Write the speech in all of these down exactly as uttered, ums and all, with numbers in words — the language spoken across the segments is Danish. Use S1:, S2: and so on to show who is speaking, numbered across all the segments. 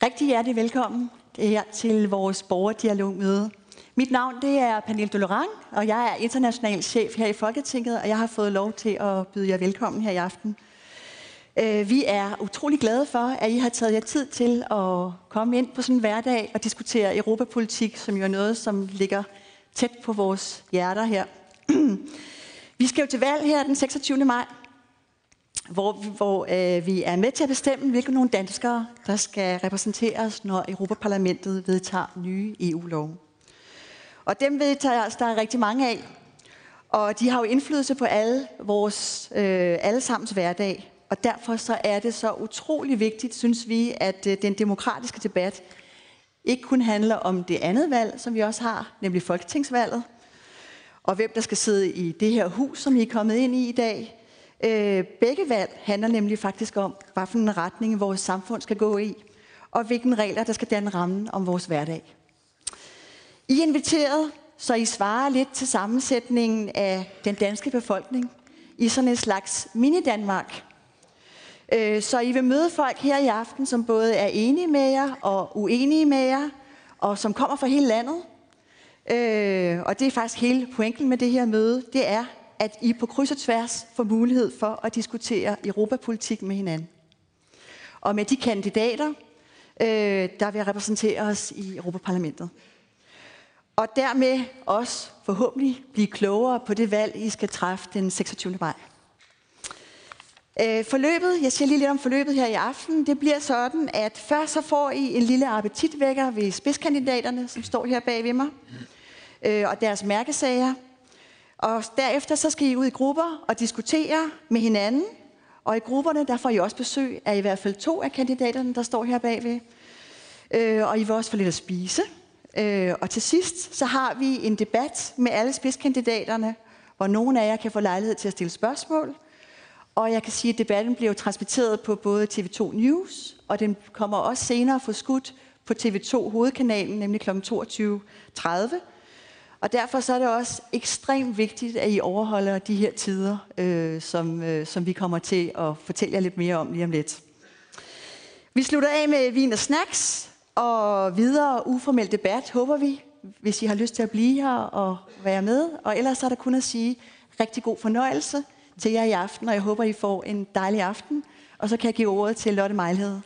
S1: Rigtig hjertelig velkommen her til vores borgerdialogmøde. Mit navn det er Pernille Dolorang, og jeg er international chef her i Folketinget, og jeg har fået lov til at byde jer velkommen her i aften. Vi er utrolig glade for, at I har taget jer tid til at komme ind på sådan en hverdag og diskutere europapolitik, som jo er noget, som ligger tæt på vores hjerter her. Vi skal jo til valg her den seksogtyvende maj, hvor, hvor øh, vi er med til at bestemme, hvilke nogle danskere, der skal repræsentere os, når Europaparlamentet vedtager nye E U-love. Og dem vedtager der er rigtig mange af, og de har jo indflydelse på alle vores øh, allesammens hverdag. Og derfor så er det så utrolig vigtigt, synes vi, at øh, den demokratiske debat ikke kun handler om det andet valg, som vi også har, nemlig folketingsvalget, og hvem der skal sidde i det her hus, som I er kommet ind i i dag. Øh, begge valg handler nemlig faktisk om, hvad for en retning vores samfund skal gå i, og hvilke regler, der skal danne rammen om vores hverdag. I er inviteret, så I svarer lidt til sammensætningen af den danske befolkning i sådan en slags mini-Danmark. Øh, så I vil møde folk her i aften, som både er enige med jer og uenige med jer, og som kommer fra hele landet. Øh, og det er faktisk hele pointen med det her møde, det er, at I på kryds og tværs får mulighed for at diskutere europapolitik med hinanden. Og med de kandidater, øh, der vil repræsentere os i Europaparlamentet. Og dermed også forhåbentlig blive klogere på det valg, I skal træffe den seksogtyvende maj. Øh, forløbet, jeg siger lige lidt om forløbet her i aften, det bliver sådan, at først så får I en lille appetitvækker ved spidskandidaterne, som står her bag ved mig, øh, og deres mærkesager. Og derefter så skal I ud i grupper og diskutere med hinanden. Og i grupperne, der får I også besøg af i hvert fald to af kandidaterne, der står her bagved. Øh, og I vil også få lidt at spise. Øh, og til sidst, så har vi en debat med alle spidskandidaterne, hvor nogle af jer kan få lejlighed til at stille spørgsmål. Og jeg kan sige, at debatten bliver transmitteret på både T V to News, og den kommer også senere for skudt på T V to hovedkanalen, nemlig klokken toogtyve tredive. Og derfor så er det også ekstremt vigtigt, at I overholder de her tider, øh, som, øh, som vi kommer til at fortælle jer lidt mere om lige om lidt. Vi slutter af med vin og snacks og videre uformel debat, håber vi, hvis I har lyst til at blive her og være med. Og ellers er der kun at sige rigtig god fornøjelse til jer i aften, og jeg håber, I får en dejlig aften. Og så kan jeg give ordet til Lotte Mejlhede.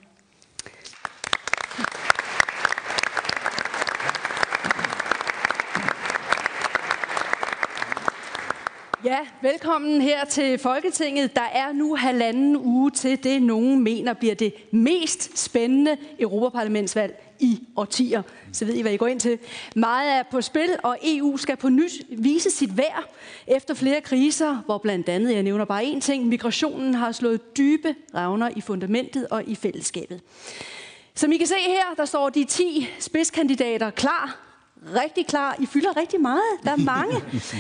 S2: Ja, velkommen her til Folketinget. Der er nu halvanden uge til det, nogen mener bliver det mest spændende europaparlamentsvalg i årtier. Så ved I, hvad I går ind til. Meget er på spil, og E U skal på ny vise sit værd efter flere kriser, hvor blandt andet, jeg nævner bare én ting, migrationen har slået dybe revner i fundamentet og i fællesskabet. Som I kan se her, der står de ti spidskandidater klar. Rigtig klar. I fylder rigtig meget. Der er mange.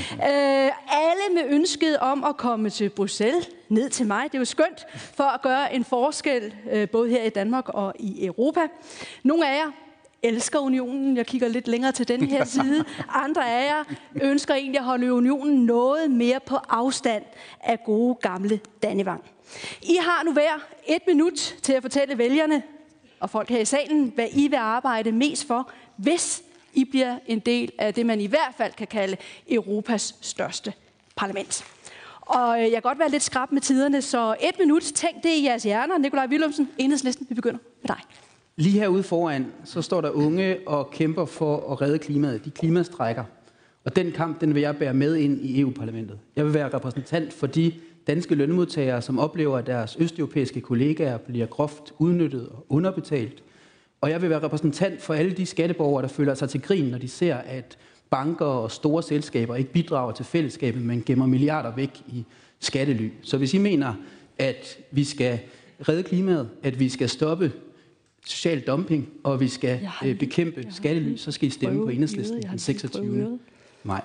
S2: øh, alle med ønsket om at komme til Bruxelles, ned til mig. Det er jo skønt for at gøre en forskel, øh, både her i Danmark og i Europa. Nogle af jer elsker unionen. Jeg kigger lidt længere til den her side. Andre af jer ønsker egentlig at holde unionen noget mere på afstand af gode gamle Dannevang. I har nu hver et minut til at fortælle vælgerne og folk her i salen, hvad I vil arbejde mest for, hvis I bliver en del af det, man i hvert fald kan kalde Europas største parlament. Og jeg kan godt være lidt skrap med tiderne, så et minut, tænk det i jeres hjerner. Nikolaj Villumsen, Enhedslisten, vi begynder med dig.
S3: Lige herude foran, så står der unge og kæmper for at redde klimaet. De klimastrækker. Og den kamp, den vil jeg bære med ind i E U-parlamentet. Jeg vil være repræsentant for de danske lønmodtagere, som oplever, at deres østeuropæiske kollegaer bliver groft udnyttet og underbetalt. Og jeg vil være repræsentant for alle de skatteborgere, der føler sig til grin, når de ser, at banker og store selskaber ikke bidrager til fællesskabet, men gemmer milliarder væk i skattely. Så hvis I mener, at vi skal redde klimaet, at vi skal stoppe social dumping, og vi skal øh, bekæmpe skattely, så skal I stemme på Enhedslisten den seksogtyvende maj.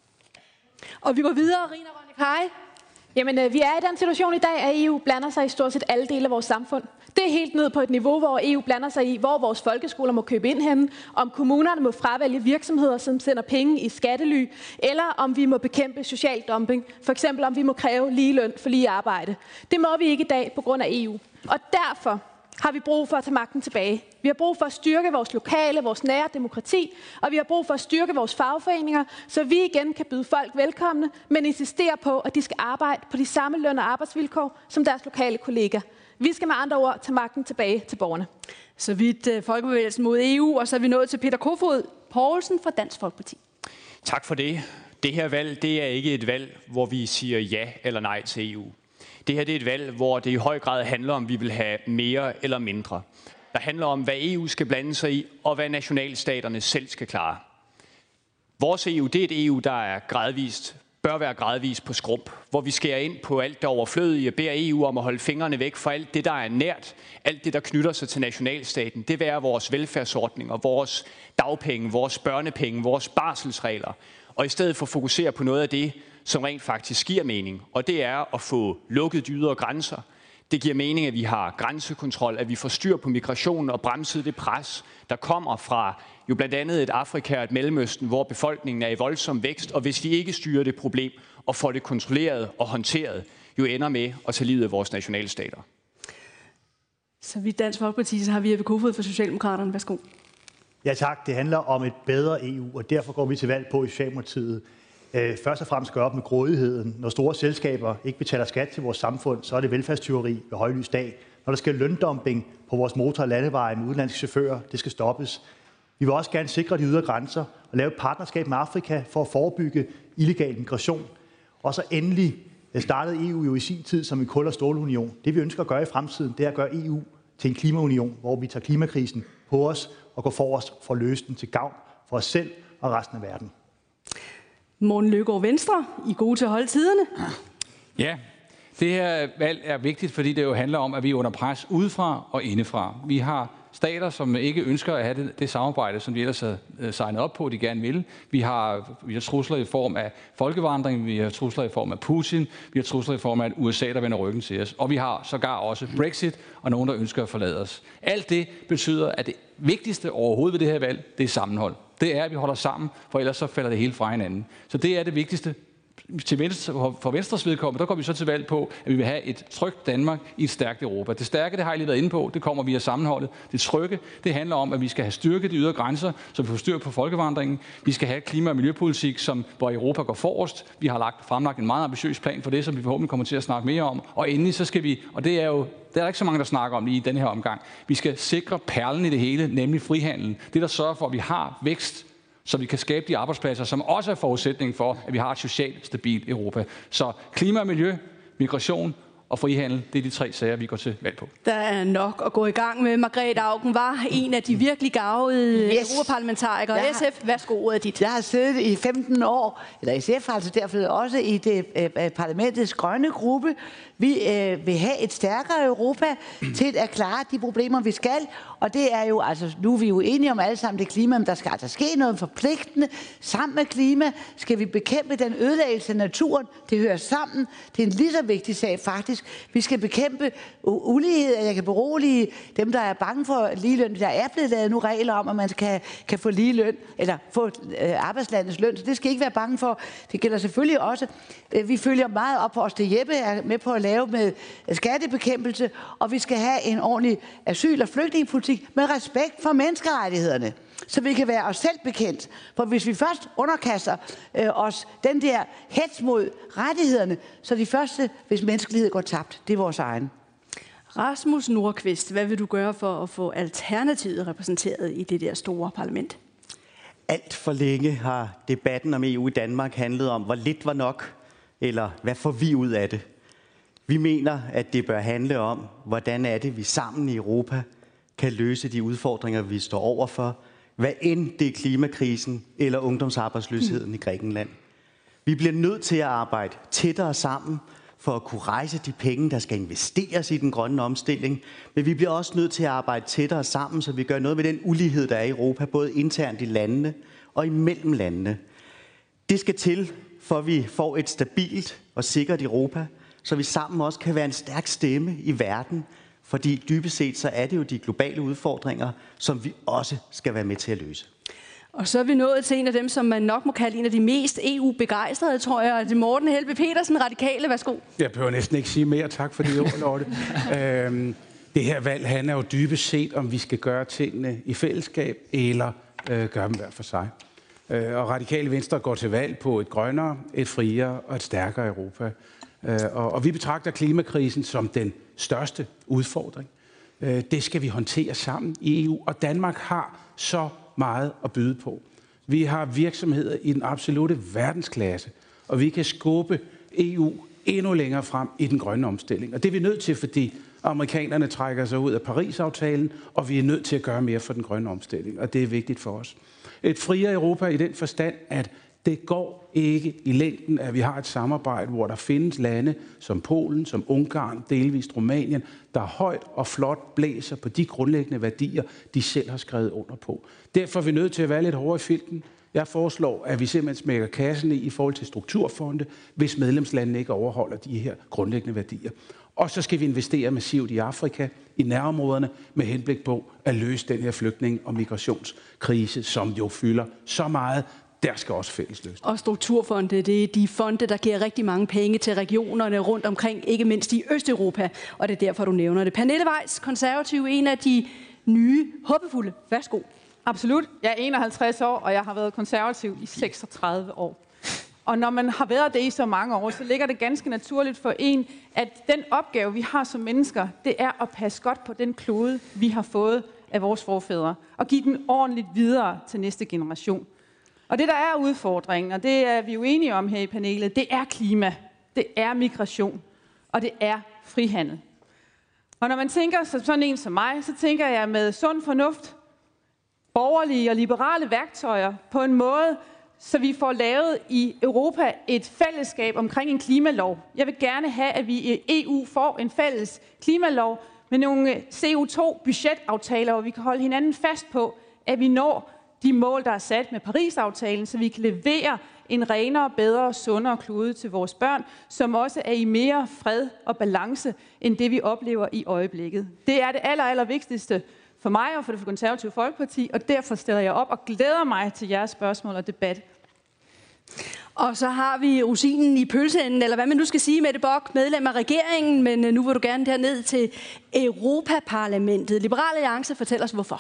S2: Og vi går videre, Rina Ronny-Kari.
S4: Jamen, øh, vi er i den situation i dag, at E U blander sig i stort set alle dele af vores samfund. Det er helt ned på et niveau, hvor E U blander sig i, hvor vores folkeskoler må købe ind henne, om kommunerne må fravælge virksomheder, som sender penge i skattely, eller om vi må bekæmpe social dumping. For eksempel om vi må kræve lige løn for lige arbejde. Det må vi ikke i dag på grund af E U. Og derfor har vi brug for at tage magten tilbage. Vi har brug for at styrke vores lokale, vores nære demokrati, og vi har brug for at styrke vores fagforeninger, så vi igen kan byde folk velkomne, men insistere på, at de skal arbejde på de samme løn- og arbejdsvilkår som deres lokale kolleger. Vi skal med andre ord tage magten tilbage til borgerne.
S2: Så vidt uh, Folkebevægelsen mod E U, og så er vi nået til Peter Kofod Poulsen fra Dansk Folkeparti.
S5: Tak for det. Det her valg, det er ikke et valg, hvor vi siger ja eller nej til E U. Det her det er et valg, hvor det i høj grad handler om, at vi vil have mere eller mindre. Der handler om, hvad E U skal blande sig i, og hvad nationalstaterne selv skal klare. Vores E U, det er et E U, der er gradvist, bør være gradvist på skrump, hvor vi skærer ind på alt det overflødige og beder E U om at holde fingrene væk fra alt det, der er nært, alt det, der knytter sig til nationalstaten. Det vil være vores velfærdsordninger, vores dagpenge, vores børnepenge, vores barselsregler. Og i stedet for fokusere på noget af det, som rent faktisk giver mening, og det er at få lukket de ydre grænser. Det giver mening, at vi har grænsekontrol, at vi får styr på migrationen og bremset det pres, der kommer fra jo blandt andet et Afrika og et Mellemøsten, hvor befolkningen er i voldsom vækst, og hvis vi ikke styrer det problem og får det kontrolleret og håndteret, jo ender med at tage livet af vores nationalstater.
S2: Så vidt Dansk Folkeparti, så har vi Jeppe Kofod for Socialdemokraterne. Værsgo.
S6: Ja tak, det handler om et bedre E U, og derfor går vi til valg på i Socialdemokratiet. Først og fremmest gøre op med grådigheden. Når store selskaber ikke betaler skat til vores samfund, så er det velfærdstyveri ved højlys dag. Når der sker løndumping på vores motor- og landeveje med udenlandske chauffører, det skal stoppes. Vi vil også gerne sikre de ydre grænser og lave et partnerskab med Afrika for at forebygge illegal migration. Og så endelig startede E U jo i sin tid som en kul- og stålunion. Det vi ønsker at gøre i fremtiden, det er at gøre E U til en klimaunion, hvor vi tager klimakrisen på os og går forrest for at løse den til gavn for os selv og resten af verden.
S2: Morten Løkkegaard, Venstre. I er gode til at holde tiderne.
S7: Ja, det her valg er vigtigt, fordi det jo handler om, at vi er under pres udefra og indefra. Vi har stater, som ikke ønsker at have det, det samarbejde, som de ellers har signet op på, de gerne vil. Vi har, vi har trusler i form af folkevandring, vi har trusler i form af Putin, vi har trusler i form af U S A, der vender ryggen til os. Og vi har sågar også Brexit og nogen, der ønsker at forlade os. Alt det betyder, at det vigtigste overhovedet ved det her valg, det er sammenhold. Det er, at vi holder sammen, for ellers så falder det hele fra hinanden. Så det er det vigtigste. Til venstre, for Venstres vedkommende, der går vi så til valg på, at vi vil have et trygt Danmark i et stærkt Europa. Det stærke, det har jeg lige været inde på, det kommer via sammenholdet. Det trygge, det handler om, at vi skal have styrket de ydre grænser, så vi får styr på folkevandringen. Vi skal have klima- og miljøpolitik, som, hvor Europa går forrest. Vi har lagt, fremlagt en meget ambitiøs plan for det, som vi forhåbentlig kommer til at snakke mere om. Og endelig så skal vi, og det er jo det er der ikke så mange, der snakker om lige i denne her omgang, vi skal sikre perlen i det hele, nemlig frihandel. Det, der sørger for, at vi har vækst, så vi kan skabe de arbejdspladser, som også er forudsætning for, at vi har et socialt stabilt Europa. Så klima og miljø, migration og frihandel, det er de tre sager, vi går til valg på.
S2: Der er nok at gå i gang med. Margrethe Auken var en af de virkelig gavede yes. europaparlamentarikere.
S8: Har,
S2: S F, værsgo, ordet er dit.
S8: Jeg har siddet i femten år, eller S F altså derfor også i det øh, parlamentets grønne gruppe. Vi øh, vil have et stærkere Europa til at klare de problemer, vi skal. Og det er jo, altså nu er vi jo enige om alle sammen det klima, men der skal altså ske noget forpligtende. Sammen med klima skal vi bekæmpe den ødelæggelse af naturen. Det hører sammen. Det er en lige så vigtig sag faktisk. Vi skal bekæmpe ulighed, og jeg kan berolige dem, der er bange for ligeløn. Der er blevet lavet nu regler om, at man kan, kan få ligeløn, eller få øh, arbejdslandets løn, så det skal I ikke være bange for. Det gælder selvfølgelig også. Øh, vi følger meget op på os. Det Jeppe er med på at lave med skattebekæmpelse, og vi skal have en ordentlig asyl- og flygtningepolitik med respekt for menneskerettighederne, så vi kan være os selv bekendt. For hvis vi først underkaster øh, os den der hets mod rettighederne, så de første, hvis menneskelighed går tabt, det er vores egen.
S2: Rasmus Nordqvist, hvad vil du gøre for at få Alternativet repræsenteret i det der store parlament?
S9: Alt for længe har debatten om E U i Danmark handlet om, hvor lidt var nok, eller hvad får vi ud af det? Vi mener, at det bør handle om, hvordan er det, vi sammen i Europa kan løse de udfordringer, vi står overfor, hvad end det er klimakrisen eller ungdomsarbejdsløsheden mm. i Grækenland. Vi bliver nødt til at arbejde tættere sammen for at kunne rejse de penge, der skal investeres i den grønne omstilling. Men vi bliver også nødt til at arbejde tættere sammen, så vi gør noget med den ulighed, der er i Europa, både internt i landene og imellem landene. Det skal til, for at vi får et stabilt og sikkert Europa, så vi sammen også kan være en stærk stemme i verden. Fordi dybest set så er det jo de globale udfordringer, som vi også skal være med til at løse.
S2: Og så er vi nået til en af dem, som man nok må kalde en af de mest E U-begejstrede, tror jeg. Det er Morten Helveg Petersen, Radikale. Værsgo.
S10: Jeg behøver næsten ikke sige mere. Tak for det ord, Lotte. øhm, Det her valg handler jo dybest set, om vi skal gøre tingene i fællesskab, eller øh, gøre dem hver for sig. Øh, og Radikale Venstre går til valg på et grønnere, et friere og et stærkere Europa. Øh, og, og vi betragter klimakrisen som den største udfordring. Øh, det skal vi håndtere sammen i E U, og Danmark har så meget at byde på. Vi har virksomheder i den absolute verdensklasse, og vi kan skubbe E U endnu længere frem i den grønne omstilling. Og det er vi nødt til, fordi amerikanerne trækker sig ud af Paris-aftalen, og vi er nødt til at gøre mere for den grønne omstilling, og det er vigtigt for os. Et friere Europa i den forstand, at det går ikke i længden, at vi har et samarbejde, hvor der findes lande som Polen, som Ungarn, delvist Rumænien, der højt og flot blæser på de grundlæggende værdier, de selv har skrevet under på. Derfor er vi nødt til at være lidt hårdere i filten. Jeg foreslår, at vi simpelthen smækker kassen i i forhold til strukturfonde, hvis medlemslandene ikke overholder de her grundlæggende værdier. Og så skal vi investere massivt i Afrika, i nærområderne, med henblik på at løse den her flygtning- og migrationskrise, som jo fylder så meget. Der skal også fælles løsning.
S2: Og strukturfonde, det er de fonde, der giver rigtig mange penge til regionerne rundt omkring, ikke mindst i Østeuropa, og det er derfor, du nævner det. Pernille Weiss, konservativ, en af de nye håbefulde. Værsgo.
S11: Absolut. Jeg er enoghalvtreds år, og jeg har været konservativ i seksogtredive år. Og når man har været det i så mange år, så ligger det ganske naturligt for en, at den opgave, vi har som mennesker, det er at passe godt på den klode, vi har fået af vores forfædre, og give den ordentligt videre til næste generation. Og det, der er udfordringen, og det er vi jo enige om her i panelet, det er klima, det er migration, og det er frihandel. Og når man tænker sådan en som mig, så tænker jeg med sund fornuft, borgerlige og liberale værktøjer på en måde, så vi får lavet i Europa et fællesskab omkring en klimalov. Jeg vil gerne have, at vi i E U får en fælles klimalov med nogle C O to budgetaftaler, hvor vi kan holde hinanden fast på, at vi når de mål, der er sat med Paris-aftalen, så vi kan levere en renere, bedre, sundere klode til vores børn, som også er i mere fred og balance, end det vi oplever i øjeblikket. Det er det aller, aller vigtigste for mig og for det konservative Folkeparti, og derfor stiller jeg op og glæder mig til jeres spørgsmål og debat.
S2: Og så har vi rosinen i pølseenden, eller hvad man nu skal sige, Mette Bock, medlem af regeringen, men nu vil du gerne derned til Europaparlamentet. Liberal Alliance, fortæl os hvorfor.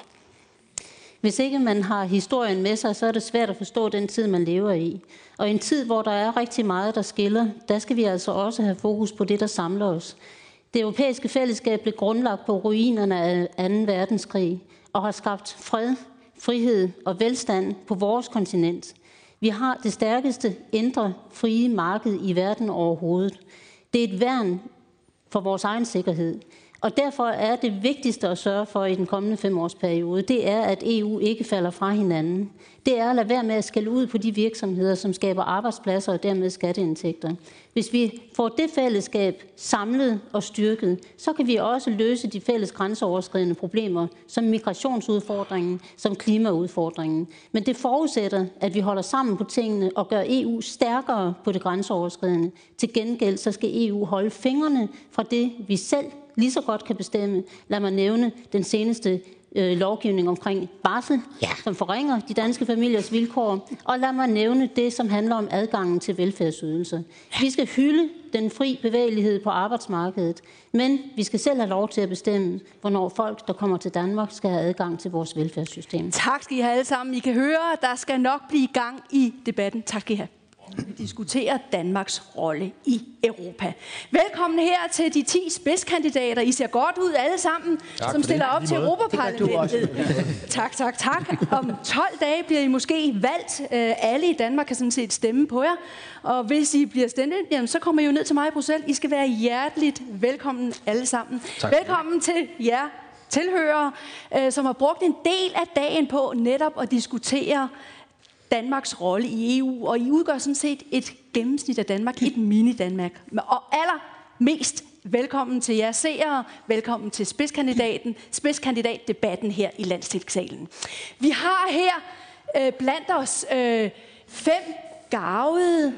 S12: Hvis ikke man har historien med sig, så er det svært at forstå den tid, man lever i. Og i en tid, hvor der er rigtig meget, der skiller, der skal vi altså også have fokus på det, der samler os. Det europæiske fællesskab blev grundlagt på ruinerne af anden verdenskrig og har skabt fred, frihed og velstand på vores kontinent. Vi har det stærkeste indre frie marked i verden overhovedet. Det er et værn for vores egen sikkerhed. Og derfor er det vigtigste at sørge for i den kommende femårsperiode, det er, at E U ikke falder fra hinanden. Det er at lade være med at skælde ud på de virksomheder, som skaber arbejdspladser og dermed skatteindtægter. Hvis vi får det fællesskab samlet og styrket, så kan vi også løse de fælles grænseoverskridende problemer, som migrationsudfordringen, som klimaudfordringen. Men det forudsætter, at vi holder sammen på tingene og gør E U stærkere på det grænseoverskridende. Til gengæld så skal E U holde fingrene fra det, vi selv lige så godt kan bestemme. Lad mig nævne den seneste øh, lovgivning omkring barsel, ja. som forringer de danske familiers vilkår. Og lad mig nævne det, som handler om adgangen til velfærdsydelser. Vi skal hylde den fri bevægelighed på arbejdsmarkedet, men vi skal selv have lov til at bestemme, hvornår folk, der kommer til Danmark, skal have adgang til vores velfærdssystem.
S2: Tak skal I have alle sammen. I kan høre, der skal nok blive gang i debatten. Tak skal I have. Vi diskuterer Danmarks rolle i Europa. Velkommen her til de ti spidskandidater. I ser godt ud alle sammen, tak som stiller op til Europaparlamentet. Tak, tak, tak. Om tolv dage bliver I måske valgt. Alle i Danmark kan sådan set stemme på jer. Og hvis I bliver stemt ind, jamen, så kommer I jo ned til mig i Bruxelles. I skal være hjerteligt velkommen alle sammen. Tak. Velkommen til jer tilhørere, som har brugt en del af dagen på netop at diskutere Danmarks rolle i E U, og I udgør sådan set et gennemsnit af Danmark, et mini-Danmark. Og allermest velkommen til jer seere, velkommen til spidskandidaten, spidskandidatdebatten her i Landstingssalen. Vi har her øh, blandt os øh, fem garvede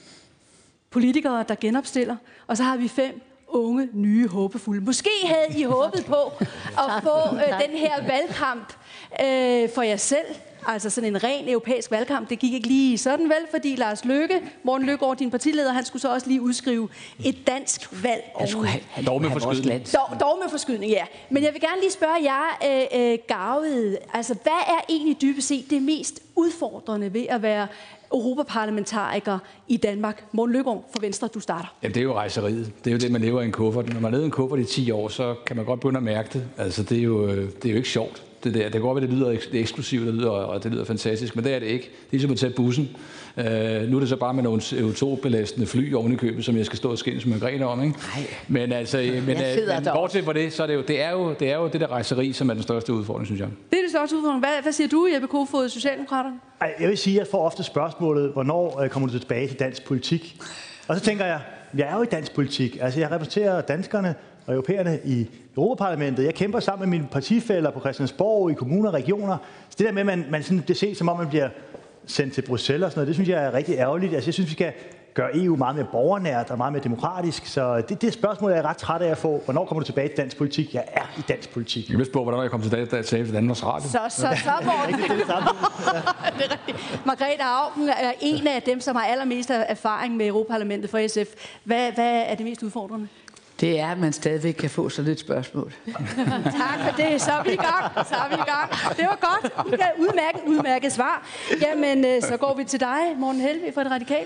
S2: politikere, der genopstiller, og så har vi fem unge, nye, håbefulde. Måske havde I håbet på at få øh, den her valgkamp øh, for jer selv. Altså sådan en ren europæisk valgkamp, det gik ikke lige sådan vel, fordi Lars Løkke, Morten Løkkegaard, din partileder, han skulle så også lige udskrive et dansk valg.
S7: Han skulle have, han dog med forskydning.
S2: Dog, dog med forskydning, ja. Men jeg vil gerne lige spørge jer, øh, øh, Garved, altså hvad er egentlig dybest set det mest udfordrende ved at være europaparlamentariker i Danmark? Morten Løkkegaard fra Venstre, du starter.
S7: Ja, det er jo rejseriet. Det er jo det, man lever i en kuffert. Når man lever i en kuffert i ti år, så kan man godt begynde at mærke det. Altså, det er jo, det er jo ikke sjovt. Det, der. det kan godt være, det lyder det eksklusivt, det lyder, og det lyder fantastisk, men det er det ikke. Det er ligesom at tage bussen. Uh, nu er det så bare med nogle C O to belastende fly oven i købet, som jeg skal stå og skændes med Margrethe om. Ikke? Men altså, men, men bortset fra det, så er det jo det, er jo, det er jo det der rejseri, som er den største udfordring, synes jeg.
S2: Det er det største udfordring. Hvad, hvad siger du, Jeppe Kofod, Socialdemokraterne?
S6: Jeg vil sige, at jeg får ofte spørgsmålet, hvornår kommer du tilbage til dansk politik? Og så tænker jeg, jeg er jo i dansk politik. Altså, jeg repræsenterer danskerne og europæerne i Europaparlamentet. Jeg kæmper sammen med mine partifæller på Christiansborg, i kommuner og regioner. Så det der med, at man, man sådan, det ses, som om man bliver sendt til Bruxelles og sådan noget, det synes jeg er rigtig ærgerligt. Altså, jeg synes, vi skal gøre E U meget mere borgernært og meget mere demokratisk. Så det, det spørgsmål er jeg ret træt af at få. Hvornår kommer du tilbage til dansk politik? Jeg er i dansk politik.
S7: Jeg vil spørge, hvornår jeg kommer tilbage til Danmarks Radio.
S2: Så, så, så, Morten. Det er rigtigt. Margrethe Auken er en af dem, som har allermest erfaring med Europaparlamentet for S F. Hvad, hvad er det mest udfordrende?
S13: Det er, at man stadigvæk kan få sådan et spørgsmål.
S2: Tak for det. Så er vi i gang. Så er vi i gang. Det var godt. Udmærket, udmærket svar. Jamen, så går vi til dig, Morten Helvig fra Det Radikale.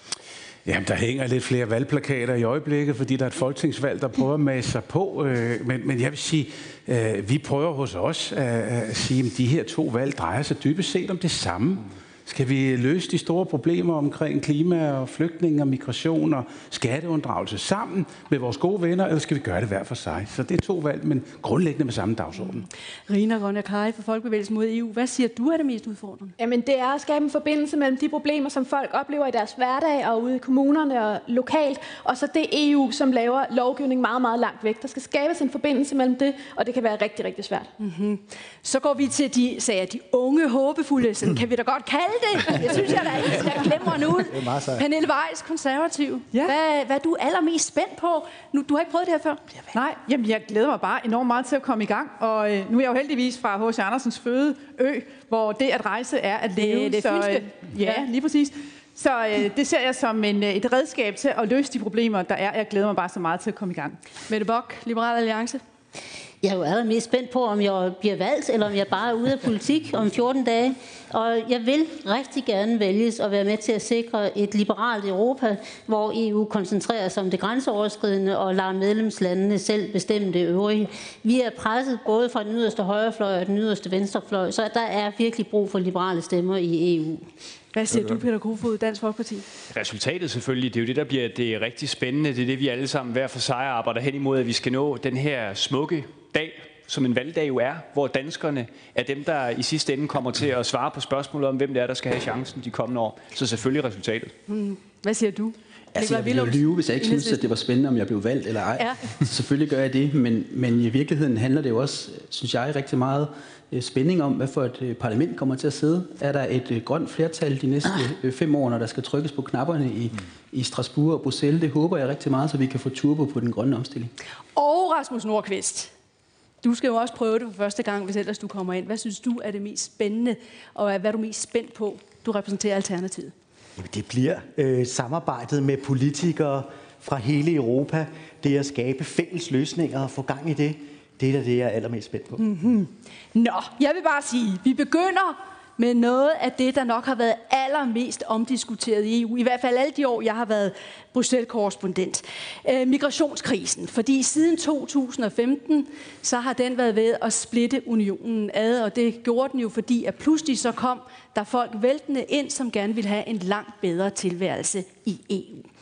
S10: Jamen, der hænger lidt flere valgplakater i øjeblikket, fordi der er et folketingsvalg, der prøver at mase sig på. Men, men jeg vil sige, vi prøver hos os at sige, at de her to valg drejer sig dybest set om det samme. Skal vi løse de store problemer omkring klima og flygtninge og migration og skatteunddragelse sammen med vores gode venner, eller skal vi gøre det hver for sig? Så det er to valg, men grundlæggende med samme dagsorden.
S2: Rina Ronja-Kari fra Folkebevægelsen mod E U. Hvad siger du er det mest udfordrende?
S4: Jamen, det er at skabe en forbindelse mellem de problemer, som folk oplever i deres hverdag og ude i kommunerne og lokalt, og så det E U, som laver lovgivning meget, meget langt væk. Der skal skabes en forbindelse mellem det, og det kan være rigtig, rigtig svært.
S2: Mm-hmm. Så går vi til de, sagde jeg, de unge håbefulde, sådan kan vi da godt kalde det. Jeg synes, jeg der er glemrende ud. Pernille Weiss, konservativ. Ja. Hvad, hvad er du allermest spændt på? Nu, du har ikke prøvet det her før.
S11: Nej, jamen jeg glæder mig bare enormt meget til at komme i gang. Og øh, nu er jeg jo heldigvis fra H C Andersens fødeø, hvor det at rejse er at leve.
S2: Det, det er
S11: så, øh, ja, lige præcis. Så øh, det ser jeg som en, et redskab til at løse de problemer, der er. Jeg glæder mig bare så meget til at komme i gang.
S2: Mette Bock, Liberal Alliance.
S12: Jeg er jo allermest spændt på, om jeg bliver valgt, eller om jeg bare er ude af politik om fjorten dage. Og jeg vil rigtig gerne vælges og være med til at sikre et liberalt Europa, hvor E U koncentrerer sig om det grænseoverskridende og lader medlemslandene selv bestemme det øvrige. Vi er presset både fra den yderste højrefløj og den yderste venstrefløj, så der er virkelig brug for liberale stemmer i E U.
S2: Hvad siger du, Peter Kofod, Dansk Folkeparti?
S5: Resultatet selvfølgelig, det er jo det, der bliver det rigtig spændende. Det er det, vi alle sammen hver for sig arbejder hen imod, at vi skal nå den her smukke dag, som en valgdag jo er, hvor danskerne er dem, der i sidste ende kommer til at svare på spørgsmålet om, hvem det er, der skal have chancen de kommende år. Så selvfølgelig resultatet.
S2: Mm. Hvad siger du?
S3: Altså, jeg ville jo lyve, hvis jeg ikke synes, at det var spændende, om jeg blev valgt eller ej. Ja. Så selvfølgelig gør jeg det, men, men i virkeligheden handler det jo også, synes jeg, rigtig meget spænding om, hvad for et parlament kommer til at sidde. Er der et grønt flertal de næste fem år, når der skal trykkes på knapperne i, i Strasbourg og Bruxelles? Det håber jeg rigtig meget, så vi kan få turbo på den grønne omstilling.
S2: Og Rasmus Nordqvist, du skal jo også prøve det for første gang, hvis ellers du kommer ind. Hvad synes du er det mest spændende, og hvad er du mest spændt på? Du repræsenterer Alternativet.
S9: Det bliver øh, samarbejdet med politikere fra hele Europa. Det at skabe fælles løsninger og få gang i det, det er det, jeg er allermest spændt på.
S2: Mm-hmm. Nå, jeg vil bare sige, vi begynder med noget af det, der nok har været allermest omdiskuteret i E U. I hvert fald alle de år, jeg har været Bruxelles-korrespondent. Øh, migrationskrisen. Fordi siden to tusind og femten, så har den været ved at splitte unionen ad. Og det gjorde den jo, fordi at pludselig så kom der folk væltende ind, som gerne ville have en langt bedre tilværelse i E U.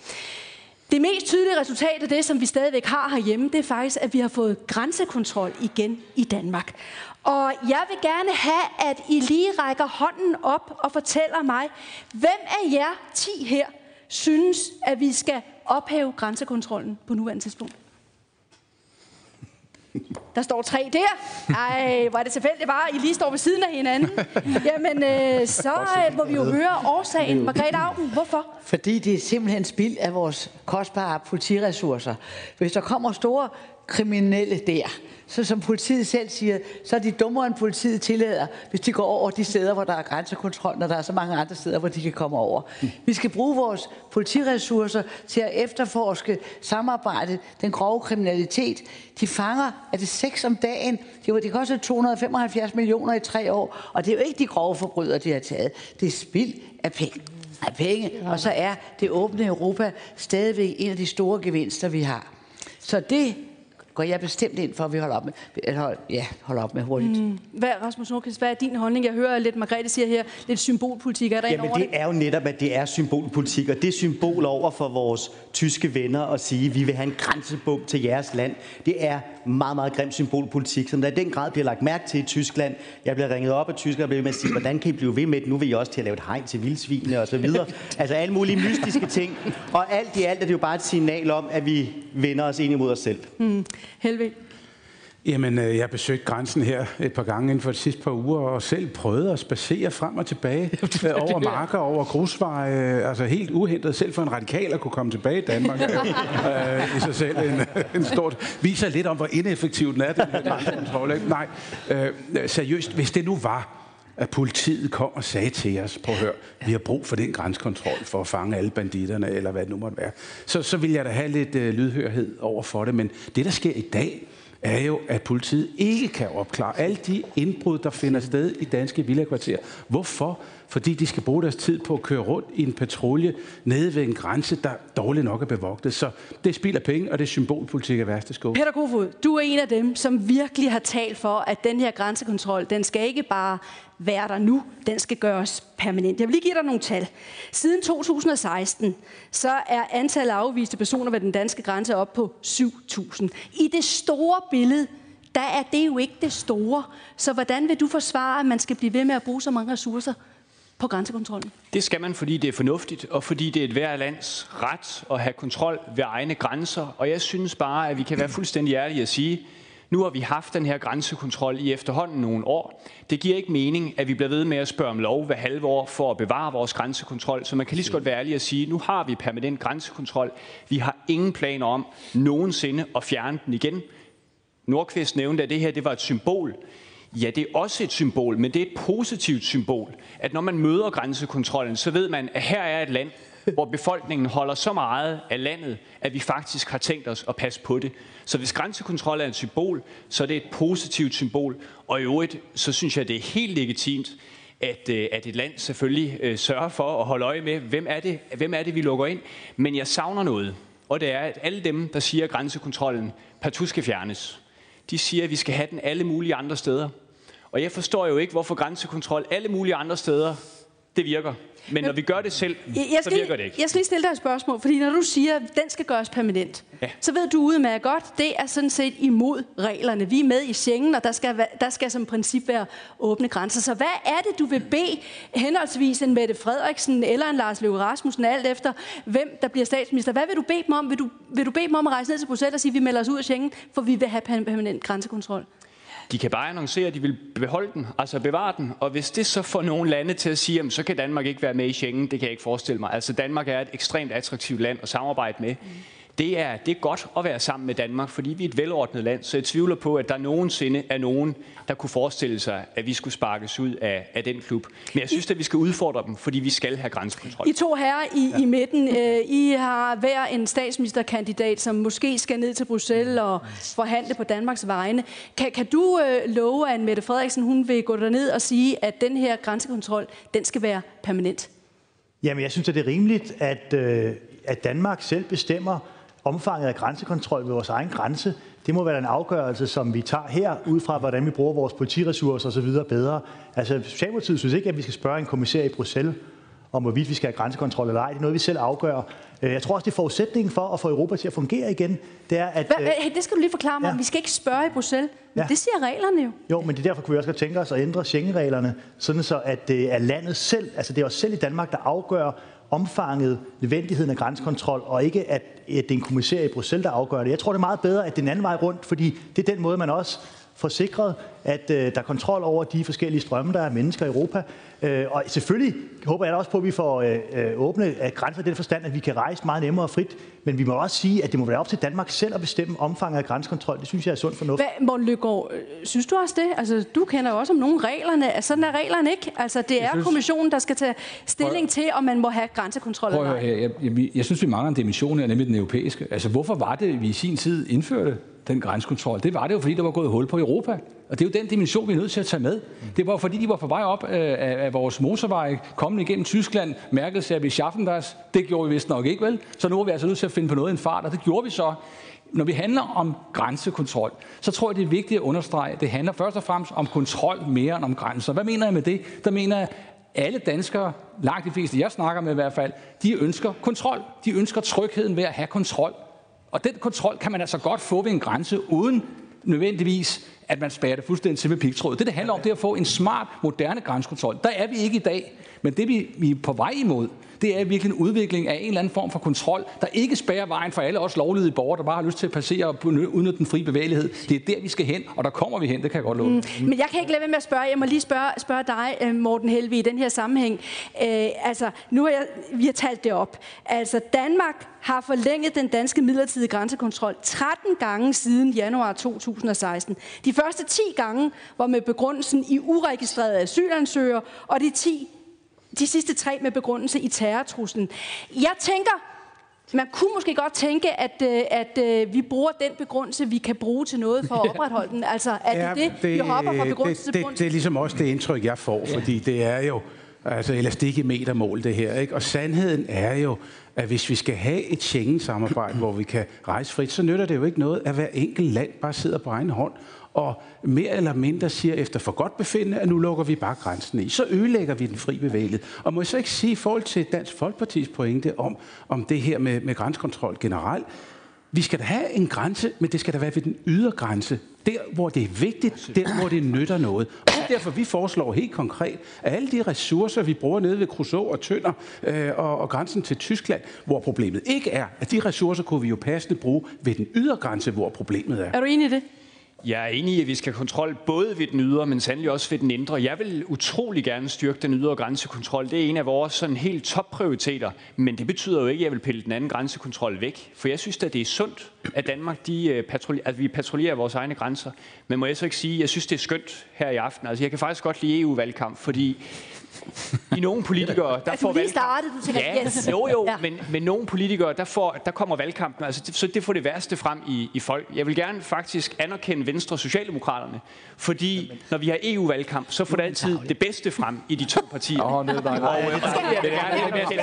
S2: Det mest tydelige resultat af det, som vi stadigvæk har herhjemme, det er faktisk, at vi har fået grænsekontrol igen i Danmark. Og jeg vil gerne have, at I lige rækker hånden op og fortæller mig, hvem af jer ti her synes, at vi skal ophæve grænsekontrollen på nuværende tidspunkt? Der står tre der. Ej, hvor er det tilfældigt bare, I lige står ved siden af hinanden. Jamen, øh, så må vi jo høre årsagen. Margrethe Auken, hvorfor?
S13: Fordi det er simpelthen spild af vores kostbare politiressourcer. Hvis der kommer store
S8: kriminelle der. Så som politiet selv siger, så er de dummere end politiet tillader, hvis de går over de steder, hvor der er grænsekontrol, når der er så mange andre steder, hvor de kan komme over. Vi skal bruge vores politiressourcer til at efterforske, samarbejde, den grove kriminalitet. De fanger, er det seks om dagen? Det, var, det koster to hundrede og femoghalvfjerds millioner i tre år, og det er jo ikke de grove forbrydere, de har taget. Det er spild af penge. Af penge. Og så er det åbne Europa stadigvæk en af de store gevinster, vi har. Så det går jeg bestemt ind for, at vi holder op med, hold, ja, holder op med hurtigt. Mm.
S2: Hvad, Rasmus Nordqvist, hvad er din holdning? Jeg hører lidt, Margrethe siger her, lidt symbolpolitik. Er der
S9: Jamen, det, det er jo netop, at det er symbolpolitik, og det er symbol over for vores tyske venner at sige, at vi vil have en grænsebom til jeres land. Det er meget, meget grim symbolpolitik, som der i den grad bliver lagt mærke til i Tyskland. Jeg bliver ringet op af tyskere og bliver med at sige, hvordan kan I blive ved med det? Nu vil I også til at lave et hegn til vildsvine og så videre. Altså alle mulige mystiske ting. Og alt i alt er det jo bare et signal om, at vi vender os ind imod os selv.
S2: Mm. Helve?
S10: Jamen, jeg besøgte grænsen her et par gange inden for de sidste par uger, og selv prøvede at spacere frem og tilbage over marker, over grusveje, altså helt uhentet. Selv for en radikal at kunne komme tilbage i Danmark, er øh, i sig selv en, en stort... Viser lidt om, hvor ineffektiv den er, den her grænsekontrol. Ikke? Nej, øh, seriøst, hvis det nu var, at politiet kom og sagde til os, prøv at høre, vi har brug for den grænsekontrol for at fange alle banditterne, eller hvad det nu måtte være, så, så vil jeg da have lidt øh, lydhørhed over for det. Men det, der sker i dag, er jo, at politiet ikke kan opklare alle de indbrud, der finder sted i danske villakvarterer. Hvorfor? Fordi de skal bruge deres tid på at køre rundt i en patrulje nede ved en grænse, der dårligt nok er bevogtet. Så det spilder penge, og det er symbolpolitik af værste skole.
S2: Peter Kofod, du er en af dem, som virkelig har talt for, at den her grænsekontrol, den skal ikke bare være der nu, den skal gøres permanent. Jeg vil lige give dig nogle tal. Siden to tusind og seksten, så er antallet af afviste personer ved den danske grænse op på syv tusind. I det store billede, der er det jo ikke det store. Så hvordan vil du forsvare, at man skal blive ved med at bruge så mange ressourcer på grænsekontrollen?
S5: Det skal man, fordi det er fornuftigt, og fordi det er et hver lands ret at have kontrol ved egne grænser. Og jeg synes bare, at vi kan være fuldstændig ærlige at sige, nu har vi haft den her grænsekontrol i efterhånden nogle år. Det giver ikke mening, at vi bliver ved med at spørge om lov hver halve år for at bevare vores grænsekontrol. Så man kan lige så godt være ærlig at sige, nu har vi permanent grænsekontrol. Vi har ingen planer om nogensinde at fjerne den igen. Nordqvist nævnte, at det her det var et symbol. Ja, det er også et symbol, men det er et positivt symbol. At når man møder grænsekontrollen, så ved man, at her er et land, hvor befolkningen holder så meget af landet, at vi faktisk har tænkt os at passe på det. Så hvis grænsekontrol er et symbol, så er det et positivt symbol. Og i øvrigt, så synes jeg, det er helt legitimt, at, at et land selvfølgelig øh, sørger for at holde øje med, hvem er, det, hvem er det, vi lukker ind. Men jeg savner noget, og det er, at alle dem, der siger, at grænsekontrollen partout skal fjernes, de siger, at vi skal have den alle mulige andre steder. Og jeg forstår jo ikke, hvorfor grænsekontrol alle mulige andre steder, det virker. Men når vi gør det selv,
S2: jeg skal,
S5: så virker det ikke.
S2: Jeg skal lige stille dig et spørgsmål, fordi når du siger, at den skal gøres permanent, ja. Så ved du udmærket godt, det er sådan set imod reglerne. Vi er med i Schengen, og der skal, der skal som princip være åbne grænser. Så hvad er det, du vil bede henholdsvis en Mette Frederiksen eller en Lars Løkke Rasmussen, alt efter hvem der bliver statsminister? Hvad vil du bede dem om? Vil du, vil du bede dem om at rejse ned til Bruxelles og sige, at vi melder os ud af Schengen, for vi vil have permanent grænsekontrol?
S5: De kan bare annoncere, at de vil beholde den, altså bevare den. Og hvis det så får nogle lande til at sige, at så kan Danmark ikke være med i Schengen, det kan jeg ikke forestille mig. Altså Danmark er et ekstremt attraktivt land at samarbejde med. Det er, det er godt at være sammen med Danmark, fordi vi er et velordnet land, så jeg tvivler på, at der nogensinde er nogen, der kunne forestille sig, at vi skulle sparkes ud af, af den klub. Men jeg synes, at vi skal udfordre dem, fordi vi skal have grænsekontrol.
S2: I to herrer i, ja. i midten, øh, I har hver en statsministerkandidat, som måske skal ned til Bruxelles og forhandle på Danmarks vegne. Kan, kan du øh, love, at Mette Frederiksen hun vil gå derned og sige, at den her grænsekontrol, den skal være permanent?
S6: Jamen, jeg synes, at det er rimeligt, at, øh, at Danmark selv bestemmer omfanget af grænsekontrol ved vores egen grænse. Det må være en afgørelse, som vi tager her, ud fra hvordan vi bruger vores politiressourcer osv. bedre. Altså, Socialdemokratiet synes ikke, at vi skal spørge en kommissær i Bruxelles om, hvorvidt vi skal have grænsekontrol eller ej. Det er noget, vi selv afgør. Jeg tror også, det er forudsætningen for at få Europa til at fungere igen. Det er, at...
S2: Hva, det skal du lige forklare mig. Ja. Vi skal ikke spørge i Bruxelles. Men ja. Det siger reglerne jo.
S6: Jo, men det er derfor, kunne vi også godt tænke os at ændre Schengen-reglerne, sådan så at det er landet selv, altså det er os selv i Danmark, der afgør omfanget, nødvendigheden af grænsekontrol, og ikke at, at det er en kommissær i Bruxelles, der afgør det. Jeg tror, det er meget bedre, at det er en anden vej rundt, fordi det er den måde, man også få sikret, at øh, der er kontrol over de forskellige strømme, der er mennesker i Europa. Øh, og selvfølgelig håber jeg da også på, at vi får øh, åbne grænser i den forstand, at vi kan rejse meget nemmere og frit. Men vi må også sige, at det må være op til Danmark selv at bestemme omfanget af grænsekontrol. Det synes jeg er sund fornuft.
S2: Hvad, Morten Løkgaard, synes du også det? Altså, du kender jo også om nogle reglerne. Altså, sådan er reglerne ikke. Altså, det er synes... kommissionen, der skal tage stilling til, om man må have grænsekontrol eller ej.
S7: Jeg, jeg, jeg, jeg synes, vi mangler en dimension her, nemlig den europæiske. Altså, hvorfor var det, vi i sin tid indførte den grænsekontrol? Det var det jo, fordi der var gået hul på Europa. Og det er jo den dimension, vi er nødt til at tage med. Det var fordi, de var på vej op af, af vores motorvej, kommende igennem Tyskland. Merkel sagde, vi schaffen das. Det gjorde vi vist nok ikke, vel? Så nu er vi altså nødt til at finde på noget i en fart, og det gjorde vi så. Når vi handler om grænsekontrol, så tror jeg, det er vigtigt at understrege, at det handler først og fremmest om kontrol mere end om grænser. Hvad mener jeg med det? Der mener jeg, alle danskere, langt de fleste, jeg snakker med i hvert fald, de ønsker kontrol. De ønsker trygheden ved at have kontrol. Og den kontrol kan man altså godt få ved en grænse, uden nødvendigvis, at man spærrer det fuldstændig til med pigtråd. Det, det handler om, det er at få en smart, moderne grænsekontrol. Der er vi ikke i dag, men det, vi, vi er på vej imod, det er virkelig en udvikling af en eller anden form for kontrol, der ikke spærrer vejen for alle os lovlydige borgere, der bare har lyst til at passere og udnytte den frie bevægelighed. Det er der, vi skal hen, og der kommer vi hen, det kan jeg godt love. Mm,
S2: men jeg kan ikke lade være med at spørge, jeg må lige spørge, spørge dig, Morten Helvig, i den her sammenhæng. Øh, altså, nu har jeg, vi har talt det op. Altså, Danmark har forlænget den danske midlertidige grænsekontrol tretten gange siden januar to tusind og seksten. De første ti gange var med begrundelsen i uregistrerede asylansøgere, og de ti De sidste tre med begrundelse i terrortruslen. Jeg tænker, man kunne måske godt tænke, at, at, at vi bruger den begrundelse, vi kan bruge til noget for at opretholde den. Altså, er
S10: ja,
S2: det det, det, vi hopper fra begrundelse
S10: det,
S2: til begrundelse?
S10: Det, det er ligesom også det indtryk, jeg får, ja. Fordi det er jo altså elastik i metermål, det her. Ikke? Og sandheden er jo, at hvis vi skal have et Schengen-samarbejde, hvor vi kan rejse frit, så nytter det jo ikke noget, at hver enkelt land bare sidder på egen hånd og mere eller mindre siger efter for godt befindende, at nu lukker vi bare grænsen i. Så ødelægger vi den fri bevægelighed. Og må jeg så ikke sige i forhold til Dansk Folkepartis pointe om, om det her med, med grænsekontrol generelt, vi skal da have en grænse, men det skal da være ved den ydre grænse. Der, hvor det er vigtigt, der, hvor det nytter noget. Og det er derfor, vi foreslår helt konkret, at alle de ressourcer, vi bruger nede ved Kruså og Tønder øh, og, og grænsen til Tyskland, hvor problemet ikke er, at de ressourcer kunne vi jo passende bruge ved den ydre grænse, hvor problemet er.
S2: Er du enig i det?
S5: Jeg er enig i, at vi skal have kontrol både ved den ydre, men sandelig også ved den indre. Jeg vil utrolig gerne styrke den ydre grænsekontrol. Det er en af vores sådan helt topprioriteter. Men det betyder jo ikke, at jeg vil pille den anden grænsekontrol væk. For jeg synes at det er sundt, at Danmark de patruljerer, at vi patruljerer vores egne grænser. Men må jeg så ikke sige, at jeg synes, det er skønt her i aften. Altså, jeg kan faktisk godt lide E U-valgkamp, fordi i nogle politikere, der får valgkamp...
S2: Startet, du tænker,
S5: ja,
S2: yes.
S5: jo, jo,
S2: ja.
S5: men, men nogle politikere, der, får, der kommer valgkampen, altså det, så det får det værste frem i, i folk. Jeg vil gerne faktisk anerkende Venstre og Socialdemokraterne, fordi når vi har E U-valgkamp, så får det altid det bedste frem i de to partier.
S7: Åh, det er dejligt.
S5: Og øh, så vil jeg gerne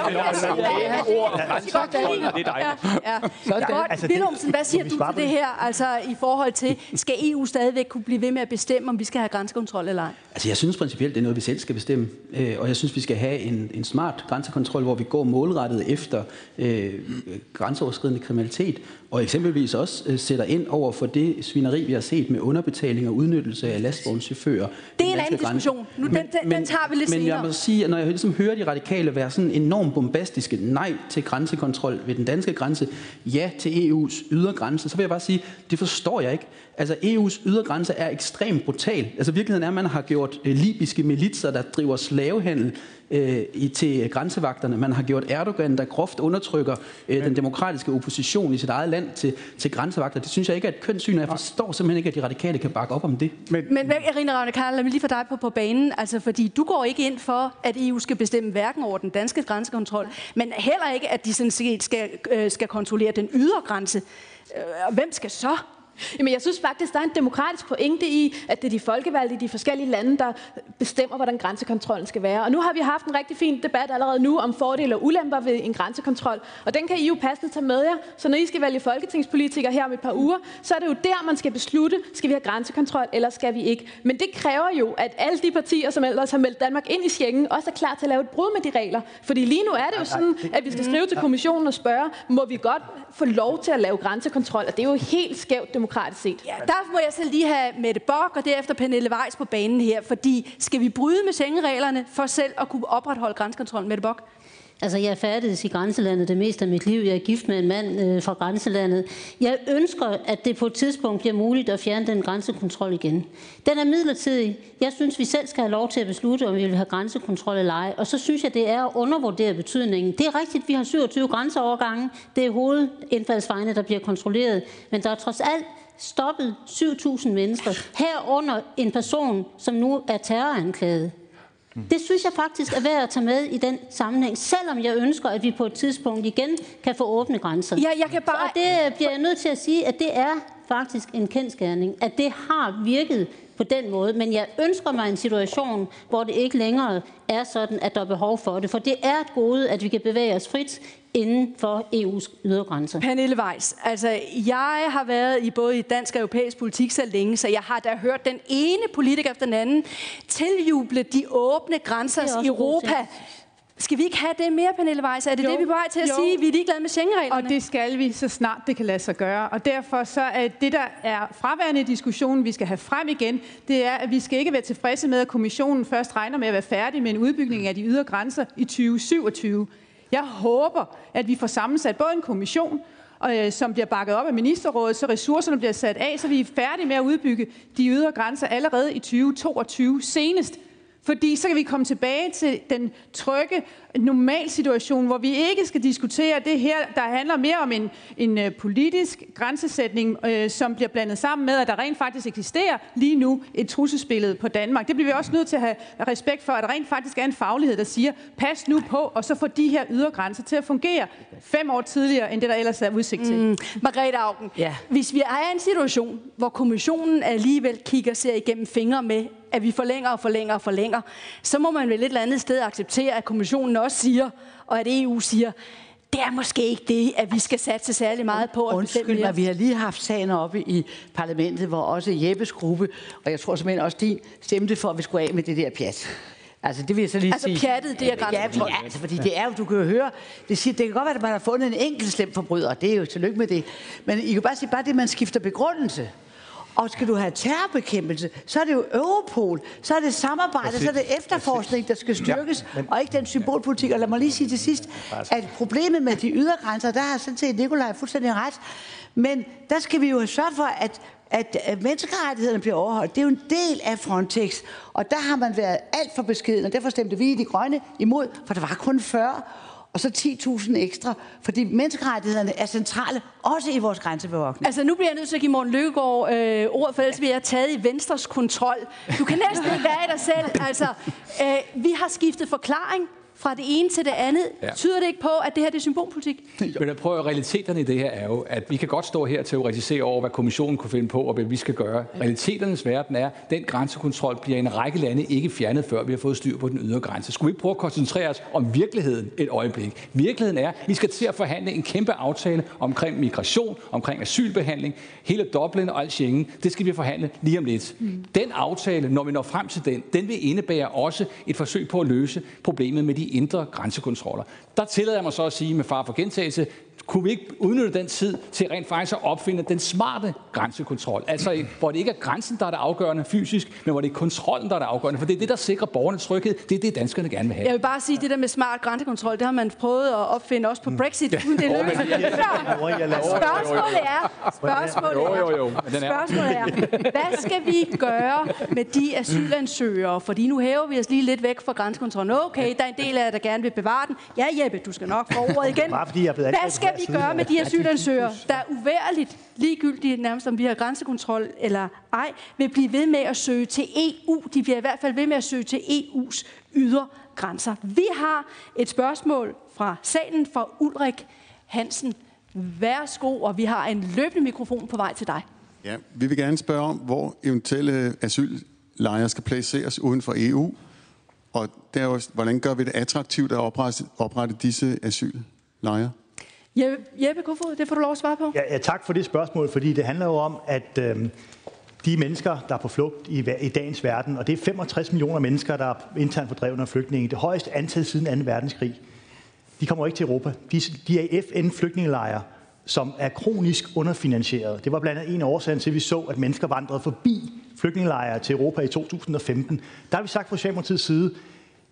S5: anerkende ord og grænsekontrol, og det er dejligt.
S2: Ja, ja. Godt. Willumsen, hvad siger du til det her, altså i forhold til, skal E U stadigvæk kunne blive ved med at bestemme, om vi skal have grænsekontrol eller ej?
S3: Altså, jeg synes principielt, det er noget, vi selv skal bestemme. Og jeg synes, vi skal have en, en smart grænsekontrol, hvor vi går målrettet efter øh, grænseoverskridende kriminalitet, og eksempelvis også øh, sætter ind over for det svineri, vi har set med underbetaling og udnyttelse af lastvognschauffører.
S2: Det er en anden diskussion. Nu, men, den, den,
S3: men,
S2: den tager vi lidt
S3: men
S2: senere.
S3: jeg må sige, at når jeg ligesom hører de radikale være sådan enormt bombastiske nej til grænsekontrol ved den danske grænse, ja til E U's ydre grænse, så vil jeg bare sige, det forstår jeg ikke. Altså E U's ydre grænse er ekstremt brutal. Altså virkeligheden er, at man har gjort øh, libyske militser, der driver slavehandel øh, i, til grænsevagterne. Man har gjort Erdogan, der groft undertrykker øh, den demokratiske opposition i sit eget land til, til grænsevagter. Det synes jeg ikke er et kønssyn, og jeg forstår simpelthen ikke, at de radikale kan bakke op om det.
S2: Men, men Irina Ravne-Karl, lad mig lige få dig på, på banen, altså fordi du går ikke ind for, at E U skal bestemme hverken over den danske grænsekontrol, men heller ikke, at de sådan set skal, øh, skal kontrollere den ydre grænse. Øh, hvem skal så?
S4: Jamen, jeg synes faktisk, der er en demokratisk pointe i, at det er de folkevalgte i de forskellige lande, der bestemmer, hvordan grænsekontrollen skal være. Og nu har vi haft en rigtig fin debat allerede nu om fordele og ulemper ved en grænsekontrol. Og den kan I jo passende tage med jer. Så når I skal vælge folketingspolitikere her om et par uger, så er det jo der, man skal beslutte, skal vi have grænsekontrol, eller skal vi ikke. Men det kræver jo, at alle de partier, som ellers har meldt Danmark ind i Schengen, også er klar til at lave et brud med de regler. Fordi lige nu er det jo sådan, at vi skal skrive til kommissionen og spørge, må vi godt få lov til at lave grænsekontrol? Og det er jo helt skævt demokratisk set.
S2: Ja, der må jeg så lige have Mette Bock og derefter Pernille Weiss på banen her, fordi skal vi bryde med Schengen-reglerne for selv at kunne opretholde grænsekontrollen, Mette Bock?
S12: Altså, jeg er færdig i grænselandet det meste af mit liv. Jeg er gift med en mand øh, fra grænselandet. Jeg ønsker, at det på et tidspunkt bliver muligt at fjerne den grænsekontrol igen. Den er midlertidig. Jeg synes, vi selv skal have lov til at beslutte, om vi vil have grænsekontrol eller ej. Og så synes jeg, det er at undervurdere betydningen. Det er rigtigt, vi har syvogtyve grænseovergange. Det er hovedindfaldsvejene, der bliver kontrolleret. Men der er trods alt stoppet syv tusind mennesker. Herunder en person, som nu er terroranklaget. Det synes jeg faktisk er værd at tage med i den sammenhæng, selvom jeg ønsker, at vi på et tidspunkt igen kan få åbne grænser.
S2: Ja, jeg kan bare...
S12: Og det bliver jeg nødt til at sige, at det er faktisk en kendsgerning, at det har virket på den måde. Men jeg ønsker mig en situation, hvor det ikke længere er sådan, at der er behov for det. For det er et gode, at vi kan bevæge os frit inden for E U's ydergrænser.
S2: Pernille Weiss, altså jeg har været i både i dansk og europæisk politik så længe, så jeg har da hørt den ene politiker efter den anden tiljuble de åbne grænsers Europa. Skal vi ikke have det mere, Pernille Weiss? Er det jo, det, vi er på vej til at jo. sige? Vi er ligeglade med Schengen-reglerne.
S11: Og det skal vi, så snart det kan lade sig gøre. Og derfor så er det, der er fraværende i diskussionen, vi skal have frem igen, det er, at vi skal ikke være tilfredse med, at kommissionen først regner med at være færdig med en udbygning af de ydre grænser i tyve syvogtyve. Jeg håber, at vi får sammensat både en kommission, øh, som bliver bakket op af ministerrådet, så ressourcerne bliver sat af, så vi er færdige med at udbygge de ydre grænser allerede i tyve toogtyve senest. Fordi så kan vi komme tilbage til den trygge normalsituation, hvor vi ikke skal diskutere det her, der handler mere om en, en politisk grænsesætning, øh, som bliver blandet sammen med, at der rent faktisk eksisterer lige nu et trusselsbillede på Danmark. Det bliver vi også nødt til at have respekt for, at der rent faktisk er en faglighed, der siger, pas nu på, og så få de her ydergrænser til at fungere fem år tidligere, end det der ellers er udsigt til. Mm.
S2: Margrethe Auken, ja. Hvis vi er i en situation, hvor kommissionen alligevel kigger ser igennem fingre med, at vi forlænger og forlænger og forlænger, så må man vel et eller andet sted acceptere, at kommissionen også siger, og at E U siger, det er måske ikke det, at vi skal satse særlig meget på.
S8: Undskyld mig, vi har lige haft sagen oppe i parlamentet, hvor også Jeppes gruppe, og jeg tror simpelthen også din, stemte for, at vi skulle af med det der pjat. Altså, det vil jeg så lige
S2: altså,
S8: sige.
S2: pjattet, det er grænsekontrol.
S8: Ja, altså, fordi det er jo, du kan jo høre, det, siger, det kan godt være, at man har fundet en enkelt slem forbryder, det er jo tillykke med det. Men I kan bare sige, bare det, man skifter begrundelse. Og skal du have terrorbekæmpelse, så er det jo Europol, så er det samarbejde, så er det efterforskning, der skal styrkes, ja, men, og ikke den symbolpolitik. Og lad mig lige sige til sidst, at problemet med de ydre grænser, der har sådan set Nikolaj fuldstændig ret, men der skal vi jo sørge for, at at menneskerettighederne bliver overholdt. Det er jo en del af Frontex, og der har man været alt for beskeden, og derfor stemte vi i De Grønne imod, for der var kun fyrre, og så ti tusind ekstra, fordi menneskerettighederne er centrale, også i vores grænsebevogtning.
S2: Altså nu bliver jeg nødt til at give Morten Løkkegaard øh, ordet, for ellers bliver jeg taget i Venstres kontrol. Du kan næsten ikke være i dig selv. Altså, øh, vi har skiftet forklaring fra det ene til det andet. Ja. Tyder det ikke på, at det her det er symbolpolitik?
S7: Men jeg prøver, realiteterne i det her er jo, at vi kan godt stå her og teoretisere over, hvad kommissionen kunne finde på, og hvad vi skal gøre. Realiteternes verden er, at den grænsekontrol bliver i en række lande ikke fjernet, før vi har fået styr på den ydre grænse. Skulle vi ikke prøve at koncentrere os om virkeligheden et øjeblik? Virkeligheden er, at vi skal til at forhandle en kæmpe aftale omkring migration, omkring asylbehandling, hele Dublin og alt Schengen. Det skal vi forhandle lige om lidt. Mm. Den aftale, når vi når frem til den, den vil indebære også et forsøg på at løse problemet med de indre grænsekontroller. Der tillader jeg mig så at sige med far for gentagelse, kunne vi ikke udnytte den tid til rent faktisk at opfinde den smarte grænsekontrol? Altså, hvor det ikke er grænsen, der er det afgørende fysisk, men hvor det er kontrollen, der er det afgørende. For det er det, der sikrer borgernes tryghed. Det er det, danskerne gerne vil have.
S2: Jeg vil bare sige, det der med smart grænsekontrol, det har man prøvet at opfinde også på Brexit. Mm. Uden det lykkes. Spørgsmålet er, spørgsmålet er, spørgsmålet er, hvad skal vi gøre med de asylansøgere? Fordi nu hæver vi os lige lidt væk fra grænsekontrollen. Okay, der er en del af jer, der gerne vil bevare den. Ja, Jeppe, du skal nok få ordet igen. Hvad skal vi gøre med de asylansøgere, der er uværligt, ligegyldigt nærmest om vi har grænsekontrol eller ej, vil blive ved med at søge til E U. De bliver i hvert fald ved med at søge til E U's ydre grænser. Vi har et spørgsmål fra salen fra Ulrik Hansen. Værsgo, og vi har en løbende mikrofon på vej til dig.
S14: Ja, vi vil gerne spørge om, hvor eventuelle asyllejre skal placeres uden for E U, og der, hvordan gør vi det attraktivt at oprette, oprette disse asyllejre?
S2: Jeppe Kofod, det får du lov at svare på.
S6: Ja, ja, tak for det spørgsmål, fordi det handler jo om, at øh, de mennesker, der er på flugt i, i dagens verden, og det er femogtres millioner mennesker, der er internt fordrevne af flygtninge, det højeste antal siden anden verdenskrig, de kommer ikke til Europa. De, de er i F N-flygtningelejre, som er kronisk underfinansieret. Det var blandt andet en af årsagerne til, at vi så, at mennesker vandrede forbi flygtningelejre til Europa i to tusind og femten. Der har vi sagt fra Socialdemokratiets side,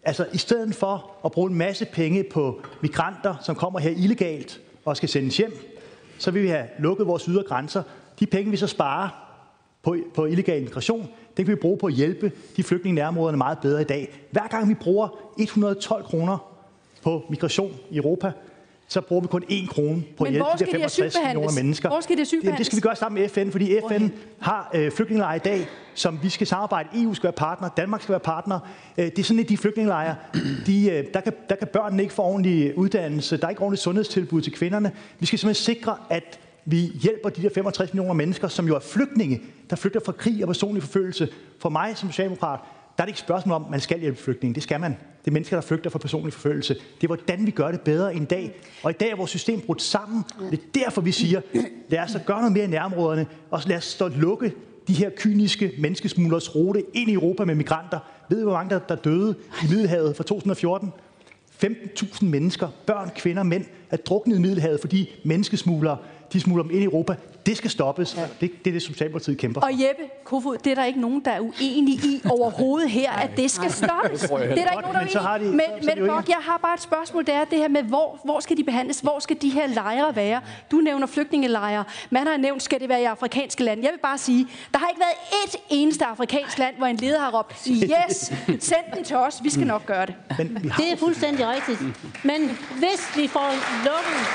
S6: Altså, i stedet for at bruge en masse penge på migranter, som kommer her illegalt og skal sendes hjem, så vil vi have lukket vores ydre grænser. De penge, vi så sparer på, på illegal migration, det kan vi bruge på at hjælpe de flygtninge i nærområderne meget bedre i dag. Hver gang vi bruger et hundrede og tolv kroner på migration i Europa, så bruger vi kun én krone på at hjælpe de der femogtres millioner mennesker.
S2: Hvor skal det
S6: det, det skal vi gøre sammen med F N, fordi F N har øh, flygtningelejre i dag, som vi skal samarbejde. E U skal være partner, Danmark skal være partner. Øh, det er sådan, at de flygtningelejre, de, øh, der, kan, der kan børnene ikke få ordentlig uddannelse, der er ikke ordentligt sundhedstilbud til kvinderne. Vi skal simpelthen sikre, at vi hjælper de der femogtres millioner mennesker, som jo er flygtninge, der flygter fra krig og personlig forfølgelse. For mig som socialdemokrat, der er det ikke et spørgsmål om, at man skal hjælpe flygtninge. Det skal man. Det er mennesker, der flygter fra personlig forfølgelse. Det er, hvordan vi gør det bedre end i dag. Og i dag er vores system brudt sammen. Det er derfor, vi siger, lad os gøre noget mere i nærområderne, og lad os stå lukke de her kyniske menneskesmuglers rute ind i Europa med migranter. Ved I, hvor mange der, der døde i Middelhavet fra to tusind og fjorten? femten tusind mennesker, børn, kvinder, mænd, er druknet i Middelhavet, fordi menneskesmuglere, de smugler dem ind i Europa. Det skal stoppes. Ja. Det, det er det, som Socialdemokratiet kæmper for.
S2: Og Jeppe Kofod, det er der ikke nogen, der er uenige i overhovedet her, at det skal stoppes. Det er der ikke nogen, der er uenige i. Men, men Bock, jeg har bare et spørgsmål, det er det her med, hvor, hvor skal de behandles? Hvor skal de her lejre være? Du nævner flygtningelejre. Man har nævnt, skal det være i afrikanske lande. Jeg vil bare sige, der har ikke været et eneste afrikansk land, hvor en leder har råbt, yes, send den til os, vi skal nok gøre det.
S12: Det er fuldstændig rigtigt. Men hvis vi får lukket...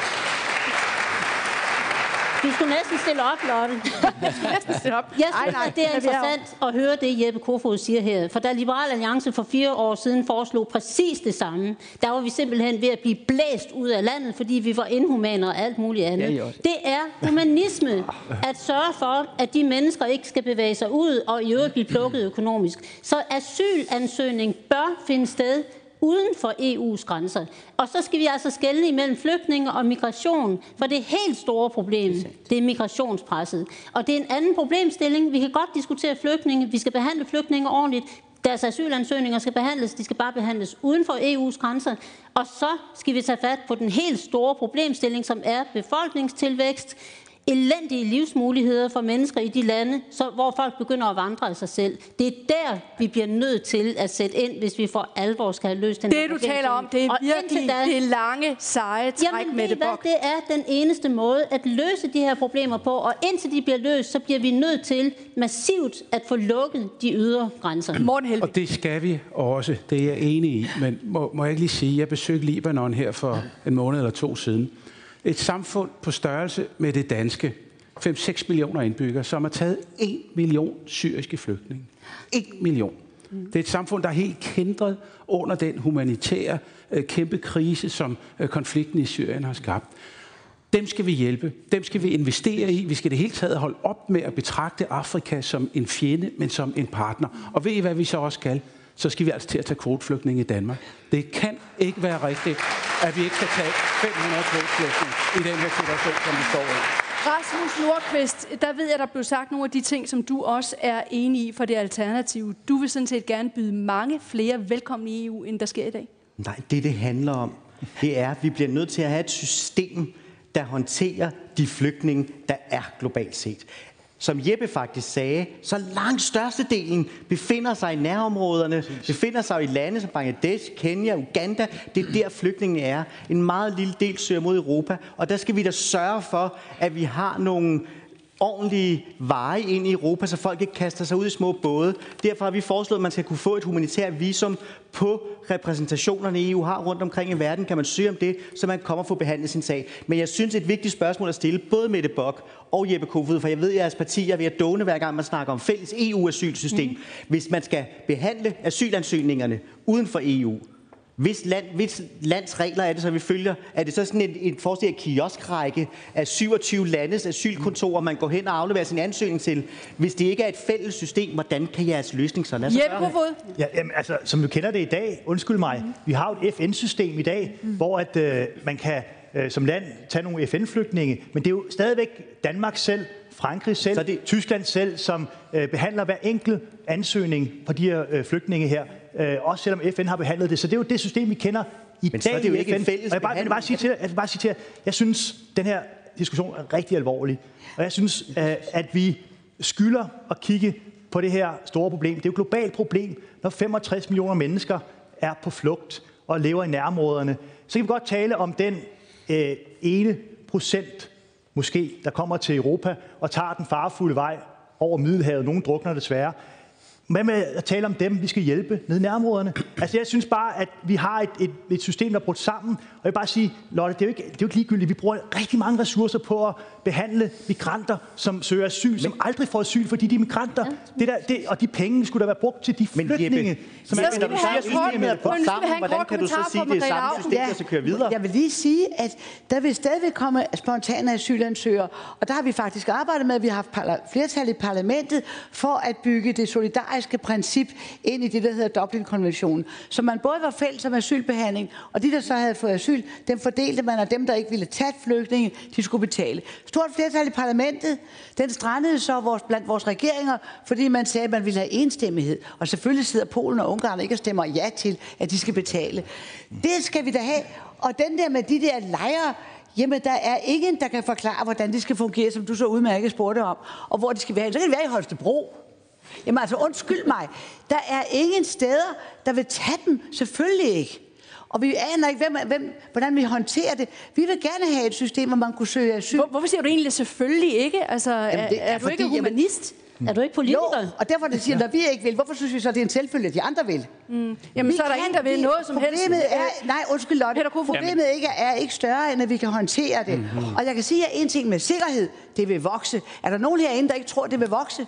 S12: Du skulle næsten stille op, Lotte.
S2: Jeg skulle næsten stille op.
S12: Jeg synes, at det er interessant at høre det, Jeppe Kofod siger her. For da Liberal Alliance for fire år siden foreslog præcis det samme, der var vi simpelthen ved at blive blæst ud af landet, fordi vi var inhumane og alt muligt andet. Det er humanisme at sørge for, at de mennesker ikke skal bevæge sig ud og i øvrigt blive plukket økonomisk. Så asylansøgning bør finde sted uden for E U's grænser. Og så skal vi altså skelne imellem flygtninge og migration, for det helt store problem, det er migrationspresset. Og det er en anden problemstilling. Vi kan godt diskutere flygtninge. Vi skal behandle flygtninge ordentligt. Deres asylansøgninger skal behandles. De skal bare behandles uden for E U's grænser. Og så skal vi tage fat på den helt store problemstilling, som er befolkningstilvækst, elendige livsmuligheder for mennesker i de lande, så, hvor folk begynder at vandre af sig selv. Det er der, vi bliver nødt til at sætte ind, hvis vi for alvor skal have løst den
S2: det, her du taler om, det er virkelig da, det lange, seje træk
S12: jamen,
S2: med det, Bock.
S12: Det er den eneste måde at løse de her problemer på, og indtil de bliver løst, så bliver vi nødt til massivt at få lukket de ydre grænser.
S2: Morten Helvig.
S10: Og det skal vi også, det er jeg enig i. Men må, må jeg ikke lige sige, jeg besøgte Libanon her for en måned eller to siden. Et samfund på størrelse med det danske, fem til seks millioner indbyggere, som har taget en million syriske flygtninge. En million. Det er et samfund, der er helt kæntret under den humanitære øh, kæmpe krise, som øh, konflikten i Syrien har skabt. Dem skal vi hjælpe. Dem skal vi investere i. Vi skal det hele taget holde op med at betragte Afrika som en fjende, men som en partner. Og ved I, hvad vi så også skal? Så skal vi altså til at tage kvoteflygtninge i Danmark. Det kan ikke være rigtigt, at vi ikke skal tage fem hundrede kvoteflygtninge i den her situation, som vi står i.
S2: Rasmus Nordqvist, der ved jeg, der blev sagt nogle af de ting, som du også er enig i for det alternative. Du vil sådan set gerne byde mange flere velkommen i E U, end der sker i dag.
S9: Nej, det det handler om, det er, at vi bliver nødt til at have et system, der håndterer de flygtninge, der er globalt set. Som Jeppe faktisk sagde, så langt størstedelen befinder sig i nærområderne, befinder sig i lande som Bangladesh, Kenya, Uganda. Det er der flygtningene er. En meget lille del søger mod Europa, og der skal vi da sørge for, at vi har nogle ordentlige veje ind i Europa, så folk ikke kaster sig ud i små både. Derfor har vi foreslået, at man skal kunne få et humanitært visum på repræsentationerne E U har rundt omkring i verden. Kan man søge om det, så man kommer og få behandlet sin sag. Men jeg synes, et vigtigt spørgsmål at stille, både Mette Bock og Jeppe Kofod, for jeg ved, at jeres parti er ved at dåne, hver gang man snakker om fælles E U-asylsystem. Mm. Hvis man skal behandle asylansøgningerne uden for E U, Hvis, land, hvis lands regler er det, så vi følger, er det så sådan en, en forestillet kioskrække af syvogtyve landes asylkontorer, man går hen og afleverer sin ansøgning til. Hvis det ikke er et fælles system, hvordan kan jeres løsning så lade sig gøre?
S6: Ja, jamen, altså, som du kender det i dag, undskyld mig, mm. vi har jo et F N-system i dag, mm. hvor at, øh, man kan øh, som land tage nogle F N-flygtninge, men det er jo stadigvæk Danmark selv, Frankrig selv, så det... Tyskland selv, som øh, behandler hver enkelt ansøgning på de her øh, flygtninge her. Øh, også selvom F N har behandlet det. Så det er jo det system, vi kender i
S9: Men
S6: dag
S9: så er det jo
S6: i
S9: ikke
S6: F N.
S9: en fælles
S6: og jeg, bare, jeg, vil bare sige til, jeg vil bare sige til jer, jeg synes, den her diskussion er rigtig alvorlig. Og jeg synes, øh, at vi skylder at kigge på det her store problem. Det er jo et globalt problem, når femogtres millioner mennesker er på flugt og lever i nærområderne. Så kan vi godt tale om den øh, ene procent, måske, der kommer til Europa og tager den farefulde vej over Middelhavet. Nogle drukner desværre. Hvad med at tale om dem, vi skal hjælpe nede i nærområderne? Altså, jeg synes bare, at vi har et, et, et system, der er brudt sammen. Og jeg vil bare sige, Lotte, det er jo ikke, det er jo ikke ligegyldigt. Vi bruger rigtig mange ressourcer på at behandle migranter, som søger asyl, Men, som aldrig får asyl, fordi de er migranter. Det der, det, og de penge skulle da være brugt til de flygtninge, som
S8: er
S6: der
S8: sammen. Hvordan kan du så sige, det er samme system, der skal køre videre? Jeg vil lige sige, at der vil stadigvæk komme spontane asylansøgere, og der har vi faktisk arbejdet med, at vi har haft flertal i parlamentet for at bygge det solidariske princip ind i det, der hedder Dublin-konventionen. Så man både var fælles om asylbehandling, og de, der så havde fået asyl, dem fordelte man, og dem, der ikke ville tage flygtninge, de skulle betale. Stort flertal i parlamentet, den strandede så vores, blandt vores regeringer, fordi man sagde, at man ville have enstemmighed. Og selvfølgelig sidder Polen og Ungarn ikke og stemmer ja til, at de skal betale. Det skal vi da have. Og den der med de der lejre, jamen, der er ingen, der kan forklare, hvordan det skal fungere, som du så udmærket spurgte om, og hvor de skal være. Så kan det være i Holstebro. Jamen altså, undskyld mig. Der er ingen steder, der vil tage dem. Selvfølgelig ikke. Og vi aner ikke, hvem, hvem, hvordan vi håndterer det. Vi vil gerne have et system, hvor man kunne søge asyl.
S2: Hvor, hvorfor siger du egentlig selvfølgelig ikke? Altså, jamen, er, er, er du fordi, ikke humanist?
S8: Jamen,
S2: er du ikke politiker?
S8: Jo, og derfor det siger, når vi ikke vil, hvorfor synes vi så, det er en selvfølge, at de andre vil?
S2: Mm. Jamen, vi så er der ingen, der vil noget som helst.
S8: Problemet er, nej, undskyld Lotte, problemet ikke er ikke større, end at vi kan håndtere det. Mm-hmm. Og jeg kan sige jer en ting med sikkerhed, det vil vokse. Er der nogen herinde, der ikke tror, det vil vokse?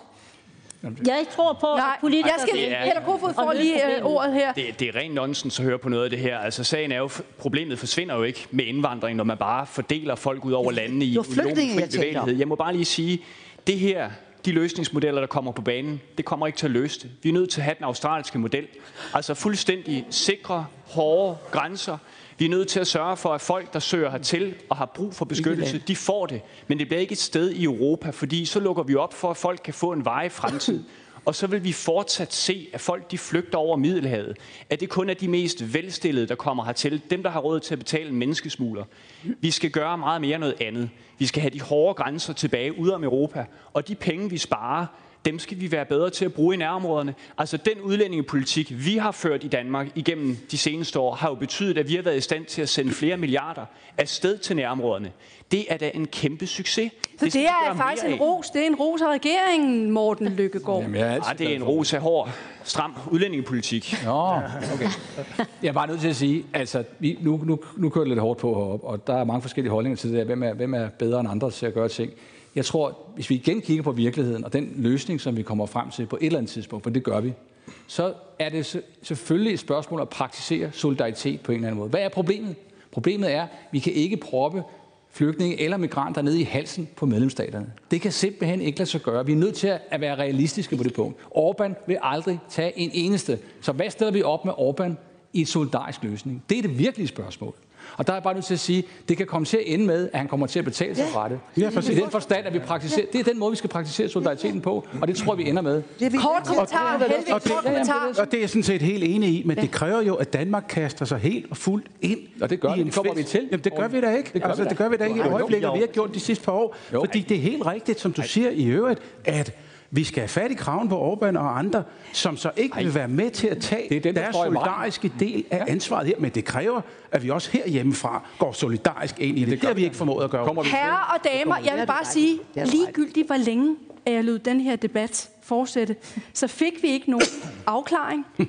S12: Jeg tror på,
S2: Nej,
S12: at politikere...
S2: Jeg skal Peter Kofod får lige uh, ordet her.
S5: Det, det er ren nonsens at høre på noget af det her. Altså, sagen er jo, problemet forsvinder jo ikke med indvandring, når man bare fordeler folk ud over landene i union fri bevægelighed. Jeg må bare lige sige, det her, de løsningsmodeller, der kommer på banen, det kommer ikke til at løse det. Vi er nødt til at have den australske model. Altså fuldstændig sikre, hårde grænser. Vi er nødt til at sørge for, at folk, der søger hertil og har brug for beskyttelse, de får det. Men det bliver ikke et sted i Europa, fordi så lukker vi op for, at folk kan få en varig fremtid. Og så vil vi fortsat se, at folk de flygter over Middelhavet. At det kun er de mest velstillede, der kommer hertil. Dem, der har råd til at betale en menneskesmugler. Vi skal gøre meget mere noget andet. Vi skal have de hårde grænser tilbage ud om Europa. Og de penge, vi sparer, dem skal vi være bedre til at bruge i nærområderne. Altså den udlændingepolitik, vi har ført i Danmark igennem de seneste år, har jo betydet, at vi har været i stand til at sende flere milliarder afsted til nærområderne. Det er da en kæmpe succes.
S2: Så det, det er faktisk en ros. Det er en ros af regeringen, Morten Lykkegaard.
S5: Jamen, ja, det er en ros af hård, stram udlændingepolitik.
S7: Nå, okay. Jeg er bare nødt til at sige, altså, vi, nu, nu, nu kører det lidt hårdt på heroppe, og der er mange forskellige holdninger til det der. Hvem er, hvem er bedre end andre til at gøre ting? Jeg tror, hvis vi igen kigger på virkeligheden, og den løsning, som vi kommer frem til på et eller andet tidspunkt, for det gør vi, så er det selvfølgelig et spørgsmål at praktisere solidaritet på en eller anden måde. Hvad er problemet? Problemet er, at vi kan ikke proppe flygtninge eller migranter ned i halsen på medlemsstaterne. Det kan simpelthen ikke lade sig gøre. Vi er nødt til at være realistiske på det punkt. Orbán vil aldrig tage en eneste. Så hvad stiller vi op med Orbán i et solidarisk løsning? Det er det virkelige spørgsmål. Og der er jeg bare nødt til at sige, at det kan komme til at ende med, at han kommer til at betale sig fra det. Ja, I den forstand, at vi praktiserer, det er den måde, vi skal praktisere solidariteten på, og det tror vi ender med.
S2: Kort kommentar, Helvig, kort kommentar.
S10: Og det er jeg sådan set helt enig i, men det kræver jo, at Danmark kaster sig helt og fuldt ind.
S7: Og det gør vi, det kommer vi til.
S10: Jamen, det gør vi da ikke. Det gør, altså, vi, da. Det gør vi da ikke i øjeblikket, og vi har gjort de sidste par år. Jo. Fordi det er helt rigtigt, som du siger i øvrigt, at vi skal have fat i kraven på Orbán og andre, som så ikke Ej. vil være med til at tage det er den, der deres solidariske del af ansvaret her. Men det kræver, at vi også herhjemmefra går solidarisk ind i det. Det har vi ikke formået at gøre.
S2: Herrer og damer, jeg vil bare sige, ligegyldigt hvor længe jeg lød den her debat fortsætte, så fik vi ikke nogen afklaring. øh,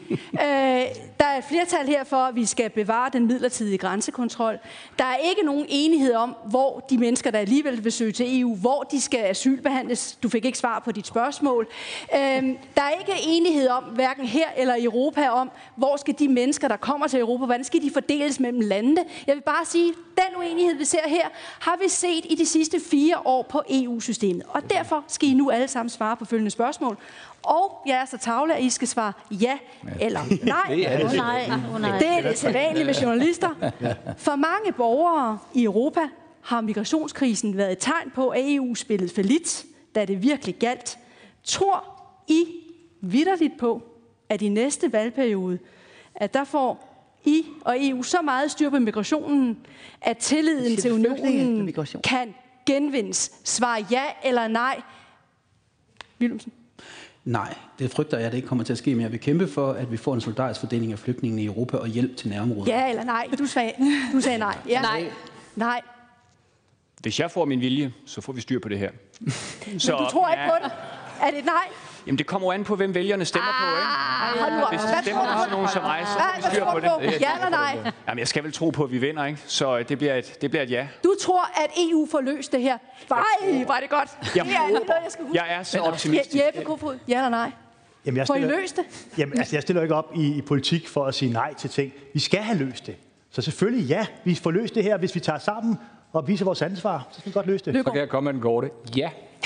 S2: der er et flertal her for, at vi skal bevare den midlertidige grænsekontrol. Der er ikke nogen enighed om, hvor de mennesker, der alligevel vil søge til E U, hvor de skal asylbehandles. Du fik ikke svar på dit spørgsmål. Øh, der er ikke enighed om, hverken her eller i Europa, om, hvor skal de mennesker, der kommer til Europa, hvordan skal de fordeles mellem landene. Jeg vil bare sige, den uenighed, vi ser her, har vi set i de sidste fire år på E U-systemet. Og derfor skal I nu alle sammen svare på følgende spørgsmål. Og jeg er så tavle, at I skal svare ja eller nej.
S12: Det er det, oh, nej. Oh, nej.
S2: Det er det sædvanlige med journalister. For mange borgere i Europa har migrationskrisen været et tegn på, at E U spillede fallit, da det virkelig galt. Tror I vitterligt på, at i næste valgperiode, at der får I og E U så meget styr på migrationen, at tilliden til unionen kan genvindes? Svar ja eller nej. Willumsen.
S3: Nej, det frygter jeg, at det ikke kommer til at ske, men jeg vil kæmpe for, at vi får en solidarisk fordeling af flygtningene i Europa og hjælp til nærområdet.
S2: Ja eller nej? Du sagde, du sagde nej. Ja.
S5: Nej.
S2: Nej.
S5: Hvis jeg får min vilje, så får vi styr på det her.
S2: Så, men du tror ikke ja. på det? Er det et nej?
S5: Jamen, det kommer jo an på, hvem vælgerne stemmer ah, på, ikke?
S2: Ah,
S5: Hvis de stemmer på sådan nogen som mig, så får vi styr på det.
S2: Ja eller nej?
S5: Jamen, jeg skal vel tro på, at vi vinder, ikke? Så det bliver et, det bliver et ja.
S2: Du tror, at E U får løst det her? Nej, var det godt.
S5: Jeg,
S2: det er noget, jeg skal huske.
S5: Jeg er så optimistisk.
S2: Jeppe Kofod, ja eller nej?
S6: Jamen, jeg
S2: får
S6: stiller,
S2: I løst det?
S6: Jamen, altså, jeg stiller ikke op i, i politik for at sige nej til ting. Vi skal have løst det. Så selvfølgelig ja, vi får løst det her, hvis vi tager sammen og viser vores ansvar. Så skal vi godt løse det.
S7: Så kan jeg komme med den korte. Ja.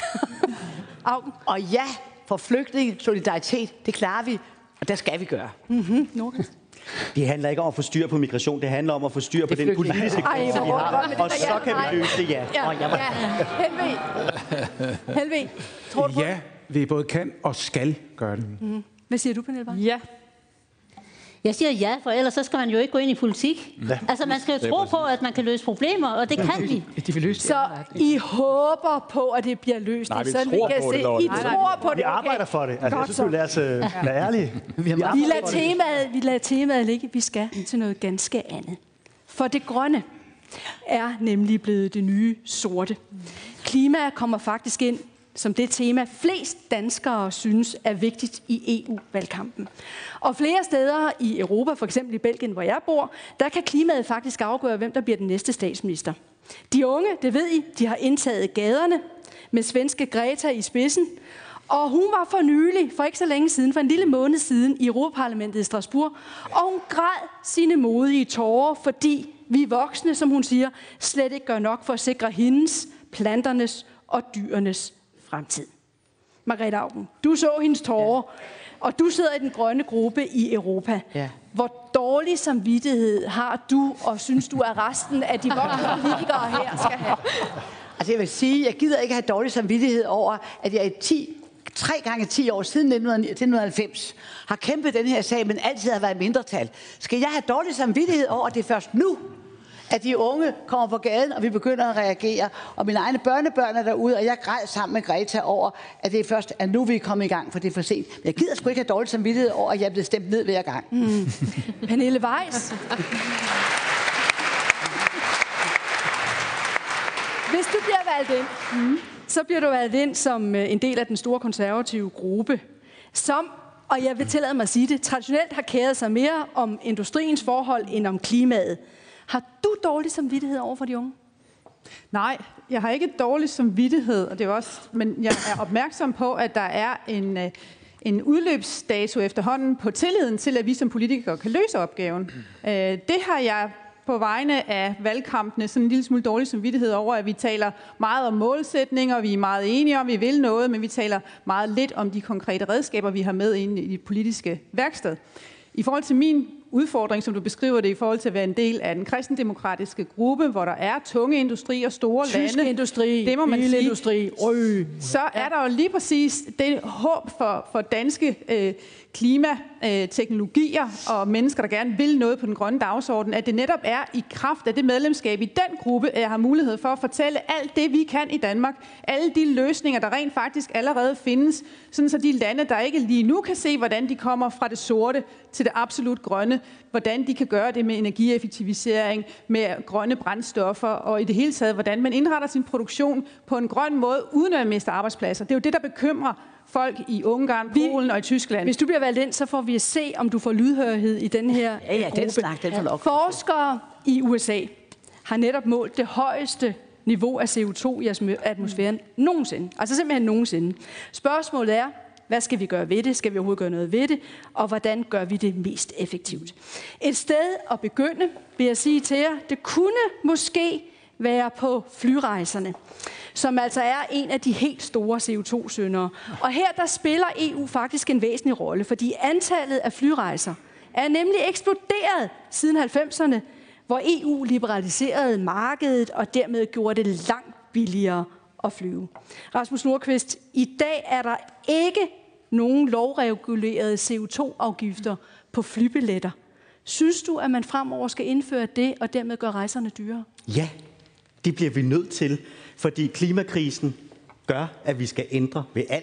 S8: Og ja, for flygtninge, solidaritet, det klarer vi, og det skal vi gøre.
S2: Mm-hmm.
S9: Det handler ikke om at få styr på migration, det handler om at få styr på den politiske krise, vi har, og så kan vi løse det, ja.
S2: Ja,
S9: og jeg var...
S2: ja. Helve. Helve, tror du på
S10: Ja, vi både kan og skal gøre det.
S2: Mm. Hvad siger du, Pernille?
S11: Ja.
S12: Jeg siger ja, for ellers så skal man jo ikke gå ind i politik. Ja. Altså, man skal jo tro på, at man kan løse problemer, og det kan vi.
S2: De vil løse det. Så I håber på, at det bliver løst?
S7: Nej, vi
S2: så
S7: tror
S2: vi kan
S7: på
S2: se.
S7: det,
S2: I tror på det,
S6: Vi arbejder for det. Altså, jeg synes, vi lader os uh, være ærlige. Vi,
S2: vi, lader temaet, vi lader temaet ligge. Vi skal til noget ganske andet. For det grønne er nemlig blevet det nye sorte. Klima kommer faktisk ind som det tema, flest danskere synes er vigtigt i E U-valgkampen. Og flere steder i Europa, for eksempel i Belgien, hvor jeg bor, der kan klimaet faktisk afgøre, hvem der bliver den næste statsminister. De unge, det ved I, de har indtaget gaderne med svenske Greta i spidsen. Og hun var for nylig, for ikke så længe siden, for en lille måned siden, i Europaparlamentet i Strasbourg. Og hun græd sine modige tårer, fordi vi voksne, som hun siger, slet ikke gør nok for at sikre hendes, planternes og dyrenes fremtid. Margrethe Auken, du så hendes tårer, ja. Og du sidder i den grønne gruppe i Europa. Ja. Hvor dårlig samvittighed har du, og synes du, at resten af de voksne politikere her skal have?
S8: Altså jeg vil sige, jeg gider ikke have dårlig samvittighed over, at jeg i ti, tre gange ti år siden nitten halvfems har kæmpet den her sag, men altid har været mindretal. Skal jeg have dårlig samvittighed over, at det er først nu, at de unge kommer på gaden, og vi begynder at reagere. Og mine egne børnebørn er derude, og jeg græd sammen med Greta over, at det er først at nu vi er kommet i gang, for det er for sent. Men jeg gider sgu ikke have dårlig samvittighed over, at jeg er blevet stemt ned hver gang.
S2: Mm. Pernille Weiss. Hvis du bliver valgt ind, mm. så bliver du valgt ind som en del af den store konservative gruppe, som, og jeg vil tillade mig at sige det, traditionelt har kæret sig mere om industriens forhold end om klimaet. Har du dårlig samvittighed over for de unge?
S11: Nej, jeg har ikke dårlig samvittighed, og det er også, men jeg er opmærksom på, at der er en, en udløbsdato efterhånden på tilliden til, at vi som politikere kan løse opgaven. Det har jeg på vegne af valgkampene sådan en lille smule dårlig samvittighed over, at vi taler meget om målsætninger, vi er meget enige om, vi vil noget, men vi taler meget lidt om de konkrete redskaber, vi har med inde i det politiske værksted. I forhold til min udfordring, som du beskriver det, i forhold til at være en del af den kristendemokratiske gruppe, hvor der er tunge industri og store
S2: Tysk
S11: lande.
S2: industri,
S11: det må man sige.
S2: Industri, Røg.
S11: Så er der jo lige præcis det håb for, for danske øh, klimateknologier øh, og mennesker, der gerne vil noget på den grønne dagsorden, at det netop er i kraft af det medlemskab i den gruppe, at jeg har mulighed for at fortælle alt det, vi kan i Danmark. Alle de løsninger, der rent faktisk allerede findes, sådan så de lande, der ikke lige nu kan se, hvordan de kommer fra det sorte til det absolut grønne, hvordan de kan gøre det med energieffektivisering, med grønne brændstoffer, og i det hele taget, hvordan man indretter sin produktion på en grøn måde, uden at miste arbejdspladser. Det er jo det, der bekymrer folk i Ungarn, Polen og i Tyskland.
S2: Hvis du bliver valgt ind, så får vi at se, om du får lydhørighed i den her
S8: ja, ja,
S2: gruppe.
S8: Den snak, den får
S2: Forskere i U S A har netop målt det højeste niveau af C O to i atmosfæren nogensinde. Altså simpelthen nogensinde. Spørgsmålet er, hvad skal vi gøre ved det? Skal vi overhovedet gøre noget ved det? Og hvordan gør vi det mest effektivt? Et sted at begynde, vil jeg sige til jer, det kunne måske være på flyrejserne, som altså er en af de helt store C O to syndere. Og her der spiller E U faktisk en væsentlig rolle, fordi antallet af flyrejser er nemlig eksploderet siden halvfemserne, hvor E U liberaliserede markedet og dermed gjorde det langt billigere at flyve. Rasmus Nordqvist, i dag er der ikke nogen lovregulerede C O to afgifter på flybilletter. Synes du, at man fremover skal indføre det og dermed gøre rejserne dyrere?
S9: Ja, det bliver vi nødt til, fordi klimakrisen gør, at vi skal ændre ved alt.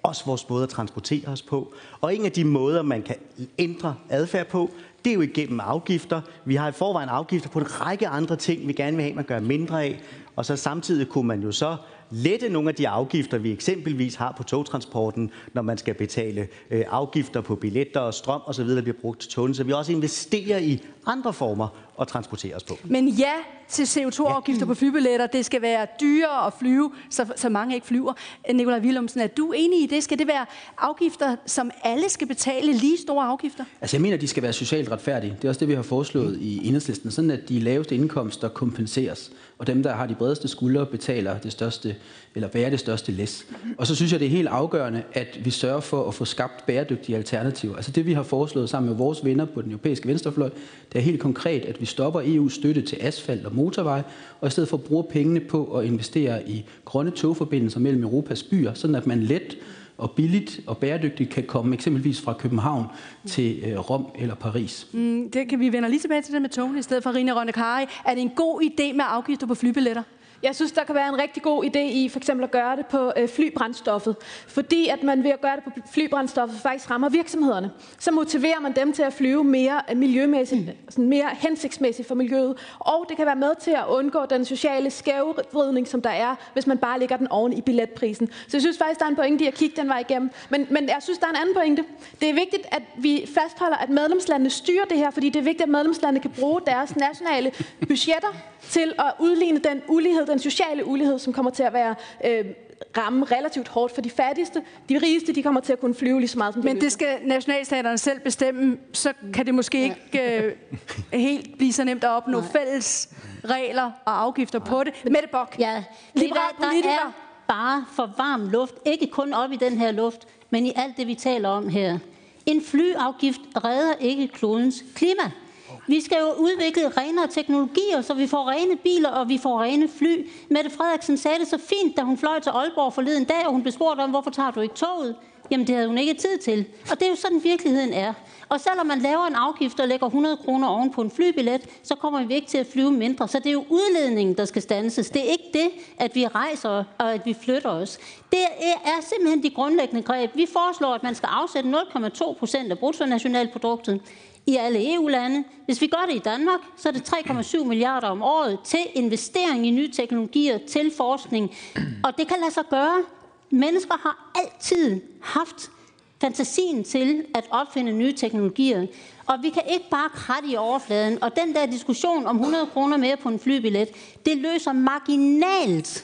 S9: også vores måde at transportere os på. Og en af de måder, man kan ændre adfærd på, det er jo igennem afgifter. Vi har i forvejen afgifter på en række andre ting, vi gerne vil have, man gør mindre af. Og så samtidig kunne man jo så lette nogle af de afgifter, vi eksempelvis har på togtransporten, når man skal betale øh, afgifter på billetter og strøm osv., der bliver brugt til togene, så vi også investerer i andre former at transportere os på.
S2: Men ja til C O to afgifter ja. på flybilletter, det skal være dyrere at flyve, så, så mange ikke flyver. Nikolaj Villumsen, er du enig i det? Skal det være afgifter, som alle skal betale, lige store afgifter?
S3: Altså jeg mener, at de skal være socialt retfærdige. Det er også det, vi har foreslået i Enhedslisten, sådan at de laveste indkomster kompenseres, og dem, der har de bredeste skuldre, betaler det største, eller bærer det største læs. Og så synes jeg, det er helt afgørende, at vi sørger for at få skabt bæredygtige alternativer. Altså det, vi har foreslået sammen med vores venner på den europæiske venstrefløj, det er helt konkret, at vi stopper E U's støtte til asfalt og motorvej, og i stedet for bruger pengene på at investere i grønne togforbindelser mellem Europas byer, sådan at man let og billigt og bæredygtigt kan komme eksempelvis fra København til øh, Rom eller Paris.
S2: Mm, det kan vi vende lige tilbage til det med togene i stedet for. Rina Ronne-Kari, er det en god idé med afgifter på flybilletter?
S4: Jeg synes, der kan være en rigtig god idé i for eksempel at gøre det på øh, flybrændstoffet. Fordi at man ved at gøre det på flybrændstoffet faktisk rammer virksomhederne. Så motiverer man dem til at flyve mere miljømæssigt, sådan mere hensigtsmæssigt for miljøet. Og det kan være med til at undgå den sociale skævvridning, som der er, hvis man bare lægger den oven i billetprisen. Så jeg synes faktisk, der er en pointe i at kigge den vej igennem. Men, men jeg synes, der er en anden pointe. Det er vigtigt, at vi fastholder, at medlemslandene styrer det her, fordi det er vigtigt, at medlemslandene kan bruge deres nationale budgetter til at udligne den ulighed, den sociale ulighed, som kommer til at være øh, ramme relativt hårdt for de fattigste. De rigeste, de kommer til at kunne flyve lige så meget som de
S2: Men det skal nationalstaterne selv bestemme, så kan det måske ikke øh, helt blive så nemt at opnå Nej. fælles regler og afgifter Nej. på det. Mette Bock,
S12: ja,
S2: liberal politiker.
S12: Der er bare for varm luft, ikke kun op i den her luft, men i alt det, vi taler om her. En flyafgift redder ikke klodens klima. Vi skal jo udvikle renere teknologier, så vi får rene biler, og vi får rene fly. Mette Frederiksen sagde det så fint, da hun fløj til Aalborg forleden dag, og hun blev spurgt om, hvorfor tager du ikke toget? Jamen, det havde hun ikke tid til. Og det er jo sådan, virkeligheden er. Og selvom man laver en afgift og lægger hundrede kroner oven på en flybillet, så kommer vi ikke til at flyve mindre. Så det er jo udledningen, der skal standses. Det er ikke det, at vi rejser og at vi flytter os. Det er simpelthen de grundlæggende greb. Vi foreslår, at man skal afsætte nul komma to procent af bruttonationalproduktet i alle E U-lande. Hvis vi gør det i Danmark, så er det tre komma syv milliarder om året til investering i nye teknologier, til forskning. Og det kan lade sig gøre. Mennesker har altid haft fantasien til at opfinde nye teknologier. Og vi kan ikke bare kratte i overfladen. Og den der diskussion om hundrede kroner mere på en flybillet, det løser marginalt.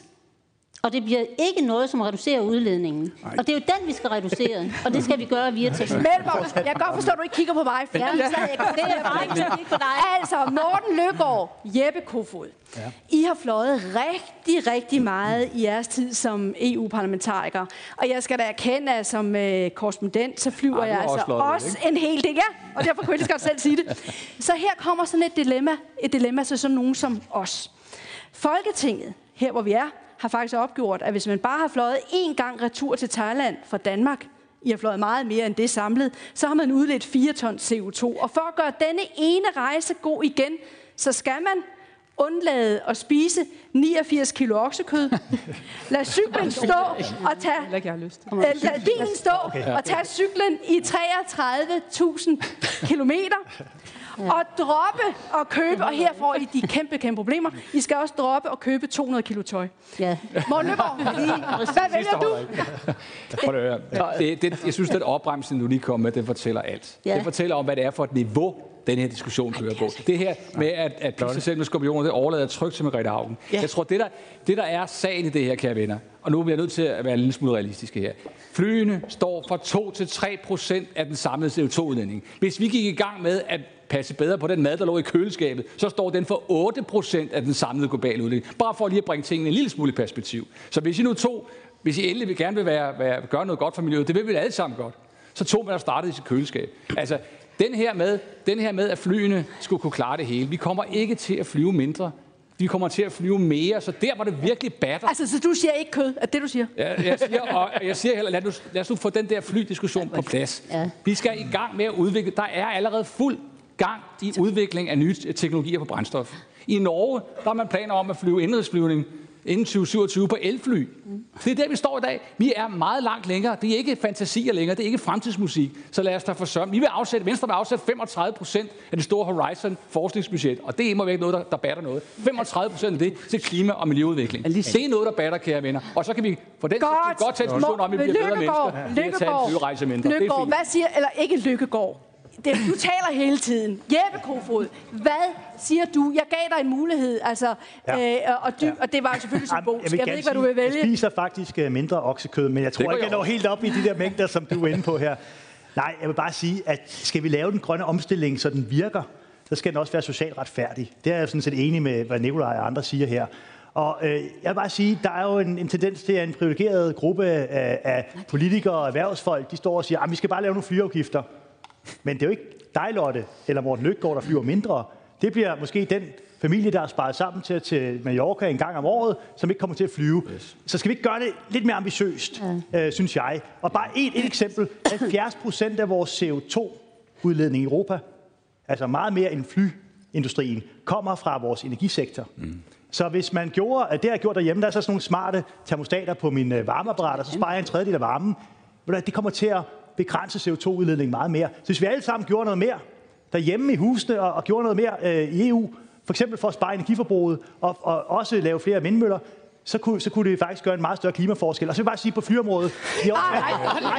S12: Og det bliver ikke noget, som reducerer udledningen. Ej. Og det er jo den, vi skal reducere. Og det skal vi gøre via teknologi.
S2: Melborg, jeg kan godt forstå, at du ikke kigger på mig.
S12: Ja, det er bare ikke at kigge på dig.
S2: Altså, Morten Løkgaard, Jeppe Kofod. Ja. I har fløjet rigtig, rigtig meget i jeres tid som E U-parlamentariker. Og jeg skal da erkende, at som øh, korrespondent, så flyver Ej, jeg altså også, fløjet, også en hel del. Ja, og derfor kunne jeg godt selv sige det. Så her kommer sådan et dilemma. Et dilemma til sådan nogen som os. Folketinget, her hvor vi er, har faktisk opgjort, at hvis man bare har fløjet én gang retur til Thailand fra Danmark, I har fløjet meget mere end det samlet, så har man udledt fire ton C O to. Og for at gøre denne ene rejse god igen, så skal man undlade at spise niogfirs kilo oksekød. Lad cyklen stå og tage, lad bilen stå og tage cyklen i treogtredive tusind kilometer. Og droppe og købe, og her får I de kæmpe, kæmpe problemer. I skal også droppe og købe to hundrede kilo tøj.
S12: Ja.
S2: Morten Løkgaard, hvad vælger du?
S7: Det, det, jeg synes, den opbremsning, du lige kom med, den fortæller alt. Ja. Den fortæller om, hvad det er for et niveau, den her diskussion kører på. Det her med at, at pisse selv med skorpioner, det overlader trygt til Margrethe Auken. Ja. Jeg tror, det der, det der er sagen i det her, kære venner, og nu bliver jeg nødt til at være en lille smule realistiske her. Flyene står for to til tre procent af den samlede C O to udledning. Hvis vi gik i gang med at passe bedre på den mad, der lå i køleskabet, så står den for otte procent af den samlede globale udledning. Bare for lige at bringe tingene en lille smule i perspektiv. Så hvis I nu tog, hvis I endelig vil gerne vil være, være, gøre noget godt for miljøet, det vil vi alle sammen godt, så tog man og startede i sit køleskab. Altså, den her, med, den her med, at flyene skulle kunne klare det hele. Vi kommer ikke til at flyve mindre. Vi kommer til at flyve mere, så der var det virkelig batter.
S2: Altså, så du siger ikke kød, er det, du siger?
S7: Ja, jeg siger, og jeg siger heller, lad os, lad os nu få den der flydiskussion på plads. Ja. Vi skal i gang med at udvikle. Der er allerede fuld gang i udvikling af nye teknologier på brændstof. I Norge, der har man planer om at flyve indrigsflyvning inden tyve syvogtyve på elfly. Mm. Det er der, vi står i dag. Vi er meget langt længere. Det er ikke fantasier længere. Det er ikke fremtidsmusik. Så lad os da forsømme. Vi vil afsætte, Venstre vil afsætte femogtredive procent af det store Horizon forskningsbudget. Og det er må ikke noget, der, der batter noget. femogtredive procent af det til klima- og miljøudvikling. Det er noget, der batter, kære venner. Og så kan vi for den godt, godt tage diskussion om, at vi bliver bedre mennesker.
S2: Lykkegaard,
S7: tage en flyrejse mindre.
S2: Lykkegaard, hvad siger, eller ikke Lykkegaard. Det, du taler hele tiden. Jeppe Kofod, hvad siger du? Jeg gav dig en mulighed, altså, ja. øh, og, du, ja. og det var selvfølgelig symbolsk. Jeg, jeg ved ikke, hvad du vil vælge.
S6: Jeg spiser faktisk mindre oksekød, men jeg tror ikke, jeg når helt op i de der mængder, som du er inde på her. Nej, jeg vil bare sige, at skal vi lave den grønne omstilling, så den virker, så skal den også være socialt retfærdig. Det er jeg sådan set enig med, hvad Nikolaj og andre siger her. Og øh, jeg vil bare sige, der er jo en, en tendens til, at en privilegeret gruppe af, af politikere og erhvervsfolk, de står og siger, at vi skal bare lave nogle flyafgifter. Men det er jo ikke dig, Lotte, eller Morten Lykkegaard, der flyver mindre. Det bliver måske den familie, der har sparet sammen til, til Mallorca en gang om året, som ikke kommer til at flyve. Yes. Så skal vi ikke gøre det lidt mere ambitiøst, ja. øh, synes jeg. Og bare et, et eksempel. halvfjerds procent af vores C O to udledning i Europa, altså meget mere end flyindustrien, kommer fra vores energisektor. Mm. Så hvis man gjorde, det har jeg gjort derhjemme, der er så sådan nogle smarte termostater på mine varmeapparater, så sparer jeg en tredjedel af varmen. Det kommer til at begrænse C O to udledningen meget mere. Så hvis vi alle sammen gjorde noget mere derhjemme i husene og, og gjorde noget mere øh, i E U, for eksempel for at spare energiforbruget og, og også lave flere vindmøller, så kunne, så kunne det faktisk gøre en meget større klimaforskel. Og så vil jeg bare sige på flyområdet...
S2: Nej, nej, nej,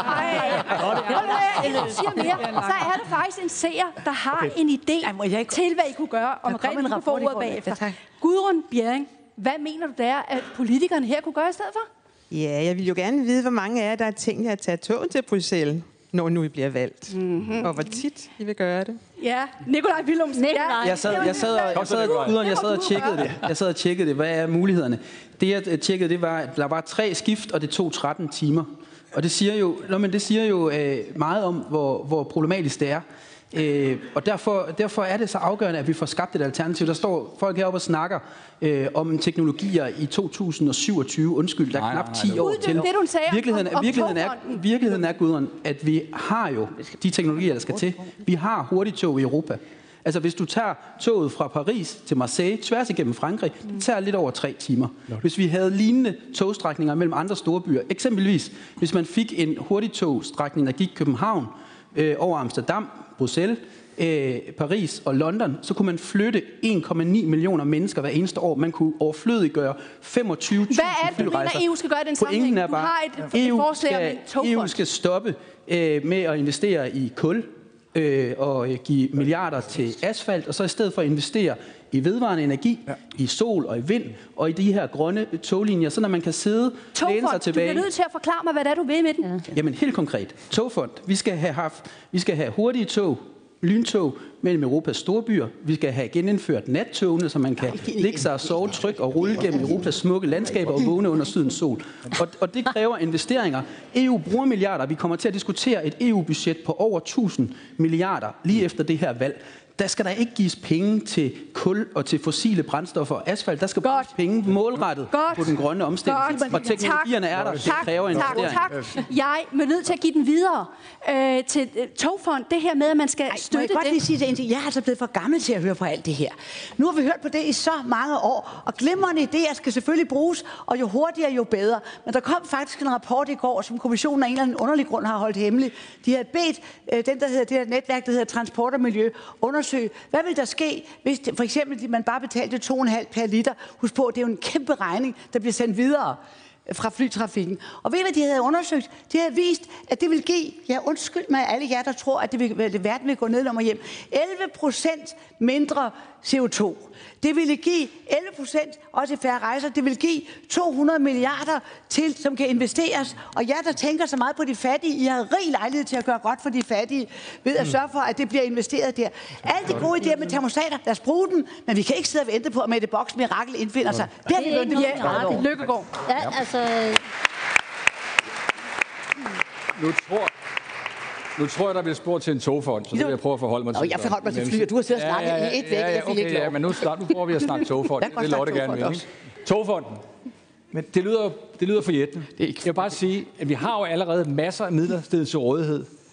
S2: nej. siger mere, så er der faktisk en seer, der har okay. en idé til, hvad I kunne gøre, om Margrethe kunne få ordet bagefter. Gudrun Bjerring, hvad mener du der, at politikerne her kunne gøre i stedet for?
S15: Ja, jeg vil jo gerne vide, hvor mange af jer, der har tænkt jer at tage toget til Bruxelles, når nu I bliver valgt. Mm-hmm. Og hvor tit I vil gøre det.
S2: Ja, Nikolaj Villumsen.
S3: Jeg sad, jeg sad, jeg sad, jeg sad, jeg sad og tjekkede det. Jeg sad og tjekkede det. Hvad er mulighederne? Det jeg tjekkede, det var, at der var tre skift, og det tog tretten timer. Og det siger jo, nå, men det siger jo øh, meget om, hvor, hvor problematisk det er. Øh, og derfor, derfor er det så afgørende, at vi får skabt et alternativ. Der står folk heroppe og snakker øh, om teknologier i to tusind og syvogtyve. Undskyld, der er knap ti år til.
S2: Det, du sagde
S3: virkeligheden,
S2: om, om
S3: virkeligheden, er, virkeligheden er, Gudrun, at vi har jo de teknologier, der skal til. Vi har hurtigtog i Europa. Altså hvis du tager toget fra Paris til Marseille, tværs igennem Frankrig, det tager lidt over tre timer. Hvis vi havde lignende togstrækninger mellem andre store byer, eksempelvis hvis man fik en hurtigtogstrækning, der gik København øh, over Amsterdam, Bruxelles, øh, Paris og London, så kunne man flytte en komma ni millioner mennesker hver eneste år. Man kunne overflødiggøre femogtyve tusind flyrejser.
S2: Hvad er det, du mener, E U skal gøre i den sammenhæng?
S3: Du
S2: har et, et forslag om en togfond.
S3: E U skal stoppe øh, med at investere i kul øh, og give milliarder til asfalt, og så i stedet for at investere i vedvarende energi, ja. i sol og i vind, og i de her grønne toglinjer, så når man kan sidde, læne sig tilbage.
S2: Du bliver nødt til at forklare mig, hvad det er, du vil med den.
S3: Ja. Jamen helt konkret. Togfond. Vi skal have haft, vi skal have hurtige tog, lyntog mellem Europas store byer. Vi skal have genindført nattogene, så man kan ligge sig og sove trygt og rulle gennem Europas smukke landskaber og vågne under sydens sol. Og, og det kræver investeringer. E U bruger milliarder. Vi kommer til at diskutere et E U-budget på over tusind milliarder lige efter det her valg. Der skal der ikke gives penge til kul og til fossile brændstoffer og asfalt. Der skal bruges penge målrettet
S2: Godt.
S3: på den grønne omstilling.
S2: Godt.
S3: Og teknologierne er der. Det
S2: tak.
S3: kræver investeringer.
S2: Tak, tak. Jeg er nødt til at give den videre øh, til uh, Togfond. Det her med, at man skal Ej, støtte det.
S8: Jeg godt lige sige det en ting. Jeg er altså blevet for gammel til at høre på alt det her. Nu har vi hørt på det i så mange år, og glimrende idéer skal selvfølgelig bruges, og jo hurtigere, jo bedre. Men der kom faktisk en rapport i går, som kommissionen af en eller anden underlig grund har holdt hemmelig. De havde bedt øh, den, der hedder det her netværk, der hedder Transport og Miljø, undersøge, hvad vil der ske, hvis det, for eksempel man bare betalte to komma fem per liter. Husk på, det er jo en kæmpe regning, der bliver sendt videre fra flytrafikken. Og ved hvad de havde undersøgt? De havde vist, at det vil give, ja undskyld mig alle jer, der tror, at det vil, at verden vil gå ned og hjem, elleve procent mindre C O to. Det ville give elleve procent også i færre rejser. Det vil give to hundrede milliarder til, som kan investeres. Og jer, der tænker så meget på de fattige, I har rig lejlighed til at gøre godt for de fattige, ved at sørge for, at det bliver investeret der. Alle de gode idéer med termostater, lad os bruge dem, men vi kan ikke sidde og vente på, at Mette Bocks mirakel indfinder sig. Det har vi vundet
S2: ja, Lykkegaard.
S12: Ja, altså...
S7: Nu tror Nu tror jeg, der bliver spurgt til en togfond, så det vil jeg prøve at forholde mig til.
S8: Og jeg forholder mig til fly, og du har siddet og snakket ja, ja, ja, i et væk, ja, ja, jeg fik
S7: okay,
S8: ikke lov.
S7: Ja, men nu, start, nu prøver vi at snakke togfond. Det er Lotte gerne med. Togfonden. Men det lyder, det lyder for jætten. Jeg vil bare sige, at vi har jo allerede masser af midler stillet til rådighed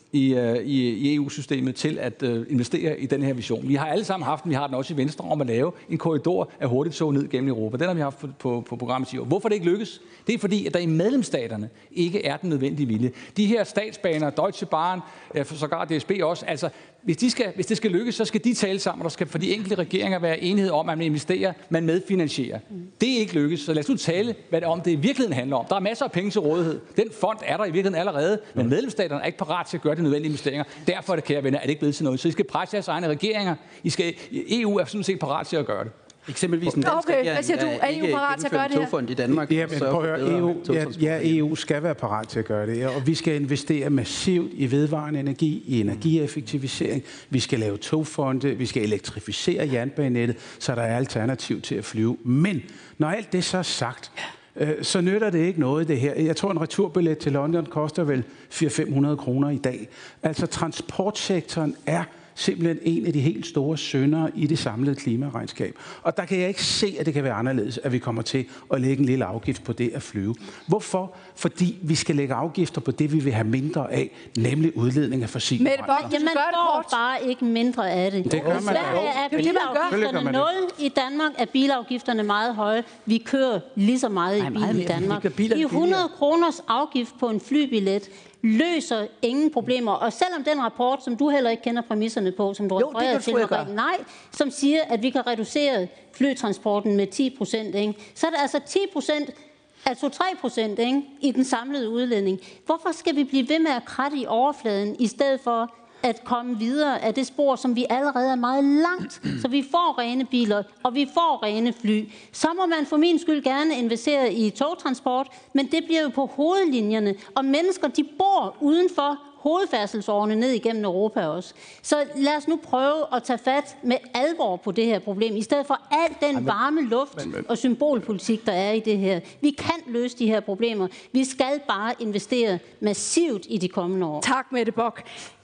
S7: i, uh, i, i E U-systemet til at uh, investere i den her vision. Vi har alle sammen haft den, vi har den også i Venstre, om at lave en korridor af hurtigt tog ned gennem Europa. Den har vi haft på, på, på programmet i år. Hvorfor det ikke lykkes? Det er fordi, at der i medlemsstaterne ikke er den nødvendige vilje. De her statsbaner, Deutsche Bahn, sågar D S B også, altså hvis, de skal, hvis det skal lykkes, så skal de tale sammen, og der skal for de enkelte regeringer være enighed om, at man investerer, man medfinansierer. Mm. Det er ikke lykkes, så lad os nu tale, hvad det om det i virkeligheden handler om. Der er masser af penge til rådighed. Den fond er der i virkeligheden allerede, men medlemsstaterne er ikke parat til at gøre de nødvendige investeringer. Derfor er det, kære venner, er det ikke blevet til noget. Så I skal presse jeres egne regeringer. I skal, E U er sådan set parat til at gøre det.
S3: Eksempelvis en dansk
S2: okay, hvad siger du? Er E U parat til at gøre det her?
S3: Togfond i Danmark.
S10: Ja, men prøv at høre, E U, ja, ja, E U skal være parat til at gøre det, og vi skal investere massivt i vedvarende energi, i energieffektivisering. Vi skal lave togfonde, vi skal elektrificere jernbanenettet, så der er alternativ til at flyve. Men når alt det så er sagt, så nytter det ikke noget, det her. Jeg tror, en returbillet til London koster vel fire til fem hundrede kroner i dag. Altså, transportsektoren er simpelthen en af de helt store syndere i det samlede klimaregnskab. Og der kan jeg ikke se, at det kan være anderledes, at vi kommer til at lægge en lille afgift på det at flyve. Hvorfor? Fordi vi skal lægge afgifter på det, vi vil have mindre af, nemlig udledning af fossile
S12: brændsler. Jamen, man får bare ikke mindre af det.
S10: Det gør man.
S12: Sverige er bilafgifterne nul. I Danmark er bilafgifterne meget høje. Vi kører lige så meget i bil i Danmark. I hundrede kroners afgift på en flybillet løser ingen problemer. Og selvom den rapport, som du heller ikke kender præmisserne på, som du refererer til, nej, som siger, at vi kan reducere flytransporten med ti procent, så er det altså ti procent, altså tre procent i den samlede udledning. Hvorfor skal vi blive ved med at kratte i overfladen, i stedet for at komme videre af det spor, som vi allerede er meget langt, så vi får rene biler, og vi får rene fly. Så må man for min skyld gerne investere i togtransport, men det bliver jo på hovedlinjerne, og mennesker, de bor uden for hovedfærdselsårene ned igennem Europa også. Så lad os nu prøve at tage fat med alvor på det her problem, i stedet for al den varme luft og symbolpolitik, der er i det her. Vi kan løse de her problemer. Vi skal bare investere massivt i de kommende år.
S2: Tak, Mette Bock.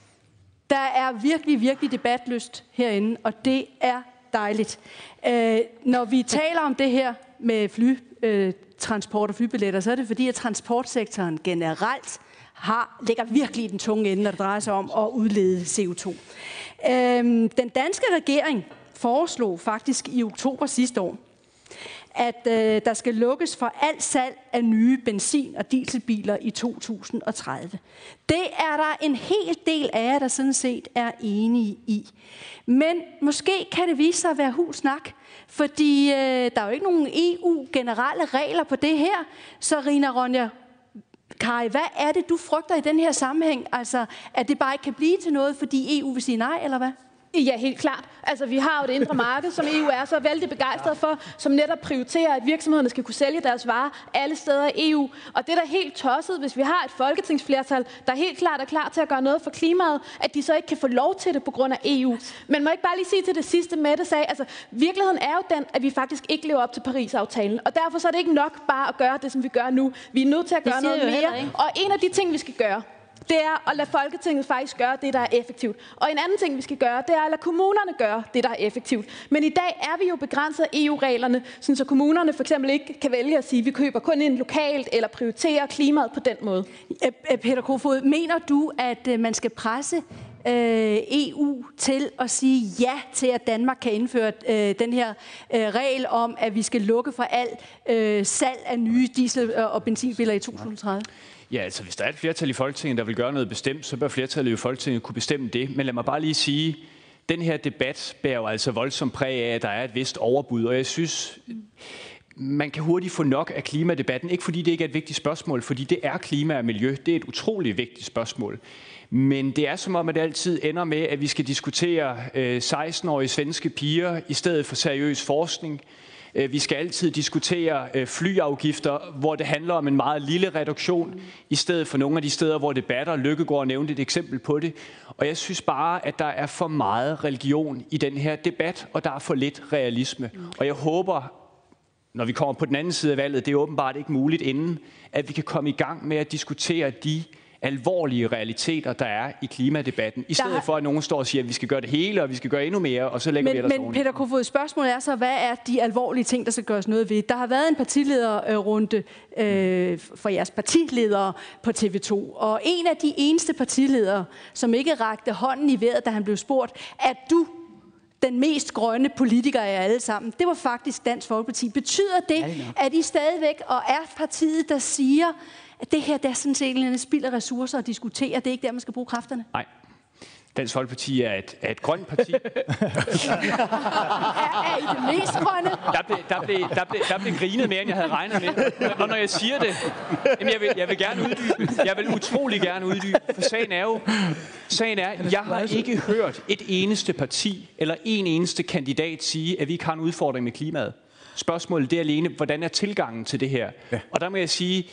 S2: Der er virkelig, virkelig debatlyst herinde, og det er dejligt. Øh, når vi taler om det her med flytransport øh, og flybilletter, så er det fordi, at transportsektoren generelt har, ligger virkelig i den tunge ende, når det drejer sig om at udlede C O to. Øh, den danske regering foreslog faktisk i oktober sidste år, at øh, der skal lukkes for alt salg af nye benzin- og dieselbiler i to tusind og tredive. Det er der en hel del af jer, der sådan set er enige i. Men måske kan det vise sig at være hulsnak, fordi øh, der er jo ikke nogen E U-generelle regler på det her. Så Rina Ronja Kari, hvad er det, du frygter i den her sammenhæng? Altså, at det bare ikke kan blive til noget, fordi E U vil sige nej, eller hvad?
S4: Ja, helt klart. Altså, vi har jo det indre marked, som E U er så vældig begejstret for, som netop prioriterer, at virksomhederne skal kunne sælge deres varer alle steder i E U. Og det er da helt tosset, hvis vi har et folketingsflertal, der helt klart er klar til at gøre noget for klimaet, at de så ikke kan få lov til det på grund af E U. Men må ikke bare lige sige til det sidste, Mette sagde, altså, virkeligheden er jo den, at vi faktisk ikke lever op til Paris-aftalen. Og derfor så er det ikke nok bare at gøre det, som vi gør nu. Vi er nødt til at gøre noget mere. Og en af de ting, vi skal gøre, det er at lade Folketinget faktisk gøre det, der er effektivt. Og en anden ting, vi skal gøre, det er at lade kommunerne gøre det, der er effektivt. Men i dag er vi jo begrænset af E U-reglerne, så kommunerne for eksempel ikke kan vælge at sige, at vi køber kun ind lokalt eller prioriterer klimaet på den måde.
S2: Peter Kofod, mener du, at man skal presse E U til at sige ja til, at Danmark kan indføre øh, den her øh, regel om, at vi skal lukke for alt øh, salg af nye diesel- og benzinbiler i to tusind og tredive?
S5: Ja, altså hvis der er et flertal i Folketinget, der vil gøre noget bestemt, så bør flertallet i Folketinget kunne bestemme det. Men lad mig bare lige sige, den her debat bærer jo altså voldsomt præg af, at der er et vist overbud, og jeg synes, man kan hurtigt få nok af klimadebatten. Ikke fordi det ikke er et vigtigt spørgsmål, fordi det er klima og miljø. Det er et utroligt vigtigt spørgsmål. Men det er som om, at det altid ender med, at vi skal diskutere øh, seksten-årige svenske piger i stedet for seriøs forskning. Vi skal altid diskutere flyafgifter, hvor det handler om en meget lille reduktion, i stedet for nogle af de steder, hvor det batter. Løkkegaard nævnte et eksempel på det. Og jeg synes bare, at der er for meget religion i den her debat, og der er for lidt realisme. Og jeg håber, når vi kommer på den anden side af valget, det er åbenbart ikke muligt inden, at vi kan komme i gang med at diskutere de alvorlige realiteter, der er i klimadebatten, i stedet
S2: har...
S5: for, at nogen står og siger, at vi skal gøre det hele, og vi skal gøre endnu mere, og så lægger
S2: men,
S5: vi ellers
S2: Men Peter Kofod, spørgsmålet er så, hvad er de alvorlige ting, der skal gøres noget ved? Der har været en partilederrunde øh, for jeres partiledere på T V to, og en af de eneste partiledere, som ikke rakte hånden i vejret, da han blev spurgt, at du den mest grønne politiker af alle sammen, det var faktisk Dansk Folkeparti. Betyder det, at I stadigvæk og er partiet, der siger, at det her det er sådan set en spild af ressourcer at diskutere, det er ikke der, man skal bruge kræfterne?
S5: Nej. Dansk Folkeparti er et, er et grønt parti.
S2: er, er I det mest grønne?
S5: Der blev, der, blev, der, blev, der blev grinet mere, end jeg havde regnet med. Og når jeg siger det, jamen jeg, vil, jeg vil gerne uddybe. Jeg vil utrolig gerne uddybe. For sagen er jo, sagen er, jeg har ikke hørt et eneste parti eller en eneste kandidat sige, at vi ikke har en udfordring med klimaet. Spørgsmålet det er alene, hvordan er tilgangen til det her? Ja. Og der må jeg sige,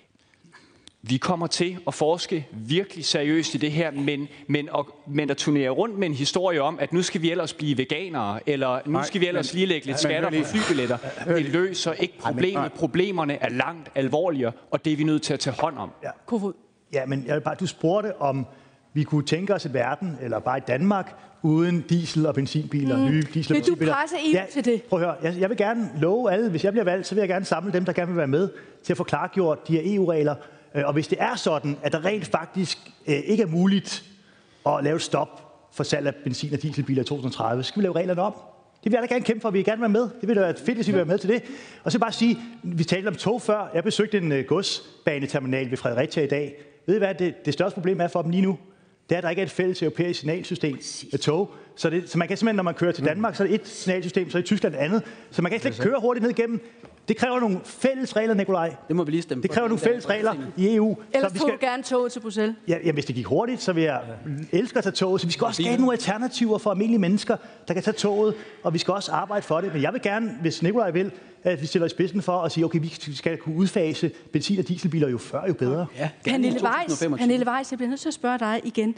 S5: vi kommer til at forske virkelig seriøst i det her, men, men, og, men at turnere rundt med en historie om, at nu skal vi ellers blive veganere, eller nu skal vi ellers lige lægge lidt skatter på flybilletter. Det løser ikke problemet. Problemerne er langt alvorligere, og det er vi nødt til at tage hånd om.
S6: Ja, ja men jeg vil bare, du spurgte, om vi kunne tænke os et verden, eller bare i Danmark, uden diesel- og benzinbiler, mm. nye diesel- og
S2: benzinbiler. Vil du presse E U
S6: ja,
S2: til det?
S6: Prøv at høre, jeg, jeg vil gerne love alle, hvis jeg bliver valgt, så vil jeg gerne samle dem, der gerne vil være med, til at få klargjort de her E U-regler. Og hvis det er sådan, at der rent faktisk øh, ikke er muligt at lave et stop for salg af benzin- og dieselbiler i to tusind og tredive, så skal vi lave reglerne om. Det vil jeg da gerne kæmpe for, at vi gerne være med. Det vil da være fedt, hvis vi vil være med til det. Og så bare sige, vi talte om tog før. Jeg besøgte en uh, godsbaneterminal ved Fredericia i dag. Ved I hvad det, det største problem er for dem lige nu? Det er, at der ikke er et fælles europæisk signalsystem med tog. Så, det, så man kan simpelthen, når man kører til Danmark, så er det et signalsystem, så er det i Tyskland et andet. Så man kan slet ikke køre hurtigt ned igennem. Det kræver nogle fælles regler, Nikolaj.
S3: Det må vi lige stemme.
S6: Det kræver nogle fælles regler i E U.
S2: Ellers
S6: så vi
S2: skal...
S6: skal...
S2: du gerne toget til Bruxelles.
S6: Ja, ja, hvis det gik hurtigt, så vil jeg elske at tage toget. Så vi skal også skabe nogle alternativer for almindelige mennesker, der kan tage toget. Og vi skal også arbejde for det. Men jeg vil gerne, hvis Nikolaj vil, at vi stiller i spidsen for at sige, okay, vi skal kunne udfase benzin- og dieselbiler jo før, jo bedre.
S2: Ja, Pernille Weiss, Pernille Weiss, jeg bliver nødt til at spørge dig igen.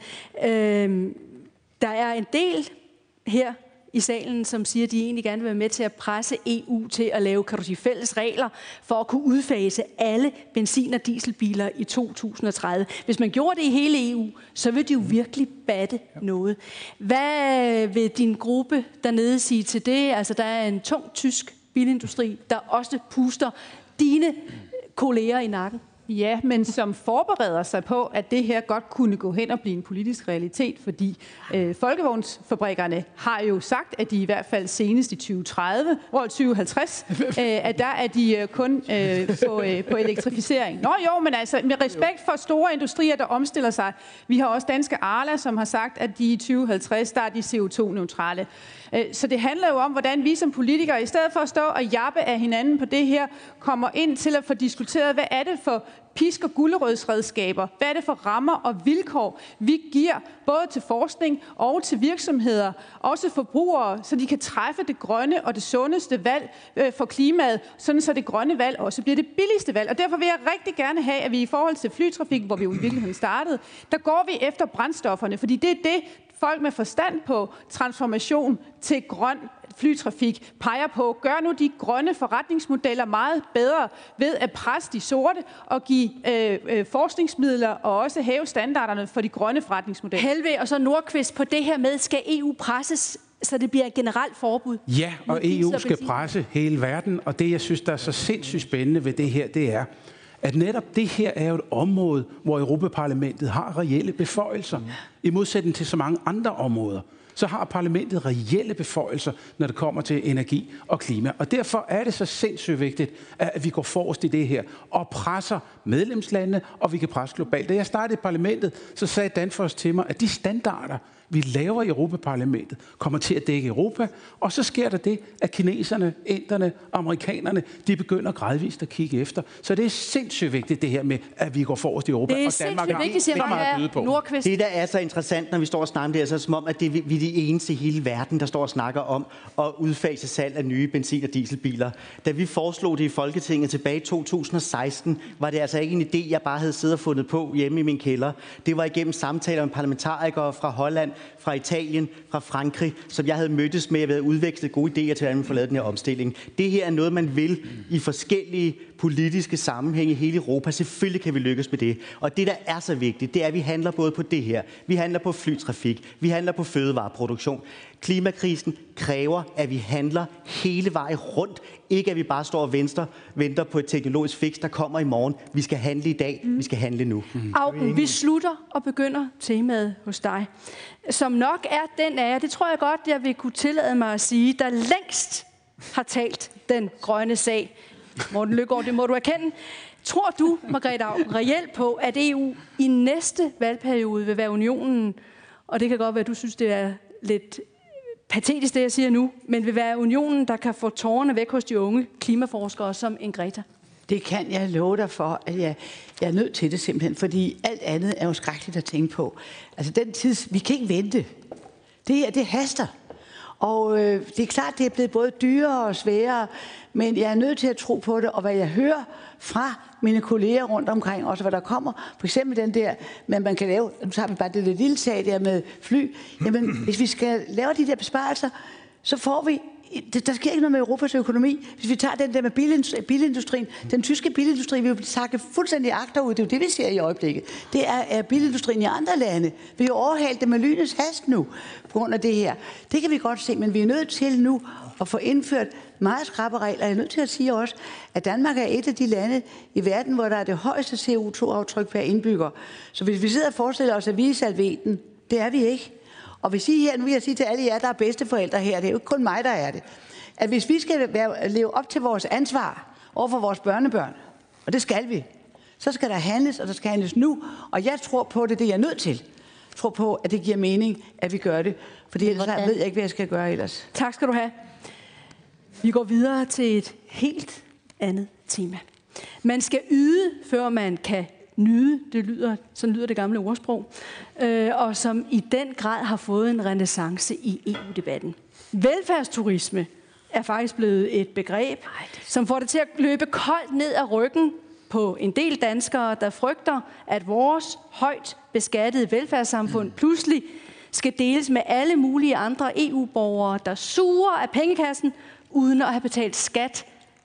S2: Øhm, der er en del her i salen, som siger, at de egentlig gerne vil være med til at presse E U til at lave, kan du sige, fælles regler for at kunne udfase alle benzin- og dieselbiler i to tusind og tredive. Hvis man gjorde det i hele E U, så vil det jo virkelig batte noget. Hvad vil din gruppe dernede sige til det? Altså, der er en tung tysk bilindustri, der også puster dine kolleger i nakken.
S11: Ja, men som forbereder sig på, at det her godt kunne gå hen og blive en politisk realitet, fordi øh, folkevognsfabrikkerne har jo sagt, at de i hvert fald senest i tyve tredive, og tyve halvtreds, øh, at der er de øh, kun øh, på, øh, på elektrificering. Nå jo, men altså med respekt for store industrier, der omstiller sig. Vi har også danske Arla, som har sagt, at de i tyve halvtreds, der er de C O to neutrale. Så det handler jo om, hvordan vi som politikere, i stedet for at stå og jappe af hinanden på det her, kommer ind til at få diskuteret, hvad er det for pisk- og gulerødsredskaber, hvad er det for rammer og vilkår, vi giver både til forskning og til virksomheder, også forbrugere, så de kan træffe det grønne og det sundeste valg øh, for klimaet, sådan så det grønne valg også bliver det billigste valg. Og derfor vil jeg rigtig gerne have, at vi i forhold til flytrafik, hvor vi jo i virkeligheden startede, der går vi efter brændstofferne, fordi det er det, folk med forstand på transformation til grøn flytrafik peger på. Gør nu de grønne forretningsmodeller meget bedre ved at presse de sorte og give øh, øh, forskningsmidler og også hæve standarderne for de grønne forretningsmodeller.
S2: Helve og så Nordqvist på det her med, skal E U presses, så det bliver et generelt forbud?
S10: Ja, og E U skal presse hele verden, og det, jeg synes, der er så sindssygt spændende ved det her, det er, at netop det her er jo et område, hvor Europaparlamentet har reelle beføjelser. I modsætning til så mange andre områder, så har parlamentet reelle beføjelser, når det kommer til energi og klima. Og derfor er det så sindssygt vigtigt, at vi går forrest i det her og presser medlemslandene, og vi kan presse globalt. Da jeg startede i parlamentet, så sagde Danfoss til mig, at de standarder, vi laver i Europaparlamentet, kommer til at dække Europa, og så sker der det, at kineserne, inderne, amerikanerne, de begynder gradvist at kigge efter. Så det er sindssygt vigtigt det her med, at vi går forrest i Europa,
S2: det er
S10: og Danmark
S2: har vigtigt, siger
S10: så meget at byde på.
S2: Nordqvist.
S9: Det, der er så interessant, når vi står og snakker om det, er så som om, at det er vi er de eneste i hele verden, der står og snakker om at udfase salg af nye benzin- og dieselbiler. Da vi foreslog det i Folketinget tilbage i to tusind og seksten, var det altså ikke en idé, jeg bare havde siddet og fundet på hjemme i min kælder. Det var igennem samtaler med parlamentarikere fra Holland, fra Italien, fra Frankrig, som jeg havde mødtes med at have udvekslet gode idéer til, at man får lavet den her omstilling. Det her er noget, man vil i forskellige politiske sammenhæng i hele Europa. Selvfølgelig kan vi lykkes med det. Og det, der er så vigtigt, det er, at vi handler både på det her. Vi handler på flytrafik. Vi handler på fødevareproduktion. Klimakrisen kræver, at vi handler hele vejen rundt. Ikke at vi bare står og venter, venter på et teknologisk fix, der kommer i morgen. Vi skal handle i dag. Mm. Vi skal handle nu.
S2: Mm. Auken, vi slutter og begynder temaet hos dig. Som nok er den af jer, det tror jeg godt, jeg vil kunne tillade mig at sige, der længst har talt den grønne sag. Morten Løkkegaard, det må du erkende. Tror du, Margrethe Auken, reelt på, at E U i næste valgperiode vil være unionen, og det kan godt være, at du synes, det er lidt patetisk, det jeg siger nu, men vil være unionen, der kan få tårerne væk hos de unge klimaforskere som en Greta?
S13: Det kan jeg love dig for, at jeg, jeg er nødt til det simpelthen, fordi alt andet er jo skrækkeligt at tænke på. Altså den tid, vi kan ikke vente. Det her, det haster. Og øh, det er klart, det er blevet både dyrere og sværere, men jeg er nødt til at tro på det, og hvad jeg hører fra mine kolleger rundt omkring, også hvad der kommer, for eksempel den der, men man kan lave, nu tager vi bare det lille sag der med fly, jamen hvis vi skal lave de der besparelser, så får vi, der sker ikke noget med Europas økonomi. Hvis vi tager den der med bilindustrien, den tyske bilindustri vil jo sakke fuldstændig agterud, det er jo det, vi ser i øjeblikket. Det er, er bilindustrien i andre lande. Vi har overhalet det med lynets hast nu, på grund af det her. Det kan vi godt se, men vi er nødt til nu at få indført meget skrappe regler. Jeg er nødt til at sige også, at Danmark er et af de lande i verden, hvor der er det højeste C O to aftryk per indbygger. Så hvis vi sidder og forestiller os, at vi er salveten, det er vi ikke. Og hvis I her, nu vil jeg sige til alle jer, der er bedsteforældre her, det er jo ikke kun mig, der er det, at hvis vi skal være, leve op til vores ansvar over for vores børnebørn, og det skal vi, så skal der handles, og der skal handles nu, og jeg tror på det, det er jeg nødt til. Jeg tror på, at det giver mening, at vi gør det, fordi ellers ved jeg ikke, hvad jeg skal gøre ellers.
S2: Tak skal du have. Vi går videre til et helt andet tema. Man skal yde, før man kan nyde, det lyder, sådan lyder det gamle ordsprog, øh, og som i den grad har fået en renæssance i E U-debatten. Velfærdsturisme er faktisk blevet et begreb, som får det til at løbe koldt ned ad ryggen på en del danskere, der frygter, at vores højt beskattede velfærdssamfund pludselig skal deles med alle mulige andre E U-borgere, der suger af pengekassen, uden at have betalt skat,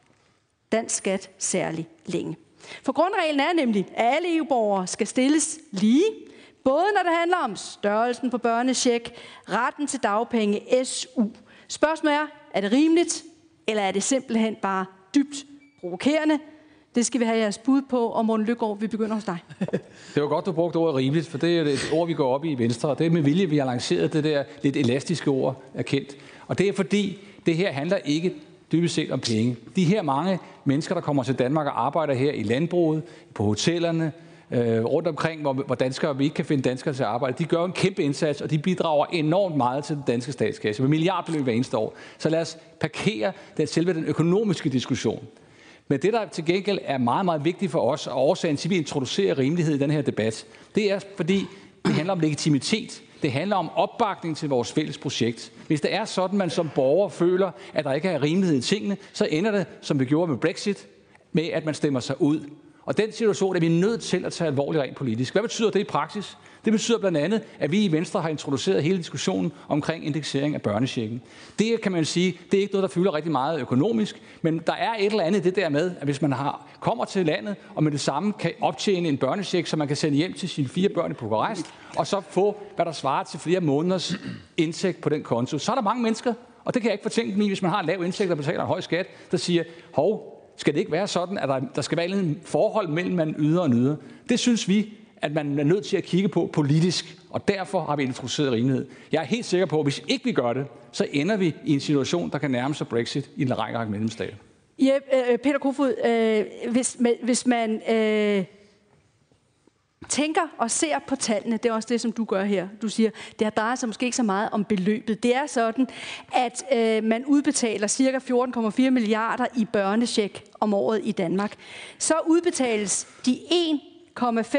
S2: dansk skat særlig længe. For grundreglen er nemlig, at alle E U-borgere skal stilles lige, både når det handler om størrelsen på børnecheck, retten til dagpenge, S U. Spørgsmålet er, er det rimeligt, eller er det simpelthen bare dybt provokerende? Det skal vi have jeres bud på, og Morten Løkkegaard, vi begynder hos dig.
S7: Det var godt, du brugte ordet rimeligt, for det er et ord, vi går op i i Venstre, og det er med vilje, vi har lanceret det der lidt elastiske ord, erkendt. Og det er fordi, det her handler ikke dybest set om penge. De her mange mennesker, der kommer til Danmark og arbejder her i landbruget, på hotellerne, øh, rundt omkring, hvor, hvor danskere, vi ikke kan finde danskere til at arbejde, de gør en kæmpe indsats, og de bidrager enormt meget til den danske statskasse, med milliardbeløb hver eneste år. Så lad os parkere den, selve den økonomiske diskussion. Men det, der til gengæld er meget, meget vigtigt for os, og årsagen til, at vi introducerer rimelighed i den her debat, det er, fordi det handler om legitimitet. Det handler om opbakning til vores fælles projekt. Hvis det er sådan, man som borger føler, at der ikke er rimelighed i tingene, så ender det, som vi gjorde med Brexit, med at man stemmer sig ud. Og den situation er vi nødt til at tage alvorligt rent politisk. Hvad betyder det i praksis? Det betyder blandt andet, at vi i Venstre har introduceret hele diskussionen omkring indeksering af børnechecken. Det kan man sige, det er ikke noget, der fylder rigtig meget økonomisk, men der er et eller andet det der med, at hvis man har, kommer til landet og med det samme kan optjene en børnecheck, så man kan sende hjem til sine fire børn i Bukarest, og så få, hvad der svarer til flere måneders indtægt på den konto. Så er der mange mennesker, og det kan jeg ikke fortænke dem i, hvis man har en lav indtægt og betaler en høj skat, der siger, hov, skal det ikke være sådan, at der, der skal være et forhold mellem man yder og nyder? Det synes vi, at man er nødt til at kigge på politisk, og derfor har vi introduceret rimelighed. Jeg er helt sikker på, at hvis ikke vi gør det, så ender vi i en situation, der kan nærme sig Brexit i en række medlemsstater.
S2: Ja, øh, Peter Kofod, øh, hvis, hvis man øh, tænker og ser på tallene, det er også det, som du gør her. Du siger, det drejer sig måske ikke så meget om beløbet. Det er sådan, at øh, man udbetaler ca. fjorten komma fire milliarder i børnecheck om året i Danmark. Så udbetales de en komma fem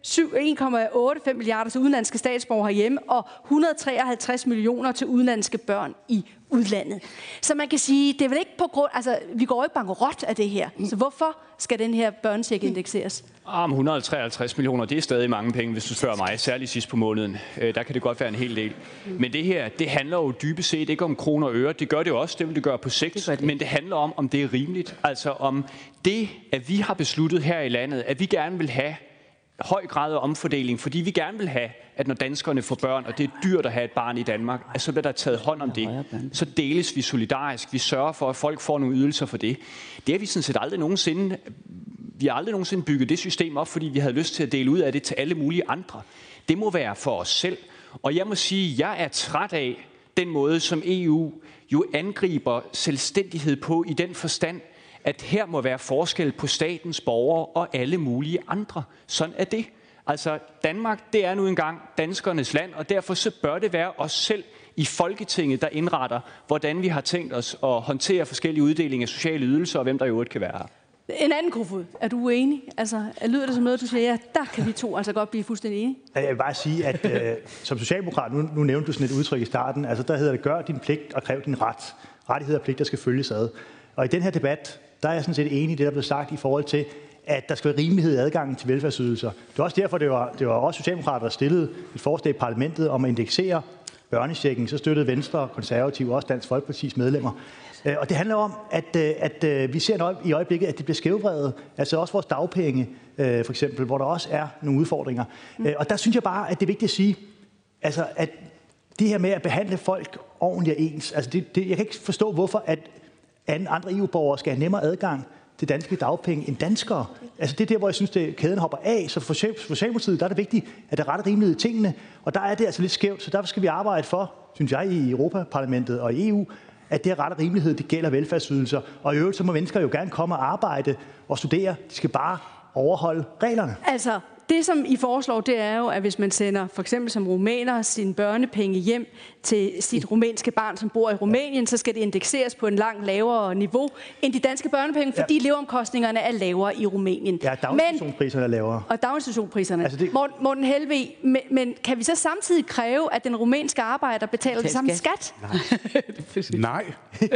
S2: en komma otteoghalvfems milliarder til udenlandske statsborgere herhjemme, og et hundrede og treoghalvtreds millioner til udenlandske børn i udlandet. Så man kan sige, det er vel ikke på grund, altså vi går ikke bankerot af det her. Så hvorfor skal den her børnecheck indekseres?
S5: Om et hundrede og treoghalvtreds millioner, det er stadig mange penge, hvis du spørger mig, særligt sidst på måneden. Der kan det godt være en hel del. Men det her, det handler jo dybest set ikke om kroner og øre. Det gør det jo også, det vil det gøre på sigt. Det det. Men det handler om, om det er rimeligt. Altså om det, at vi har besluttet her i landet, at vi gerne vil have høj grad af omfordeling, fordi vi gerne vil have, at når danskerne får børn, og det er dyrt at have et barn i Danmark, at så bliver der taget hånd om det. Så deles vi solidarisk. Vi sørger for, at folk får nogle ydelser for det. Det har vi sådan set aldrig nogensinde... Vi har aldrig nogensinde bygget det system op, fordi vi havde lyst til at dele ud af det til alle mulige andre. Det må være for os selv. Og jeg må sige, at jeg er træt af den måde, som E U jo angriber selvstændighed på i den forstand, at her må være forskel på statens borgere og alle mulige andre. Sådan er det. Altså Danmark, det er nu engang danskernes land, og derfor så bør det være os selv i Folketinget, der indretter, hvordan vi har tænkt os at håndtere forskellige uddelinger af sociale ydelser, og hvem der i øvrigt kan være her.
S2: En anden Kofod, er du uenig? Altså, lyder det som noget, du siger, ja, der kan vi to altså godt blive fuldstændig enige?
S6: Jeg vil bare sige, at øh, som socialdemokrat, nu, nu nævnte du sådan et udtryk i starten, altså der hedder det, gør din pligt og kræv din ret. Rettigheder og pligter skal følges ad. Og i den her debat, der er jeg sådan set enig i det, der blev sagt i forhold til, at der skal være rimelighed i adgangen til velfærdsydelser. Det var også derfor, det var, det var også socialdemokrater, der stillede et forslag i parlamentet om at indeksere børnechecken. Så støttede Venstre og Konservative og også Dansk Folkepartis medlemmer. Og det handler om, at, at vi ser i øjeblikket, at det bliver skævvredet. Altså også vores dagpenge, for eksempel, hvor der også er nogle udfordringer. Mm. Og der synes jeg bare, at det er vigtigt at sige, altså, at det her med at behandle folk ordentligt og ens, altså det, det, jeg kan ikke forstå, hvorfor at andre E U-borgere skal have nemmere adgang til danske dagpenge end danskere. Altså det er der, hvor jeg synes, at kæden hopper af. Så for Socialdemokratiet, der er det vigtigt, at der er ret rimelighed i tingene. Og der er det altså lidt skævt, så derfor skal vi arbejde for, synes jeg, i Europaparlamentet og i E U, at det er ret og rimelighed, det gælder velfærdsydelser. Og i øvrigt, så må mennesker jo gerne komme og arbejde og studere. De skal bare overholde reglerne.
S2: Altså, det som I foreslår, det er jo, at hvis man sender for eksempel som rumæner sin børnepenge hjem til sit rumænske barn, som bor i Rumænien, så skal det indekseres på en langt lavere niveau end de danske børnepenge, fordi ja. leveomkostningerne er lavere i Rumænien.
S6: Ja, daginstitutionspriserne er lavere.
S2: Og daginstitutionspriserne. Altså det... Morten Helveg, men, men kan vi så samtidig kræve, at den rumænske arbejder betaler det samme skat?
S10: Nej. Nej,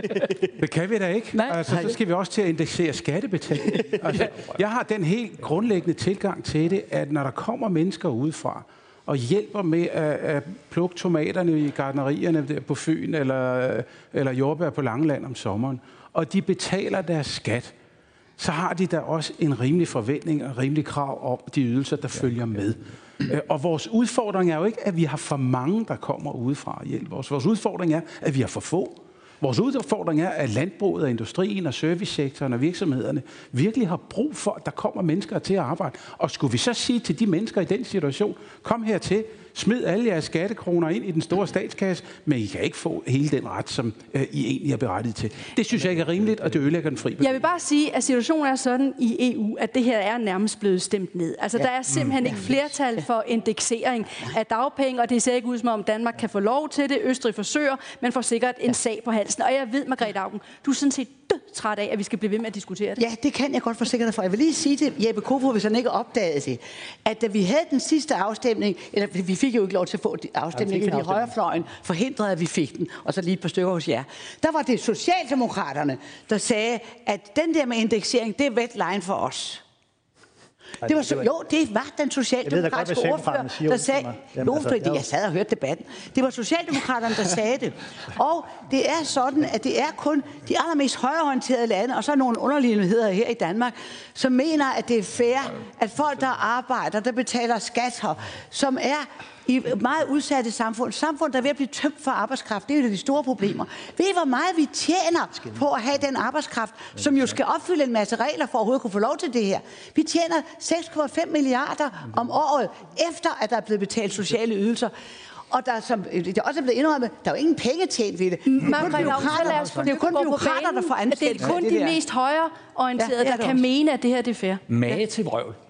S10: det kan vi da ikke. Nej. Altså, så skal vi også til at indeksere skattebetaling. Altså, jeg har den helt grundlæggende tilgang til det, at når der kommer mennesker udefra og hjælper med at, at plukke tomaterne i gartnerierne der på Fyn eller, eller jordbær på Langeland om sommeren, og de betaler deres skat, så har de da også en rimelig forventning og en rimelig krav om de ydelser, der følger med. Og vores udfordring er jo ikke, at vi har for mange, der kommer udefra og hjælper os. Vores udfordring er, at vi har for få. Vores udfordring er, at landbruget og industrien og servicesektoren og virksomhederne virkelig har brug for, at der kommer mennesker til at arbejde. Og skulle vi så sige til de mennesker i den situation, kom hertil, smid alle jeres skattekroner ind i den store statskasse, men I kan ikke få hele den ret, som øh, I egentlig er berettiget til. Det synes jeg ikke er rimeligt, og det ødelægger den fri bevægelse.
S2: Jeg vil bare sige, at situationen er sådan i E U, at det her er nærmest blevet stemt ned. Altså, ja. der er simpelthen mm. ikke flertal for indeksering af dagpenge, og det ser ikke ud som om Danmark kan få lov til det. Østrig forsøger, men får sikkert en sag på halsen. Og jeg ved, Margrethe Auken, du er sådan set død træt af, at vi skal blive ved med at diskutere det.
S8: Ja, det kan jeg godt forsikre dig for. Jeg vil lige sige til Jeppe Kofod, hvis han ikke opdagede det, at da vi havde den sidste afstemning, eller vi fik jo ikke lov til at få afstemningen, fordi højrefløjen forhindrede, at vi fik den, og så lige et par stykker hos jer. Der var det Socialdemokraterne, der sagde, at den der med indeksering, det er wet line for os. Det var, så, jo, det var den socialdemokratiske ordfører, der sagde... Jo, fordi jeg sad og hørte debatten. Det var Socialdemokraterne, der sagde det. Og det er sådan, at det er kun de allermest højreorienterede lande, og så nogle underligheder her i Danmark, som mener, at det er fair, at folk, der arbejder, der betaler skat her, som er i meget udsatte samfund, samfund, der er ved at blive tømt for arbejdskraft, det er jo de store problemer. Ved I, hvor meget vi tjener på at have den arbejdskraft, som jo skal opfylde en masse regler for at overhovedet kunne få lov til det her? Vi tjener seks komma fem milliarder om året, efter at der er blevet betalt sociale ydelser. Og der, som det også er blevet indrømmet, der er jo ingen penge tjent ved det. Det er kun byråkrater, det er kun byråkrater, der får ansættelse.
S2: Det er kun de mest højreorienterede, ja, der kan også mene, at det her det er fair.
S16: Mage til vrøvl.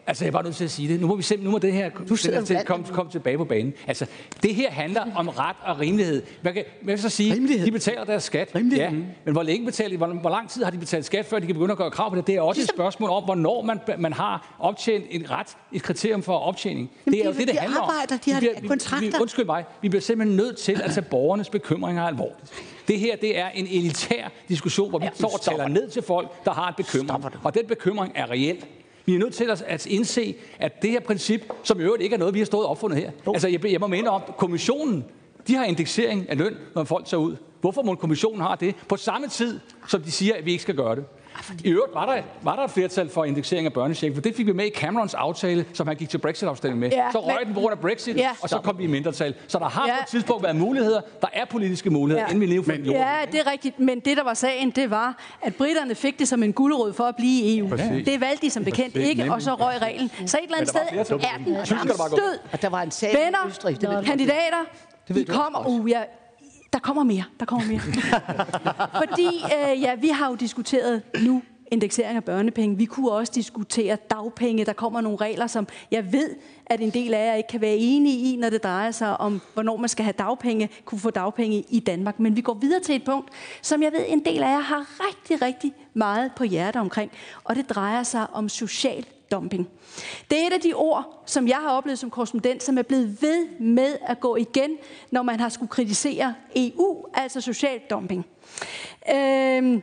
S7: Altså, jeg er bare nødt til at sige det. Nu må vi se, nu må det her
S8: Du sidder
S7: til,
S8: blandt
S7: komme, komme tilbage på banen. Altså, det her handler om ret og rimelighed. Hvad kan man så sige? Rimelighed. De betaler deres skat. Ja, men hvor længe betaler de? Hvor, hvor lang tid har de betalt skat, før de kan begynde at gøre krav på det? Det er også et spørgsmål om, hvornår man, man har optjent en ret, et kriterium for optjening.
S8: Jamen,
S7: det er jo
S8: de,
S7: det, det
S8: de
S7: handler
S8: arbejder,
S7: om.
S8: De har
S7: vi bliver,
S8: kontrakter.
S7: Vi, vi, undskyld mig. Vi bliver simpelthen nødt til at tage borgernes bekymringer alvorligt. Det her, det er en elitær diskussion, hvor vi står og taler ned til folk, der har en bekymring. Og den bekymring er reel. Vi er nødt til at indse, at det her princip, som i øvrigt ikke er noget, vi har stået og opfundet her. Oh. Altså, jeg, jeg må mene om, kommissionen, de har indeksering af løn, når folk tager ud. Hvorfor må kommissionen have det? På samme tid, som de siger, at vi ikke skal gøre det. I øvrigt var der, var der et flertal for indeksering af børnecheck, for det fik vi med i Camerons aftale, som han gik til Brexit-afstemning med. Ja, så røg den på grund af Brexit, ja. og så kom vi i mindretal. Så der har ja. på et tidspunkt været muligheder. Der er politiske muligheder, ja. inden vi lever for
S2: men, Ja, det er rigtigt. Men det, der var sagen, det var, at britterne fik det som en gulerod for at blive i E U. Præcis. Det valgte de som bekendt Præcis. ikke, og så røg reglen. Så et eller andet sted er den stød.
S8: Og der var en sag
S2: Venner,
S8: i Østrig. Det
S2: kandidater, de kommer... Uh, ja, der kommer mere. Der kommer mere. Fordi, øh, ja, vi har jo diskuteret nu indeksering af børnepenge. Vi kunne også diskutere dagpenge. Der kommer nogle regler, som jeg ved, at en del af jer ikke kan være enige i, når det drejer sig om, hvornår man skal have dagpenge, kunne få dagpenge i Danmark. Men vi går videre til et punkt, som jeg ved, en del af jer har rigtig, rigtig meget på hjertet omkring. Og det drejer sig om social dumping. Det er et af de ord, som jeg har oplevet som korrespondent, som er blevet ved med at gå igen, når man har skulle kritisere E U, altså social dumping. Øhm,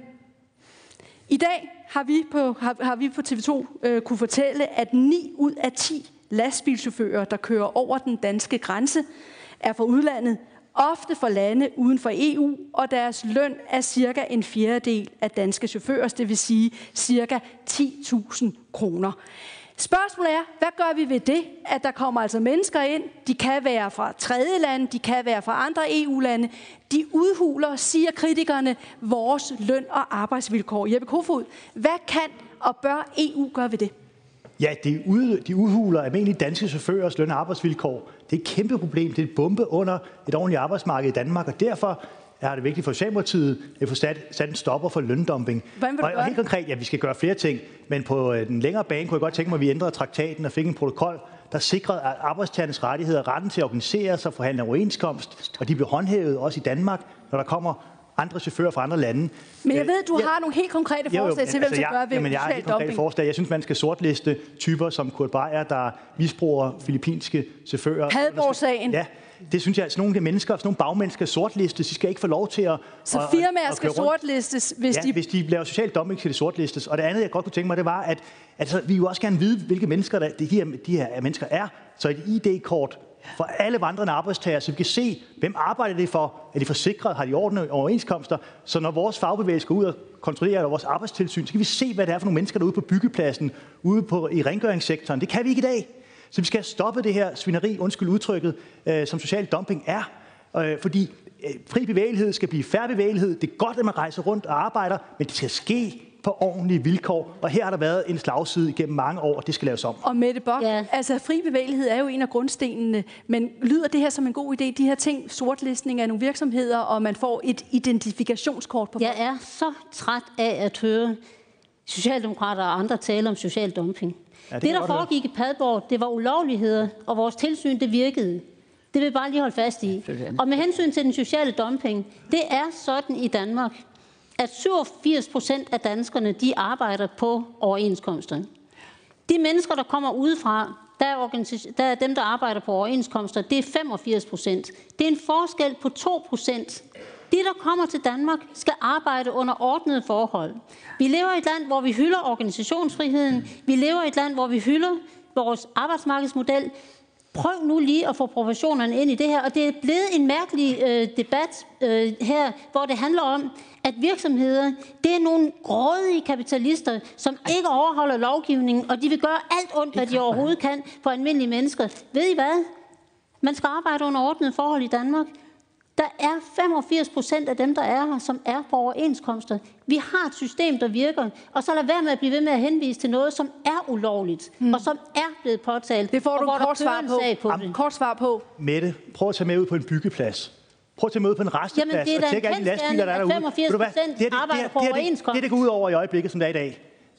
S2: I dag har vi på, har, har vi på T V to øh, kunne fortælle, at ni ud af ti lastbilchauffører, der kører over den danske grænse, er fra udlandet, ofte fra lande uden for E U, og deres løn er cirka en fjerdedel af danske chaufførers, det vil sige cirka ti tusind kroner. Spørgsmålet er, hvad gør vi ved det, at der kommer altså mennesker ind, de kan være fra tredje lande, de kan være fra andre E U-lande, de udhuler, siger kritikerne, vores løn- og arbejdsvilkår. Jeppe Kofod, hvad kan og bør E U gøre ved det?
S6: Ja, de, ud, de udhuler almindelige danske chaufførers løn- og arbejdsvilkår. Det er et kæmpe problem. Det er et bombe under et ordentligt arbejdsmarked i Danmark, og derfor er det vigtigt for Socialdemokratiet at få sat, sat en stopper for løndumping.
S2: Hvordan vil du
S6: og, og helt konkret, ja, vi skal gøre flere ting, men på øh, den længere bane kunne jeg godt tænke mig, at vi ændrede traktaten og fik en protokol, der sikrede, at arbejdstagernes rettigheder, retten til at organisere sig og forhandle overenskomst, og de bliver håndhævet også i Danmark, når der kommer andre chauffører fra andre lande.
S2: Men jeg ved, du ja, har nogle helt konkrete forslag jo, jo, til, hvem altså, skal gøre ved
S6: jeg har helt konkrete forslag. Jeg synes, man skal sortliste typer som Kurt Beyer, der misbruger filippinske chauffører.
S2: Padborg-sagen.
S6: Ja, det synes jeg, at sådan nogle mennesker, sådan nogle bagmenneskers sortlistes. De skal ikke få lov til at...
S2: Så firmaer skal sortlistes, hvis
S6: ja,
S2: de...
S6: hvis de laver social dumping, skal de sortlistes. Og det andet, jeg godt kunne tænke mig, det var, at altså, vi jo også gerne vide, hvilke mennesker der, de, her, de her mennesker er. Så et I D-kort for alle vandrende arbejdstagere, så vi kan se, hvem arbejder det for, er de forsikret, har de ordentlige overenskomster, så når vores fagbevægelse går ud og kontrollerer vores arbejdstilsyn, så kan vi se, hvad det er for nogle mennesker, der er ude på byggepladsen, ude på, i rengøringssektoren. Det kan vi ikke i dag. Så vi skal have stoppet det her svineri, undskyld udtrykket, øh, som social dumping er. Øh, fordi øh, fri bevægelighed skal blive fair bevægelighed. Det er godt, at man rejser rundt og arbejder, men det skal ske på ordentlige vilkår. Og her har der været en slagside igennem mange år, og det skal laves om.
S2: Og Mette Bock, ja. altså fri bevægelighed er jo en af grundstenene, men lyder det her som en god idé? De her ting, sortlistning af nogle virksomheder, og man får et identifikationskort på.
S12: Jeg er så træt af at høre socialdemokrater og andre tale om social dumping. Ja, det, det der foregik i Padborg, det var ulovligheder, og vores tilsyn, det virkede. Det vil jeg bare lige holde fast i. Og med hensyn til den sociale dumping, det er sådan i Danmark, at syvogfirs procent af danskerne, de arbejder på overenskomster. De mennesker, der kommer udefra, der er, der er dem, der arbejder på overenskomster, det er femogfirs procent. Det er en forskel på to procent. De, der kommer til Danmark, skal arbejde under ordnede forhold. Vi lever i et land, hvor vi hylder organisationsfriheden. Vi lever i et land, hvor vi hylder vores arbejdsmarkedsmodel. Prøv nu lige at få proportionerne ind i det her. Og det er blevet en mærkelig øh, debat øh, her, hvor det handler om, at virksomheder, det er nogle grådige kapitalister, som ikke overholder lovgivningen, og de vil gøre alt ondt, hvad de overhovedet kan for almindelige mennesker. Ved I hvad? Man skal arbejde under ordnede forhold i Danmark. Der er femogfirs procent af dem, der er her, som er på overenskomster. Vi har et system, der virker, og så lad være med at blive ved med at henvise til noget, som er ulovligt, mm. og som er blevet påtalt.
S2: Det får du et kort svar på. på Jamen, kort svar på.
S6: Mette, prøv at tage med ud på en byggeplads. Prøv at tage med ud på en resteplads
S12: Jamen, det er
S6: og tjekke alle de lastbiler, der er derude.
S12: femogfirs procent arbejder på overenskomst.
S6: Det, det, det, det, det går ud over i øjeblikket, som det er i dag.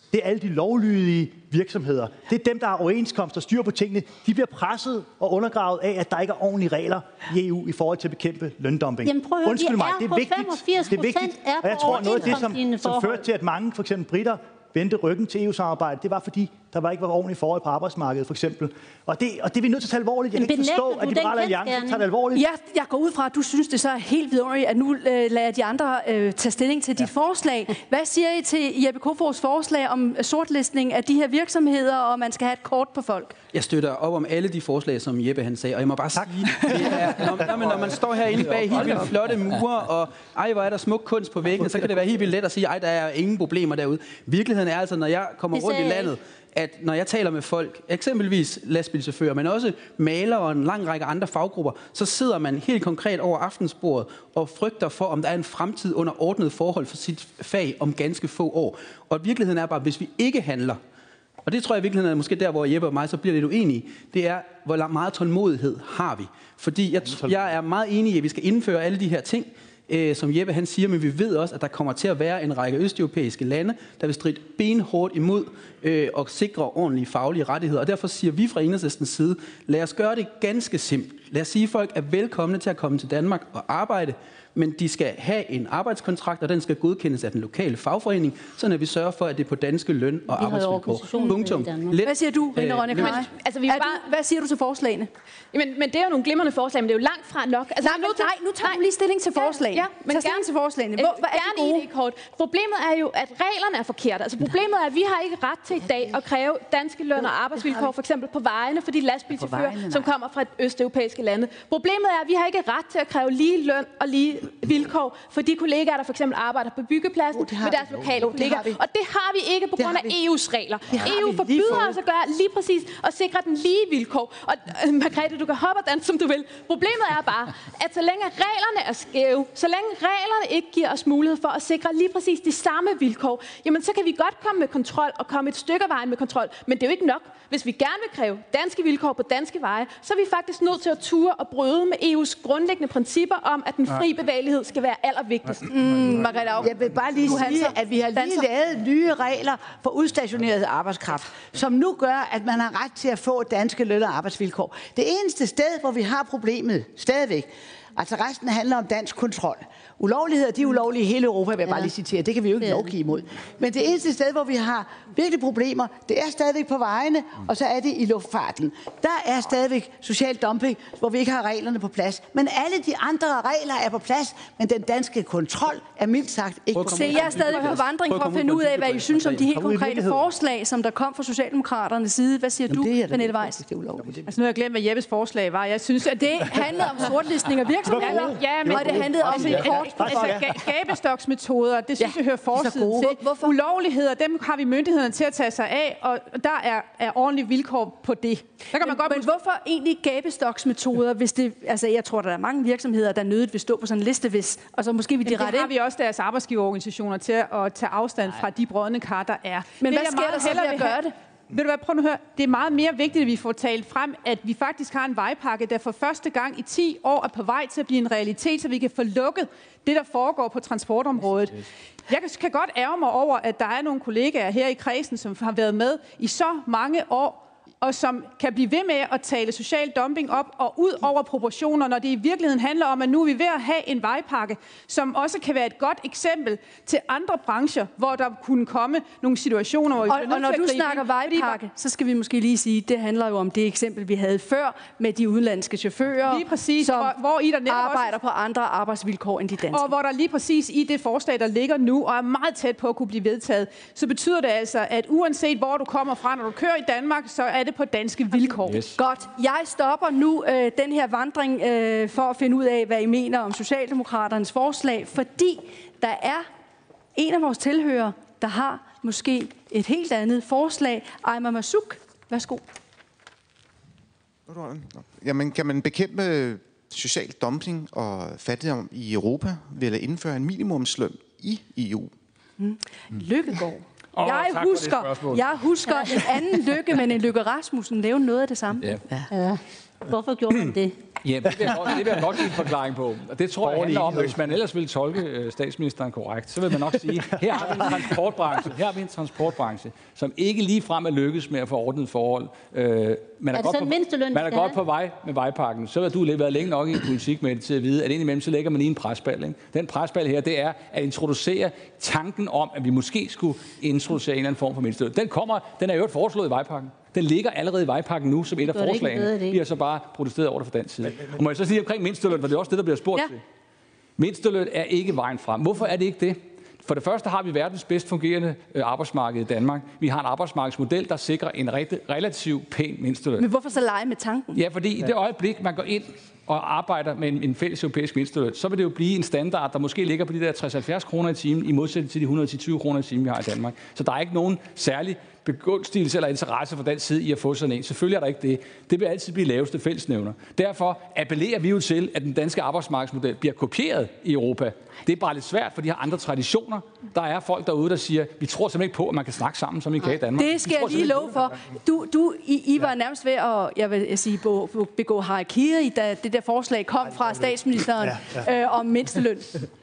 S6: Det er alle de lovlydige virksomheder. Det er dem, der har overenskomst og styr på tingene. De bliver presset og undergravet af, at der ikke er ordentlige regler i E U i forhold til at bekæmpe løndumping.
S12: Jamen prøv at høre,
S6: Undskyld mig, det er vigtigt.
S12: femogfirs
S6: Det er vigtigt.
S12: er
S6: Og jeg tror, noget af det, som, som
S12: forhold.
S6: førte til, at mange, for eksempel britter, vendte ryggen til E U-samarbejdet, det var fordi, der var ikke var ordentlige forhold på arbejdsmarkedet, for eksempel. Og det, og det er vi nødt til at tage alvorligt. Jeg kan ikke forstå, at Liberale Alliance tager det alvorligt.
S2: Ja, jeg går ud fra, at du synes, det så er helt vidunderligt, at nu øh, lader de andre øh, tage stilling til ja. dit forslag. Hvad siger I til Jeppe Kofods forslag om sortlistning af de her virksomheder, og man skal have et kort på folk?
S3: Jeg støtter op om alle de forslag, som Jeppe han sagde, og jeg må bare tak. sige, det er, når, når, man, når man står herinde bag helt vildt flotte mure, og ej, hvor er der smuk kunst på væggene, så kan det være helt vildt let at sige, ej, der er ingen problemer derude. Virkeligheden er altså, når jeg kommer rundt i landet, at når jeg taler med folk, eksempelvis lastbilchauffører, men også malere og en lang række andre faggrupper, så sidder man helt konkret over aftensbordet og frygter for, om der er en fremtid under ordnede forhold for sit fag om ganske få år. Og virkeligheden er bare, hvis vi ikke handler, og det tror jeg i virkeligheden er måske der, hvor Jeppe og mig så bliver lidt uenige, det er, hvor meget tålmodighed har vi. Fordi jeg, jeg er meget enig i, at vi skal indføre alle de her ting, øh, som Jeppe han siger, men vi ved også, at der kommer til at være en række østeuropæiske lande, der vil stride benhårdt imod øh, og sikre ordentlige faglige rettigheder. Og derfor siger vi fra Enhedslistens side, lad os gøre det ganske simpelt. Lad os sige, at folk er velkomne til at komme til Danmark og arbejde, men de skal have en arbejdskontrakt, og den skal godkendes af den lokale fagforening, så når vi sørger for, at det er på danske løn- og arbejdsvilkår. Punktum.
S2: Let, hvad siger du, Rine Rønne Kari?
S4: Altså, vi bare...
S2: Hvad siger du til forslagene?
S4: Jamen, men det er jo nogle glimrende forslag, men det er jo langt fra nok.
S2: Altså, nej, nu, nej, nu tager du lige stilling til forslagene.
S4: Ja, men
S2: Tag stilling til forslagene. Hvor, hvad er
S4: gerne
S2: de gode?
S4: I det kort. Problemet er jo, at reglerne er forkerte. Altså, problemet er, at vi har ikke ret til i dag at kræve danske løn- og arbejdsvilkår, for eksempel på vejene for de lastbilchauffører, som kommer fra østeuropæiske lande. Problemet er, at vi har ikke ret til at kræve lige løn og lige vilkår for de kollegaer, der for eksempel arbejder på byggepladsen oh, med deres lokale oh, kollegaer. Og det har vi ikke på grund af E U's regler. E U forbyder os at gøre lige præcis og sikre den lige vilkår. Og øh, Margrethe, du kan hoppe og danse, som du vil. Problemet er bare, at så længe reglerne er skæve, så længe reglerne ikke giver os mulighed for at sikre lige præcis de samme vilkår, jamen så kan vi godt komme med kontrol og komme et stykke af vejen med kontrol. Men det er jo ikke nok. Hvis vi gerne vil kræve danske vilkår på danske veje, så er vi faktisk nødt til at ture og bryde med E U's grundlæggende principper om, at den fri bevægelighed skal være allervigtigst.
S8: Mm, jeg vil bare lige sige, at vi har lige lavet nye regler for udstationeret arbejdskraft, som nu gør, at man har ret til at få danske løn- og arbejdsvilkår. Det eneste sted, hvor vi har problemet stadigvæk, altså resten handler om dansk kontrol. Ulovligheder, de er ulovlige i hele Europa, vil jeg bare lige citere. Det kan vi jo ikke lovgive imod. Men det eneste sted, hvor vi har virkelig problemer, det er stadigvæk på vejene, og så er det i luftfarten. Der er stadigvæk social dumping, hvor vi ikke har reglerne på plads. Men alle de andre regler er på plads, men den danske kontrol er mildt sagt ikke på plads.
S2: Se, jeg er stadig på vandring for at finde ud af, hvad I synes om de helt konkrete forslag, som der kom fra Socialdemokraternes side. Hvad siger du, Pernille Weiss?
S11: Altså nu har jeg glemt, hvad Jeppes forslag var. Jeg synes, at
S2: det handlede om sortlistning af virksomheder,
S11: ja, men,
S2: og det handlede om
S11: altså, kort, altså, gabestoksmetoder, det synes ja, jeg hører forsiden til. Hvorfor? Ulovligheder, dem har vi myndighederne til at tage sig af, og der er, er ordentlige vilkår på det. Der kan
S2: men,
S11: man godt
S2: men hvorfor egentlig gabestoksmetoder, hvis det, altså jeg tror, der er mange virksomheder, der nødigt vil stå på sådan en liste, hvis, og så måske vil de rette
S11: ind. Det har vi også deres arbejdsgiverorganisationer til at tage afstand fra de brodne kar, der er.
S2: Men det, hvad sker der så ved at gøre det?
S11: Ved du hvad, prøv nu at høre. Det er meget mere vigtigt, at vi får talt frem, at vi faktisk har en vejpakke, der for første gang i ti år er på vej til at blive en realitet, så vi kan få lukket det, der foregår på transportområdet. Jeg kan godt ærge mig over, at der er nogle kollegaer her i kredsen, som har været med i så mange år, og som kan blive ved med at tale social dumping op og ud over proportioner, når det i virkeligheden handler om, at nu er vi ved at have en vejpakke, som også kan være et godt eksempel til andre brancher, hvor der kunne komme nogle situationer, hvor vi
S2: og,
S11: bliver nødt
S2: og når
S11: til at
S2: du snakker vejpakke, så skal vi måske lige sige, det handler jo om det eksempel, vi havde før med de udenlandske chauffører,
S11: lige præcis,
S2: som
S11: hvor, hvor I der
S2: arbejder
S11: også,
S2: på andre arbejdsvilkår end de danske.
S11: Og hvor der lige præcis i det forslag, der ligger nu, og er meget tæt på at kunne blive vedtaget, så betyder det altså, at uanset hvor du kommer fra, når du kører i Danmark, så er det på danske vilkår.
S2: Yes. Godt. Jeg stopper nu øh, den her vandring øh, for at finde ud af, hvad I mener om Socialdemokraternes forslag, fordi der er en af vores tilhørere, der har måske et helt andet forslag. Ayman Massouk, værsgo.
S16: Jamen, kan man bekæmpe social dumping og fattigdom i Europa ved at indføre en minimumsløn i E U?
S2: Mm. Lykkegaard.
S7: Oh,
S2: jeg, husker, jeg husker en anden Lykke, men en Lykke Rasmussen nævnte noget af det samme.
S12: Ja. Ja. Hvorfor gjorde man det?
S7: Ja, det vil jeg godt, det vil jeg godt give en forklaring på. Og det tror jeg handler om, hvis man ellers vil tolke statsministeren korrekt, så vil man nok sige, her har vi en transportbranche, her har vi en transportbranche, som ikke ligefrem er lykkes med at få ordnet forhold. Øh, man er, er godt, på, man er godt på vej med vejpakken. Så har du været længe nok i politik med det til at vide, at indimellem så lægger man i en presbal. Ikke? Den presbal her, det er at introducere tanken om, at vi måske skulle introducere en eller anden form for mindsteløn. Den kommer, den er jo foreslået i vejpakken. Den ligger allerede i vejpakken nu som et af forslagene. Vi har så bare protesteret over det fra dansk side. Og må jeg så sige omkring mindsteløn, for det er også det, der bliver spurgt ja. til. Mindsteløn er ikke vejen frem. Hvorfor er det ikke det? For det første har vi verdens bedst fungerende arbejdsmarked i Danmark. Vi har en arbejdsmarkedsmodel, der sikrer en relativt pæn mindsteløn.
S2: Men hvorfor så lege med tanken?
S7: Ja, fordi i det øjeblik, man går ind og arbejder med en, en fælles europæisk mindsteløn, så vil det jo blive en standard, der måske ligger på de der tres til halvfjerds kroner i timen, i modsætning til de et hundrede til tyve kroner i timen, vi har i Danmark. Så der er ikke nogen særlig begunstigelse eller interesse fra den side i at få sådan en. Selvfølgelig er der ikke det. Det vil altid blive laveste fællesnævner. Derfor appellerer vi jo til, at den danske arbejdsmarkedsmodel bliver kopieret i Europa. Det er bare lidt svært, for de har andre traditioner. Der er folk derude, der siger, vi tror simpelthen ikke på, at man kan snakke sammen, som I kan i Danmark.
S2: Det skal jeg lige love for. Du, du I, I var nærmest ved at, jeg vil sige, begå harakiri, da det der forslag kom fra statsministeren ja, ja. Øh, om mindsteløn.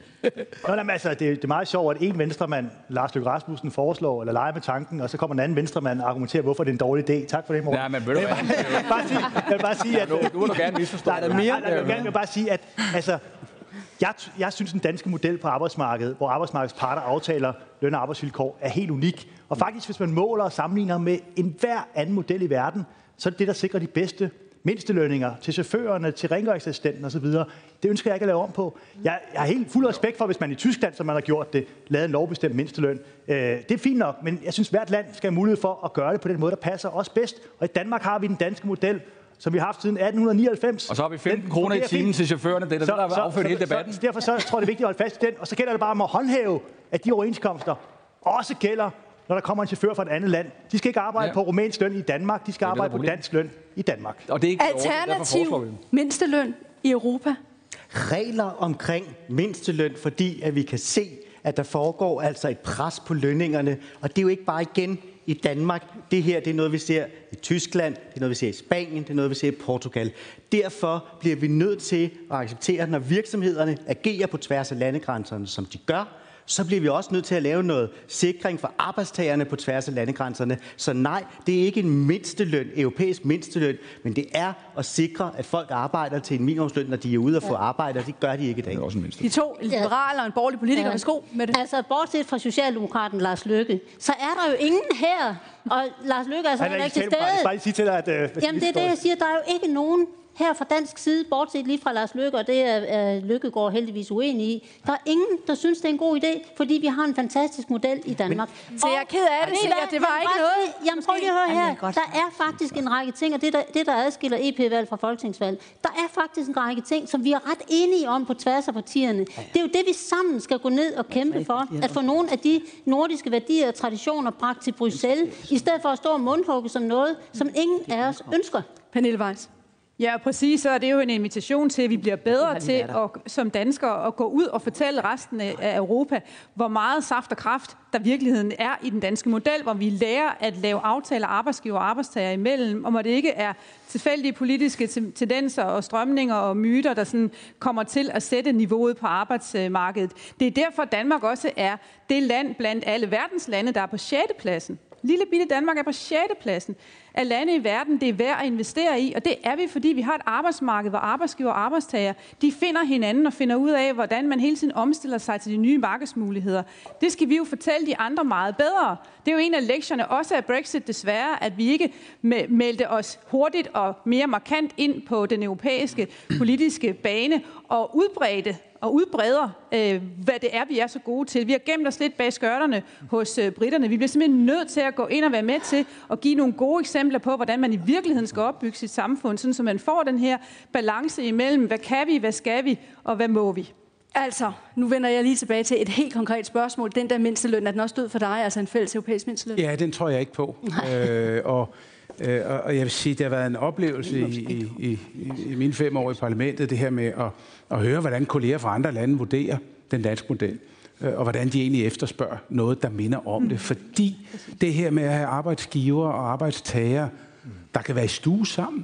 S6: Nå, jamen, altså, det, det er meget sjovt, at en venstremand, Lars Løkke Rasmussen, foreslår eller leger med tanken, og så kommer en anden venstremand og argumenterer, hvorfor det er en dårlig idé. Tak for det, Morten.
S7: Ja, men ved du hvad?
S6: Jeg vil bare sige, jeg vil bare sige at...
S7: Nu må du gerne misforstå.
S6: Der er mere. Jeg vil, jeg vil bare sige, at altså, jeg, jeg synes, den danske model på arbejdsmarkedet, hvor arbejdsmarkedets parter aftaler løn- og arbejdsvilkår, er helt unik. Og faktisk, hvis man måler og sammenligner med enhver anden model i verden, så er det det, der sikrer de bedste mindstelønninger til chaufførerne, til rengøringsassistenten osv. Det ønsker jeg ikke at lave om på. Jeg, jeg har helt fuld respekt for, hvis man i Tyskland, som man har gjort det, lavede en lovbestemt mindsteløn. Øh, det er fint nok, men jeg synes, hvert land skal have mulighed for at gøre det på den måde, der passer os bedst. Og i Danmark har vi den danske model, som vi har haft siden atten nioghalvfems.
S7: Og så har vi femten kroner i timen til chaufførerne. Det er der, der har affødt hele debatten.
S6: Så, derfor så, tror jeg, det er vigtigt at holde fast i den. Og så gælder det bare om at håndhæve, at de overenskomster også gælder, når der kommer en chauffør fra et andet land. De skal ikke arbejde ja. på rumænsk løn i Danmark, de skal arbejde på dansk løn i Danmark.
S2: Og det er ikke alternativ mindsteløn i Europa?
S9: Regler omkring mindsteløn, fordi at vi kan se, at der foregår altså et pres på lønningerne. Og det er jo ikke bare igen i Danmark. Det her det er noget, vi ser i Tyskland, det er noget, vi ser i Spanien, det er noget, vi ser i Portugal. Derfor bliver vi nødt til at acceptere, når virksomhederne agerer på tværs af landegrænserne, som de gør, så bliver vi også nødt til at lave noget sikring for arbejdstagerne på tværs af landegrænserne. Så nej, det er ikke en mindsteløn, europæisk mindsteløn, men det er at sikre, at folk arbejder til en minimumsløn, når de er ude og få arbejde, og det gør de ikke i dag.
S2: De to liberale og en borgerlig politiker, ja. Værsgo med det.
S12: Altså, bortset fra Socialdemokraten Lars Løkke, så er der jo ingen her, og Lars Løkke er så ikke til stede.
S6: Bare sige til dig, at... Uh,
S12: Jamen, det er det, jeg siger. Der er jo ikke nogen her fra dansk side, bortset lige fra Lars Løkke, og det er, er Løkkegaard heldigvis uenig i. Der er ingen, der synes, det er en god idé, fordi vi har en fantastisk model i Danmark.
S2: Men, så jeg er ked af det, siger, det var ikke noget.
S12: Sige, jamen prøv lige at høre her. Der er faktisk en række ting, og det der, det, der adskiller E P-valg fra folketingsvalg, der er faktisk en række ting, som vi er ret enige om på tværs af partierne. Det er jo det, vi sammen skal gå ned og kæmpe for, at få nogle af de nordiske værdier og traditioner bragt til Bruxelles, i stedet for at stå og mundhugge som noget, som ingen af os ønsker.
S2: Pernille Weiss.
S11: Ja, præcis. Så er det jo en invitation til, at vi bliver bedre til at, som danskere at gå ud og fortælle resten af Europa, hvor meget saft og kraft der virkeligheden er i den danske model, hvor vi lærer at lave aftaler arbejdsgiver og arbejdstager imellem, og hvor det ikke er tilfældige politiske tendenser og strømninger og myter, der sådan kommer til at sætte niveauet på arbejdsmarkedet. Det er derfor, Danmark også er det land blandt alle verdens lande, der er på sjette pladsen. Lille bitte Danmark er på sjette pladsen af lande i verden, det er værd at investere i, og det er vi, fordi vi har et arbejdsmarked, hvor arbejdsgiver og arbejdstager, de finder hinanden og finder ud af, hvordan man hele tiden omstiller sig til de nye markedsmuligheder. Det skal vi jo fortælle de andre meget bedre. Det er jo en af lektierne også af Brexit desværre, at vi ikke meldte os hurtigt og mere markant ind på den europæiske politiske bane og udbredte og udbreder, øh, hvad det er, vi er så gode til. Vi har gemt os lidt bag skørterne hos øh, britterne. Vi bliver simpelthen nødt til at gå ind og være med til at give nogle gode eksempler på, hvordan man i virkeligheden skal opbygge sit samfund, sådan så man får den her balance imellem, hvad kan vi, hvad skal vi, og hvad må vi.
S2: Altså, nu vender jeg lige tilbage til et helt konkret spørgsmål. Den der mindsteløn, er den også død for dig, altså en fælles europæisk mindsteløn?
S10: Ja, den tror jeg ikke på. øh, og Øh, og jeg vil sige, det har været en oplevelse i, i, i, i mine fem år i parlamentet, det her med at, at høre, hvordan kolleger fra andre lande vurderer den danske model, øh, og hvordan de egentlig efterspørger noget, der minder om mm. det. Fordi det her med at have arbejdsgiver og arbejdstager, der kan være i stue sammen,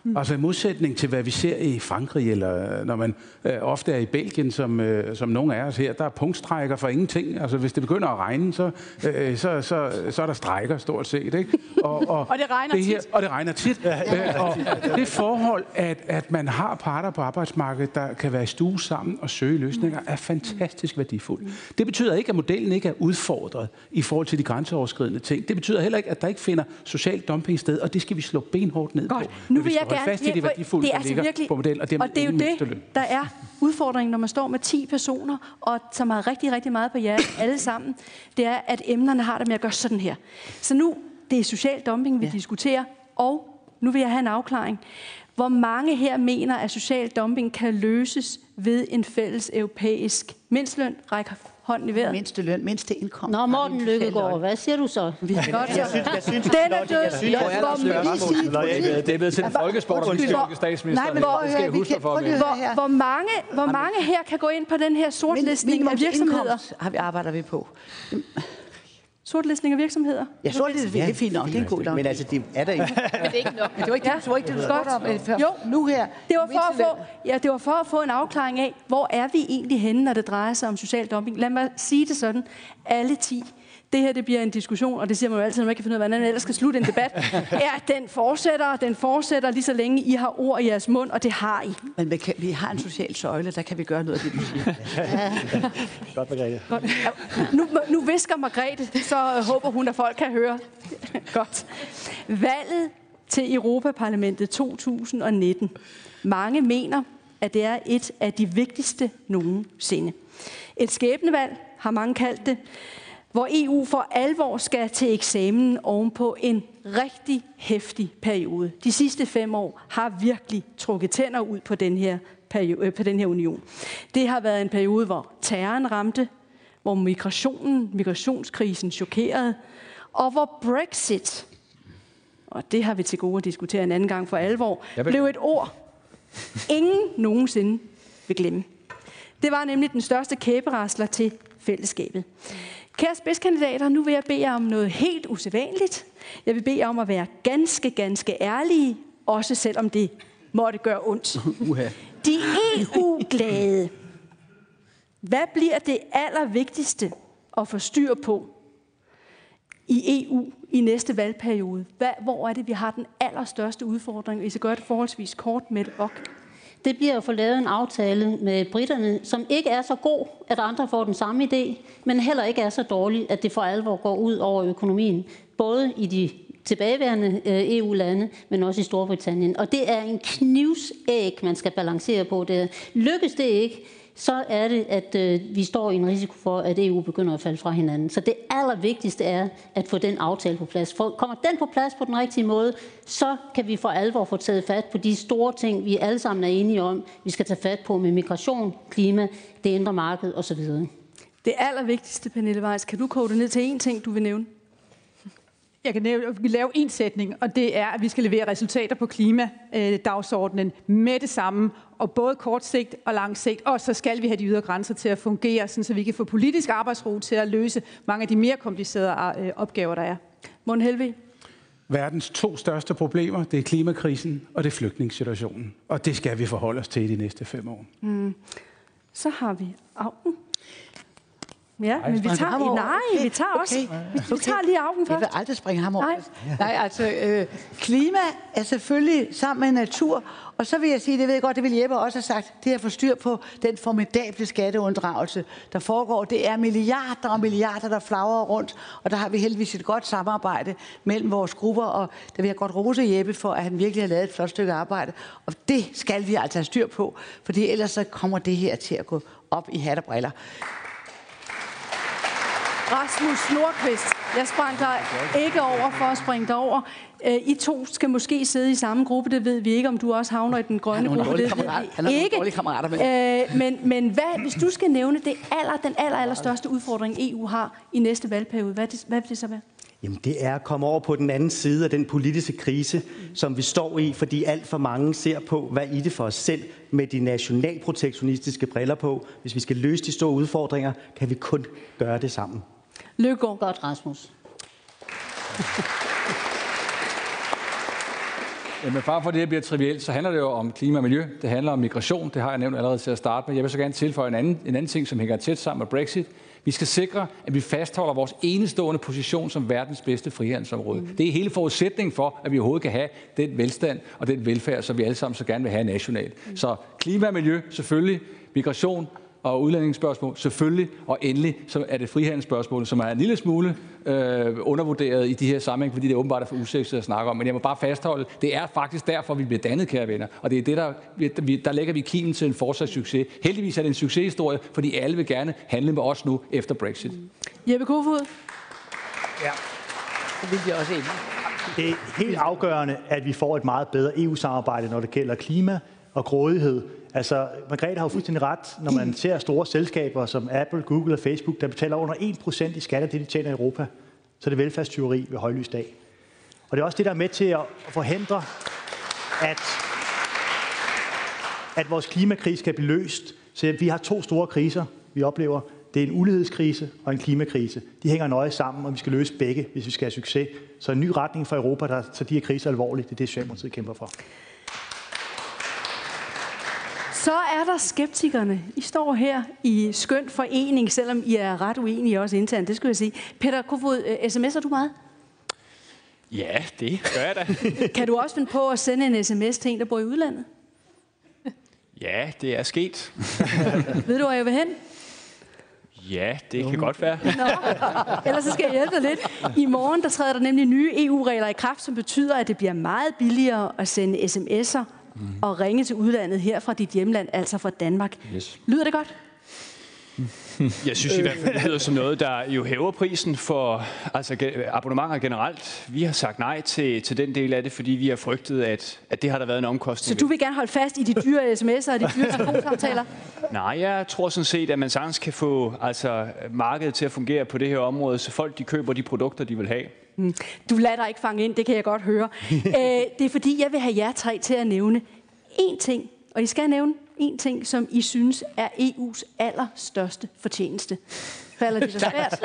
S10: Mm. Altså i modsætning til, hvad vi ser i Frankrig, eller når man øh, ofte er i Belgien, som, øh, som nogle af os her, der er punktstrækker for ingenting. Altså hvis det begynder at regne, så, øh, så, så, så er der strejker stort set. Ikke?
S11: Og, og, og det regner
S10: det her,
S11: tit.
S10: Og det regner tit. øh, og det forhold, at, at man har parter på arbejdsmarkedet, der kan være i stue sammen og søge løsninger, er fantastisk værdifuldt. Det betyder ikke, at modellen ikke er udfordret i forhold til de grænseoverskridende ting. Det betyder heller ikke, at der ikke finder social dumping sted, og det skal vi slå benhårdt ned
S2: Godt.
S10: på.
S2: Nu vil
S10: vi skal
S2: jeg
S10: holde
S2: gerne,
S10: fast i det værdifulde,
S2: det er
S10: der
S2: altså
S10: ligger
S2: virkelig,
S10: på modellen, og det er,
S2: og det er jo det,
S10: løn.
S2: der er udfordringen, når man står med ti personer, og som har rigtig, rigtig meget på hjertet, alle sammen. Det er, at emnerne har det med at gøre sådan her. Så nu, det er social dumping, vi ja. diskuterer, og nu vil jeg have en afklaring. Hvor mange her mener, at social dumping kan løses ved en fælles europæisk mindsteløn? Rækker hånden i vejret.
S13: Mindste løn, mindste indkomst.
S12: Nå, Morten Lykkegaard, hvad siger du så?
S2: Godt, så.
S9: Jeg synes, jeg synes,
S2: Den er død.
S9: jeg synes,
S7: det er blevet til en folkesport, om vi skal statsminister.
S2: Nej, men hvor,
S7: det skal jeg huske for.
S2: Hvor, hvor, mange, hvor mange her kan gå ind på den her sortlistning af virksomheder?
S13: Har vi, arbejder vi på.
S2: Sortlistning af virksomheder?
S13: Ja, sortlistning det er fint nok. Det er en god idé.
S9: Men altså, det er der ikke.
S13: Men det er ikke nok. Men det var ikke det, du ikke, det, du spurgte om før.
S2: Jo,
S13: nu her.
S2: Det var, for at få, ja, det var for at få en afklaring af, hvor er vi egentlig henne, når det drejer sig om social dumping. Lad mig sige det sådan. Alle ti. Det her det bliver en diskussion, og det siger man jo altid, når man ikke kan finde ud af, hvordan man ellers skal slutte en debat. Ja, den fortsætter, den fortsætter lige så længe I har ord i jeres mund, og det har I.
S13: Men vi, kan, vi har en social søjle, der kan vi gøre noget af det, du siger.
S6: Ja. Godt, Margrethe.
S2: Godt. Nu, nu visker Margrethe, så håber hun, at folk kan høre. Godt. Valget til Europaparlamentet to tusind og nitten. Mange mener, at det er et af de vigtigste nogensinde. Et skæbnevalg har mange kaldt det, hvor E U for alvor skal til eksamen ovenpå en rigtig heftig periode. De sidste fem år har virkelig trukket tænder ud på den her, periode, på den her union. Det har været en periode, hvor terroren ramte, hvor migrationen, migrationskrisen chokerede, og hvor Brexit, og det har vi til gode at diskutere en anden gang for alvor, blev et ord, ingen nogensinde vil glemme. Det var nemlig den største kæberasler til fællesskabet. Kære spidskandidater, nu vil jeg bede jer om noget helt usædvanligt. Jeg vil bede jer om at være ganske, ganske ærlige, også selvom det måtte gøre ondt. De E U-glade. Hvad bliver det allervigtigste at få styr på i E U i næste valgperiode? Hvad, hvor er det, vi har den allerstørste udfordring? Hvis I gør det forholdsvis kort med ok.
S12: Det bliver at få lavet en aftale med britterne, som ikke er så god, at andre får den samme idé, men heller ikke er så dårlig, at det for alvor går ud over økonomien. Både i de tilbageværende E U-lande, men også i Storbritannien. Og det er en knivsæg, man skal balancere på. Det. Lykkes det ikke, så er det, at øh, vi står i en risiko for, at E U begynder at falde fra hinanden. Så det allervigtigste er at få den aftale på plads. For kommer den på plads på den rigtige måde, så kan vi for alvor få taget fat på de store ting, vi alle sammen er enige om, vi skal tage fat på med migration, klima, det indre marked osv.
S2: Det allervigtigste, Pernille Weiss, kan du koge det ned til én ting, du vil nævne?
S11: Jeg kan nævne, vi lave en sætning, og det er, at vi skal levere resultater på klimadagsordenen med det samme, og både kort sigt og lang sigt. Og så skal vi have de ydre grænser til at fungere, sådan, så vi kan få politisk arbejdsro til at løse mange af de mere komplicerede opgaver, der er.
S2: Morten Helveg.
S10: Verdens to største problemer, det er klimakrisen og det er flygtningssituationen. Og det skal vi forholde os til i de næste fem år.
S2: Mm. Så har vi Auken. Ja, men vi tager, nej, okay. vi tager også. Okay. Vi, vi tager lige Auken først.
S13: Jeg vil aldrig springe ham over.
S2: Nej,
S13: Nej altså, øh, klima er selvfølgelig sammen med natur. Og så vil jeg sige, det ved jeg godt, det vil Jeppe også have sagt, det er at få styr på den formidable skatteunddragelse, der foregår. Det er milliarder og milliarder, der flagrer rundt. Og der har vi heldigvis et godt samarbejde mellem vores grupper. Og der vil jeg godt rose Jeppe for, at han virkelig har lavet et flot stykke arbejde. Og det skal vi altså have styr på, for ellers så kommer det her til at gå op i hat og briller.
S2: Rasmus Nordqvist, jeg sprang dig ikke over for at springe dig over. I to skal måske sidde i samme gruppe, det ved vi ikke, om du også havner i den grønne gruppe.
S13: Han er nogle dårlige kammerater med.
S2: Øh, men men hvad, hvis du skal nævne det aller, den aller, aller største udfordring, E U har i næste valgperiode, hvad, det, hvad vil det så være?
S9: Jamen, det er at komme over på den anden side af den politiske krise, som vi står i, fordi alt for mange ser på, hvad i det for os selv med de nationalprotektionistiske briller på. Hvis vi skal løse de store udfordringer, kan vi kun gøre det sammen.
S2: Løkkegaard.
S12: Godt, Rasmus.
S7: Men bare for det her bliver trivielt, så handler det jo om klima og miljø. Det handler om migration. Det har jeg nævnt allerede til at starte med. Jeg vil så gerne tilføje en anden, en anden ting, som hænger tæt sammen med Brexit. Vi skal sikre, at vi fastholder vores enestående position som verdens bedste frihandelsområde. Mm. Det er hele forudsætningen for, at vi overhovedet kan have den velstand og den velfærd, som vi alle sammen så gerne vil have nationalt. Mm. Så klima og miljø selvfølgelig, migration og udlændingsspørgsmål selvfølgelig, og endelig så er det frihandelsspørgsmål, som er en lille smule øh, undervurderet i de her sammenhæng, fordi det er åbenbart er for usekset at snakke om. Men jeg må bare fastholde, det er faktisk derfor, vi bliver dannet, kære venner. Og det er det, der, der lægger vi kimen til en fortsat succes. Heldigvis er det en succeshistorie, fordi alle vil gerne handle med os nu efter Brexit.
S2: Jeppe Kofod.
S6: Ja.
S8: Det vil jeg også enig.
S6: Det er helt afgørende, at vi får et meget bedre E U-samarbejde, når det gælder klima og grådighed. Altså, Margrethe har jo fuldstændig ret, når man ser store selskaber som Apple, Google og Facebook, der betaler under en procent i skat af det, de tjener i Europa, så er det velfærdstyveri ved højlys dag. Og det er også det, der er med til at forhindre, at, at vores klimakrise kan blive løst. Så vi har to store kriser, vi oplever. Det er en ulighedskrise og en klimakrise. De hænger nøje sammen, og vi skal løse begge, hvis vi skal have succes. Så en ny retning for Europa, der tager de her kriser alvorligt, det er det, Socialdemokratiet kæmper for.
S2: Så er der skeptikerne. I står her i skøn forening, selvom I er ret uenige også internt, det skulle jeg sige. Peter Kofod, sms'er du meget?
S5: Ja, det gør jeg da.
S2: Kan du også finde på at sende en sms til en, der bor i udlandet?
S5: Ja, det er sket.
S2: Ved du, hvor jeg vil hen?
S5: Ja, det kan godt være.
S2: Nå, ellers så skal jeg hjælpe dig lidt. I morgen der træder der nemlig nye E U-regler i kraft, som betyder, at det bliver meget billigere at sende sms'er mm. og ringe til udlandet her fra dit hjemland, altså fra Danmark.
S5: Yes.
S2: Lyder det godt?
S5: Jeg synes i hvert fald, det lyder som noget, der jo hæver prisen for altså, abonnementer generelt. Vi har sagt nej til, til den del af det, fordi vi har frygtet, at, at det har der været en omkostning.
S2: Så du vil gerne holde fast i de dyre sms'er og de dyre telefonsamtaler?
S5: Nej, jeg tror sådan set, at man sagtens kan få altså, markedet til at fungere på det her område, så folk de køber de produkter, de vil have.
S2: Mm. Du lader dig ikke fange ind, det kan jeg godt høre. Æ, det er fordi, jeg vil have jer tre til at nævne én ting, og I skal nævne en ting, som I synes er E U's allerstørste fortjeneste. Falder det så svært?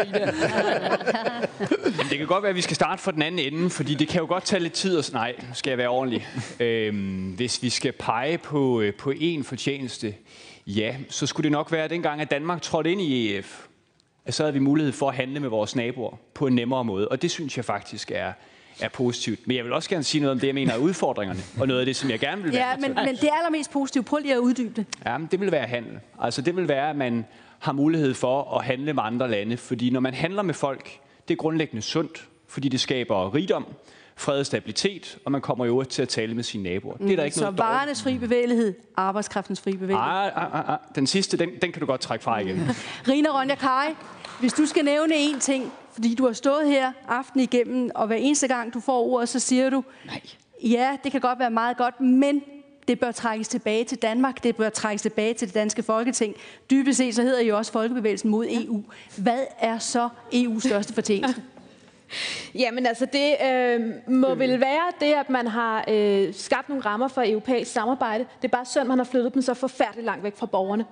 S5: Det kan godt være, at vi skal starte fra den anden ende, fordi det kan jo godt tage lidt tid. Og... Nej, nu skal jeg være ordentlig. Øhm, hvis vi skal pege på, på én fortjeneste, ja, så skulle det nok være dengang, at Danmark trådte ind i E F. Så havde vi mulighed for at handle med vores naboer på en nemmere måde, og det synes jeg faktisk er... er positivt. Men jeg vil også gerne sige noget om det, jeg mener er udfordringerne, og noget af det, som jeg gerne vil være
S2: Ja, men, men det allermest positive, prøv lige at uddybe det.
S5: Ja, men det vil være handel. Altså det vil være, at man har mulighed for at handle med andre lande, fordi når man handler med folk, det er grundlæggende sundt, fordi det skaber rigdom, fred og stabilitet, og man kommer jo til at tale med sine naboer. Mm, det er der ikke
S2: så
S5: noget
S2: varernes fri bevægelighed, arbejdskraftens fri bevægelighed.
S5: Ah, ah, ah, den sidste, den, den kan du godt trække fra igen.
S2: Rina Ronja Kari, hvis du skal nævne én ting, fordi du har stået her aften igennem, og hver eneste gang du får ordet, så siger du, nej. Ja, det kan godt være meget godt, men det bør trækkes tilbage til Danmark, det bør trækkes tilbage til det danske Folketing. Dybest set så hedder I jo også Folkebevægelsen mod E U. Hvad er så E U's største fortjeneste?
S4: Jamen altså, det øh, må vel være det, at man har øh, skabt nogle rammer for europæisk samarbejde. Det er bare synd, man har flyttet dem så forfærdeligt langt væk fra borgerne.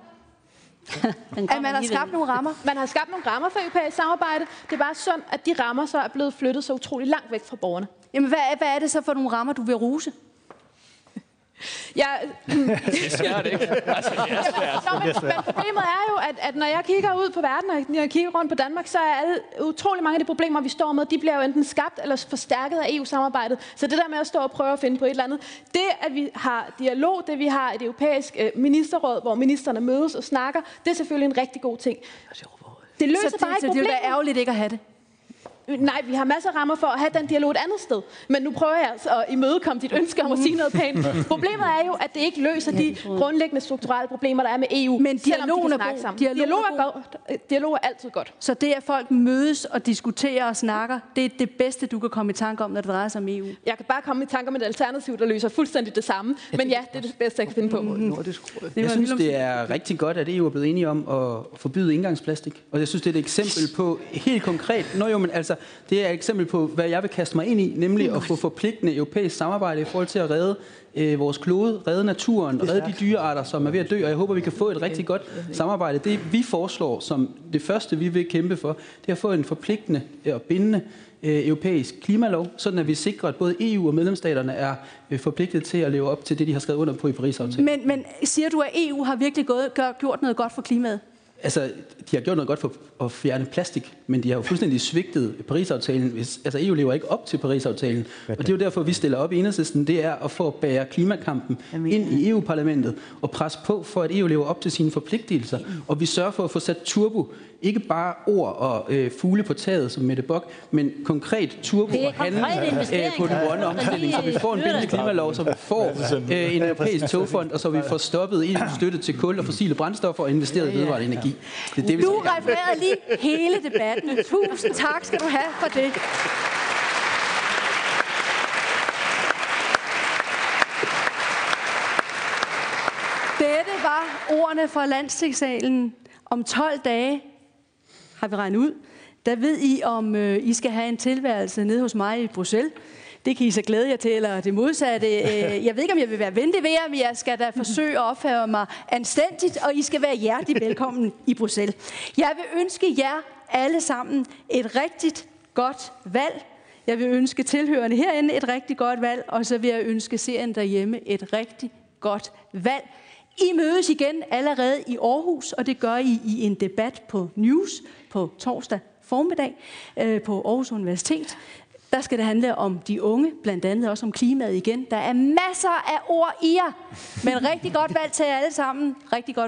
S2: At man har skabt nogle rammer?
S4: Man har skabt nogle rammer for europæisk samarbejde. Det er bare synd, at de rammer så er blevet flyttet så utrolig langt væk fra borgerne.
S2: Jamen, hvad, hvad er det så for nogle rammer, du vil rose?
S4: Ja,
S5: det skal det ikke. Altså, det er svært.
S4: Nå, men, men problemet er jo, at, at når jeg kigger ud på verden, og når jeg kigger rundt på Danmark, så er alle, utrolig mange af de problemer, vi står med, de bliver jo enten skabt eller forstærket af E U-samarbejdet. Så det der med at stå og prøve at finde på et eller andet, det at vi har dialog, det vi har et europæisk øh, ministerråd, hvor ministerne mødes og snakker, det er selvfølgelig en rigtig god ting. Det løser
S2: så det,
S4: bare ikke
S2: så
S4: problemet.
S2: det er jo ærgerligt ikke at have det.
S4: Nej, vi har masser af rammer for at have den dialog et andet sted. Men nu prøver jeg altså at imødekomme dit ønske om at sige noget pænt. Problemet er jo, at det ikke løser de grundlæggende strukturelle problemer, der er med E U.
S2: Men dialogen er god.
S4: Dialog, dialog, er godt. Dialog er altid godt.
S2: Så det, at folk mødes og diskuterer og snakker, det er det bedste, du kan komme i tanke om, når det drejer sig om E U?
S4: Jeg kan bare komme i tanke om et alternativ, der løser fuldstændig det samme. Men ja, det er det bedste, jeg kan finde på.
S3: Mm-hmm. Jeg synes, det er rigtig godt, at E U er blevet enige om at forbyde engangsplastik. Og jeg synes, det er et eksempel på helt konkret. Nå jo, men altså Altså, det er et eksempel på, hvad jeg vil kaste mig ind i, nemlig at få forpligtende europæisk samarbejde i forhold til at redde øh, vores klode, redde naturen, redde de dyrearter, som er ved at dø, og jeg håber, vi kan få et rigtig godt samarbejde. Det vi foreslår som det første, vi vil kæmpe for, det er at få en forpligtende og bindende øh, europæisk klimalov, sådan at vi sikrer, at både E U og medlemsstaterne er øh, forpligtet til at leve op til det, de har skrevet under på i Paris-aftalen.
S2: Men, men siger du, at E U har virkelig gået, gør, gjort noget godt for klimaet?
S3: Altså, de har gjort noget godt for at fjerne plastik, men de har jo fuldstændig svigtet Paris-aftalen. Hvis, altså, E U lever ikke op til Paris-aftalen. Og det er jo derfor, vi stiller op i Enhedslisten. Det er at få at bære klimakampen ind i E U-parlamentet og presse på for, at E U lever op til sine forpligtelser. Og vi sørger for at få sat turbo. Ikke bare ord og øh, fugle på taget, som Mette Bock, men konkret turbo og handling øh, på den grønne omstilling, så vi får en bindende klimalov, så vi får øh, en europæisk togfond, og så vi får stoppet E U's støtte til kul og fossile brændstoffer og investeret i vedvarende energi. Det er det, vi
S2: du refererede lige hele debatten. Tusind tak skal du have for det. Dette var ordene fra Landstingssalen. Om tolv dage, har vi regnet ud, der ved I, om øh, I skal have en tilværelse nede hos mig i Bruxelles. Det kan I så glæde jer til, eller det modsatte. Jeg ved ikke, om jeg vil være venlig ved jer, men jeg skal da forsøge at opføre mig anstændigt, og I skal være hjertelig velkommen i Bruxelles. Jeg vil ønske jer alle sammen et rigtigt godt valg. Jeg vil ønske tilhørende herinde et rigtig godt valg, og så vil jeg ønske serien derhjemme et rigtig godt valg. I mødes igen allerede i Aarhus, og det gør I i en debat på News på torsdag formiddag øh, på Aarhus Universitet. Der skal det handle om de unge, blandt andet også om klimaet igen. Der er masser af ord i jer, men rigtig godt valg til jer alle sammen. Rigtig godt.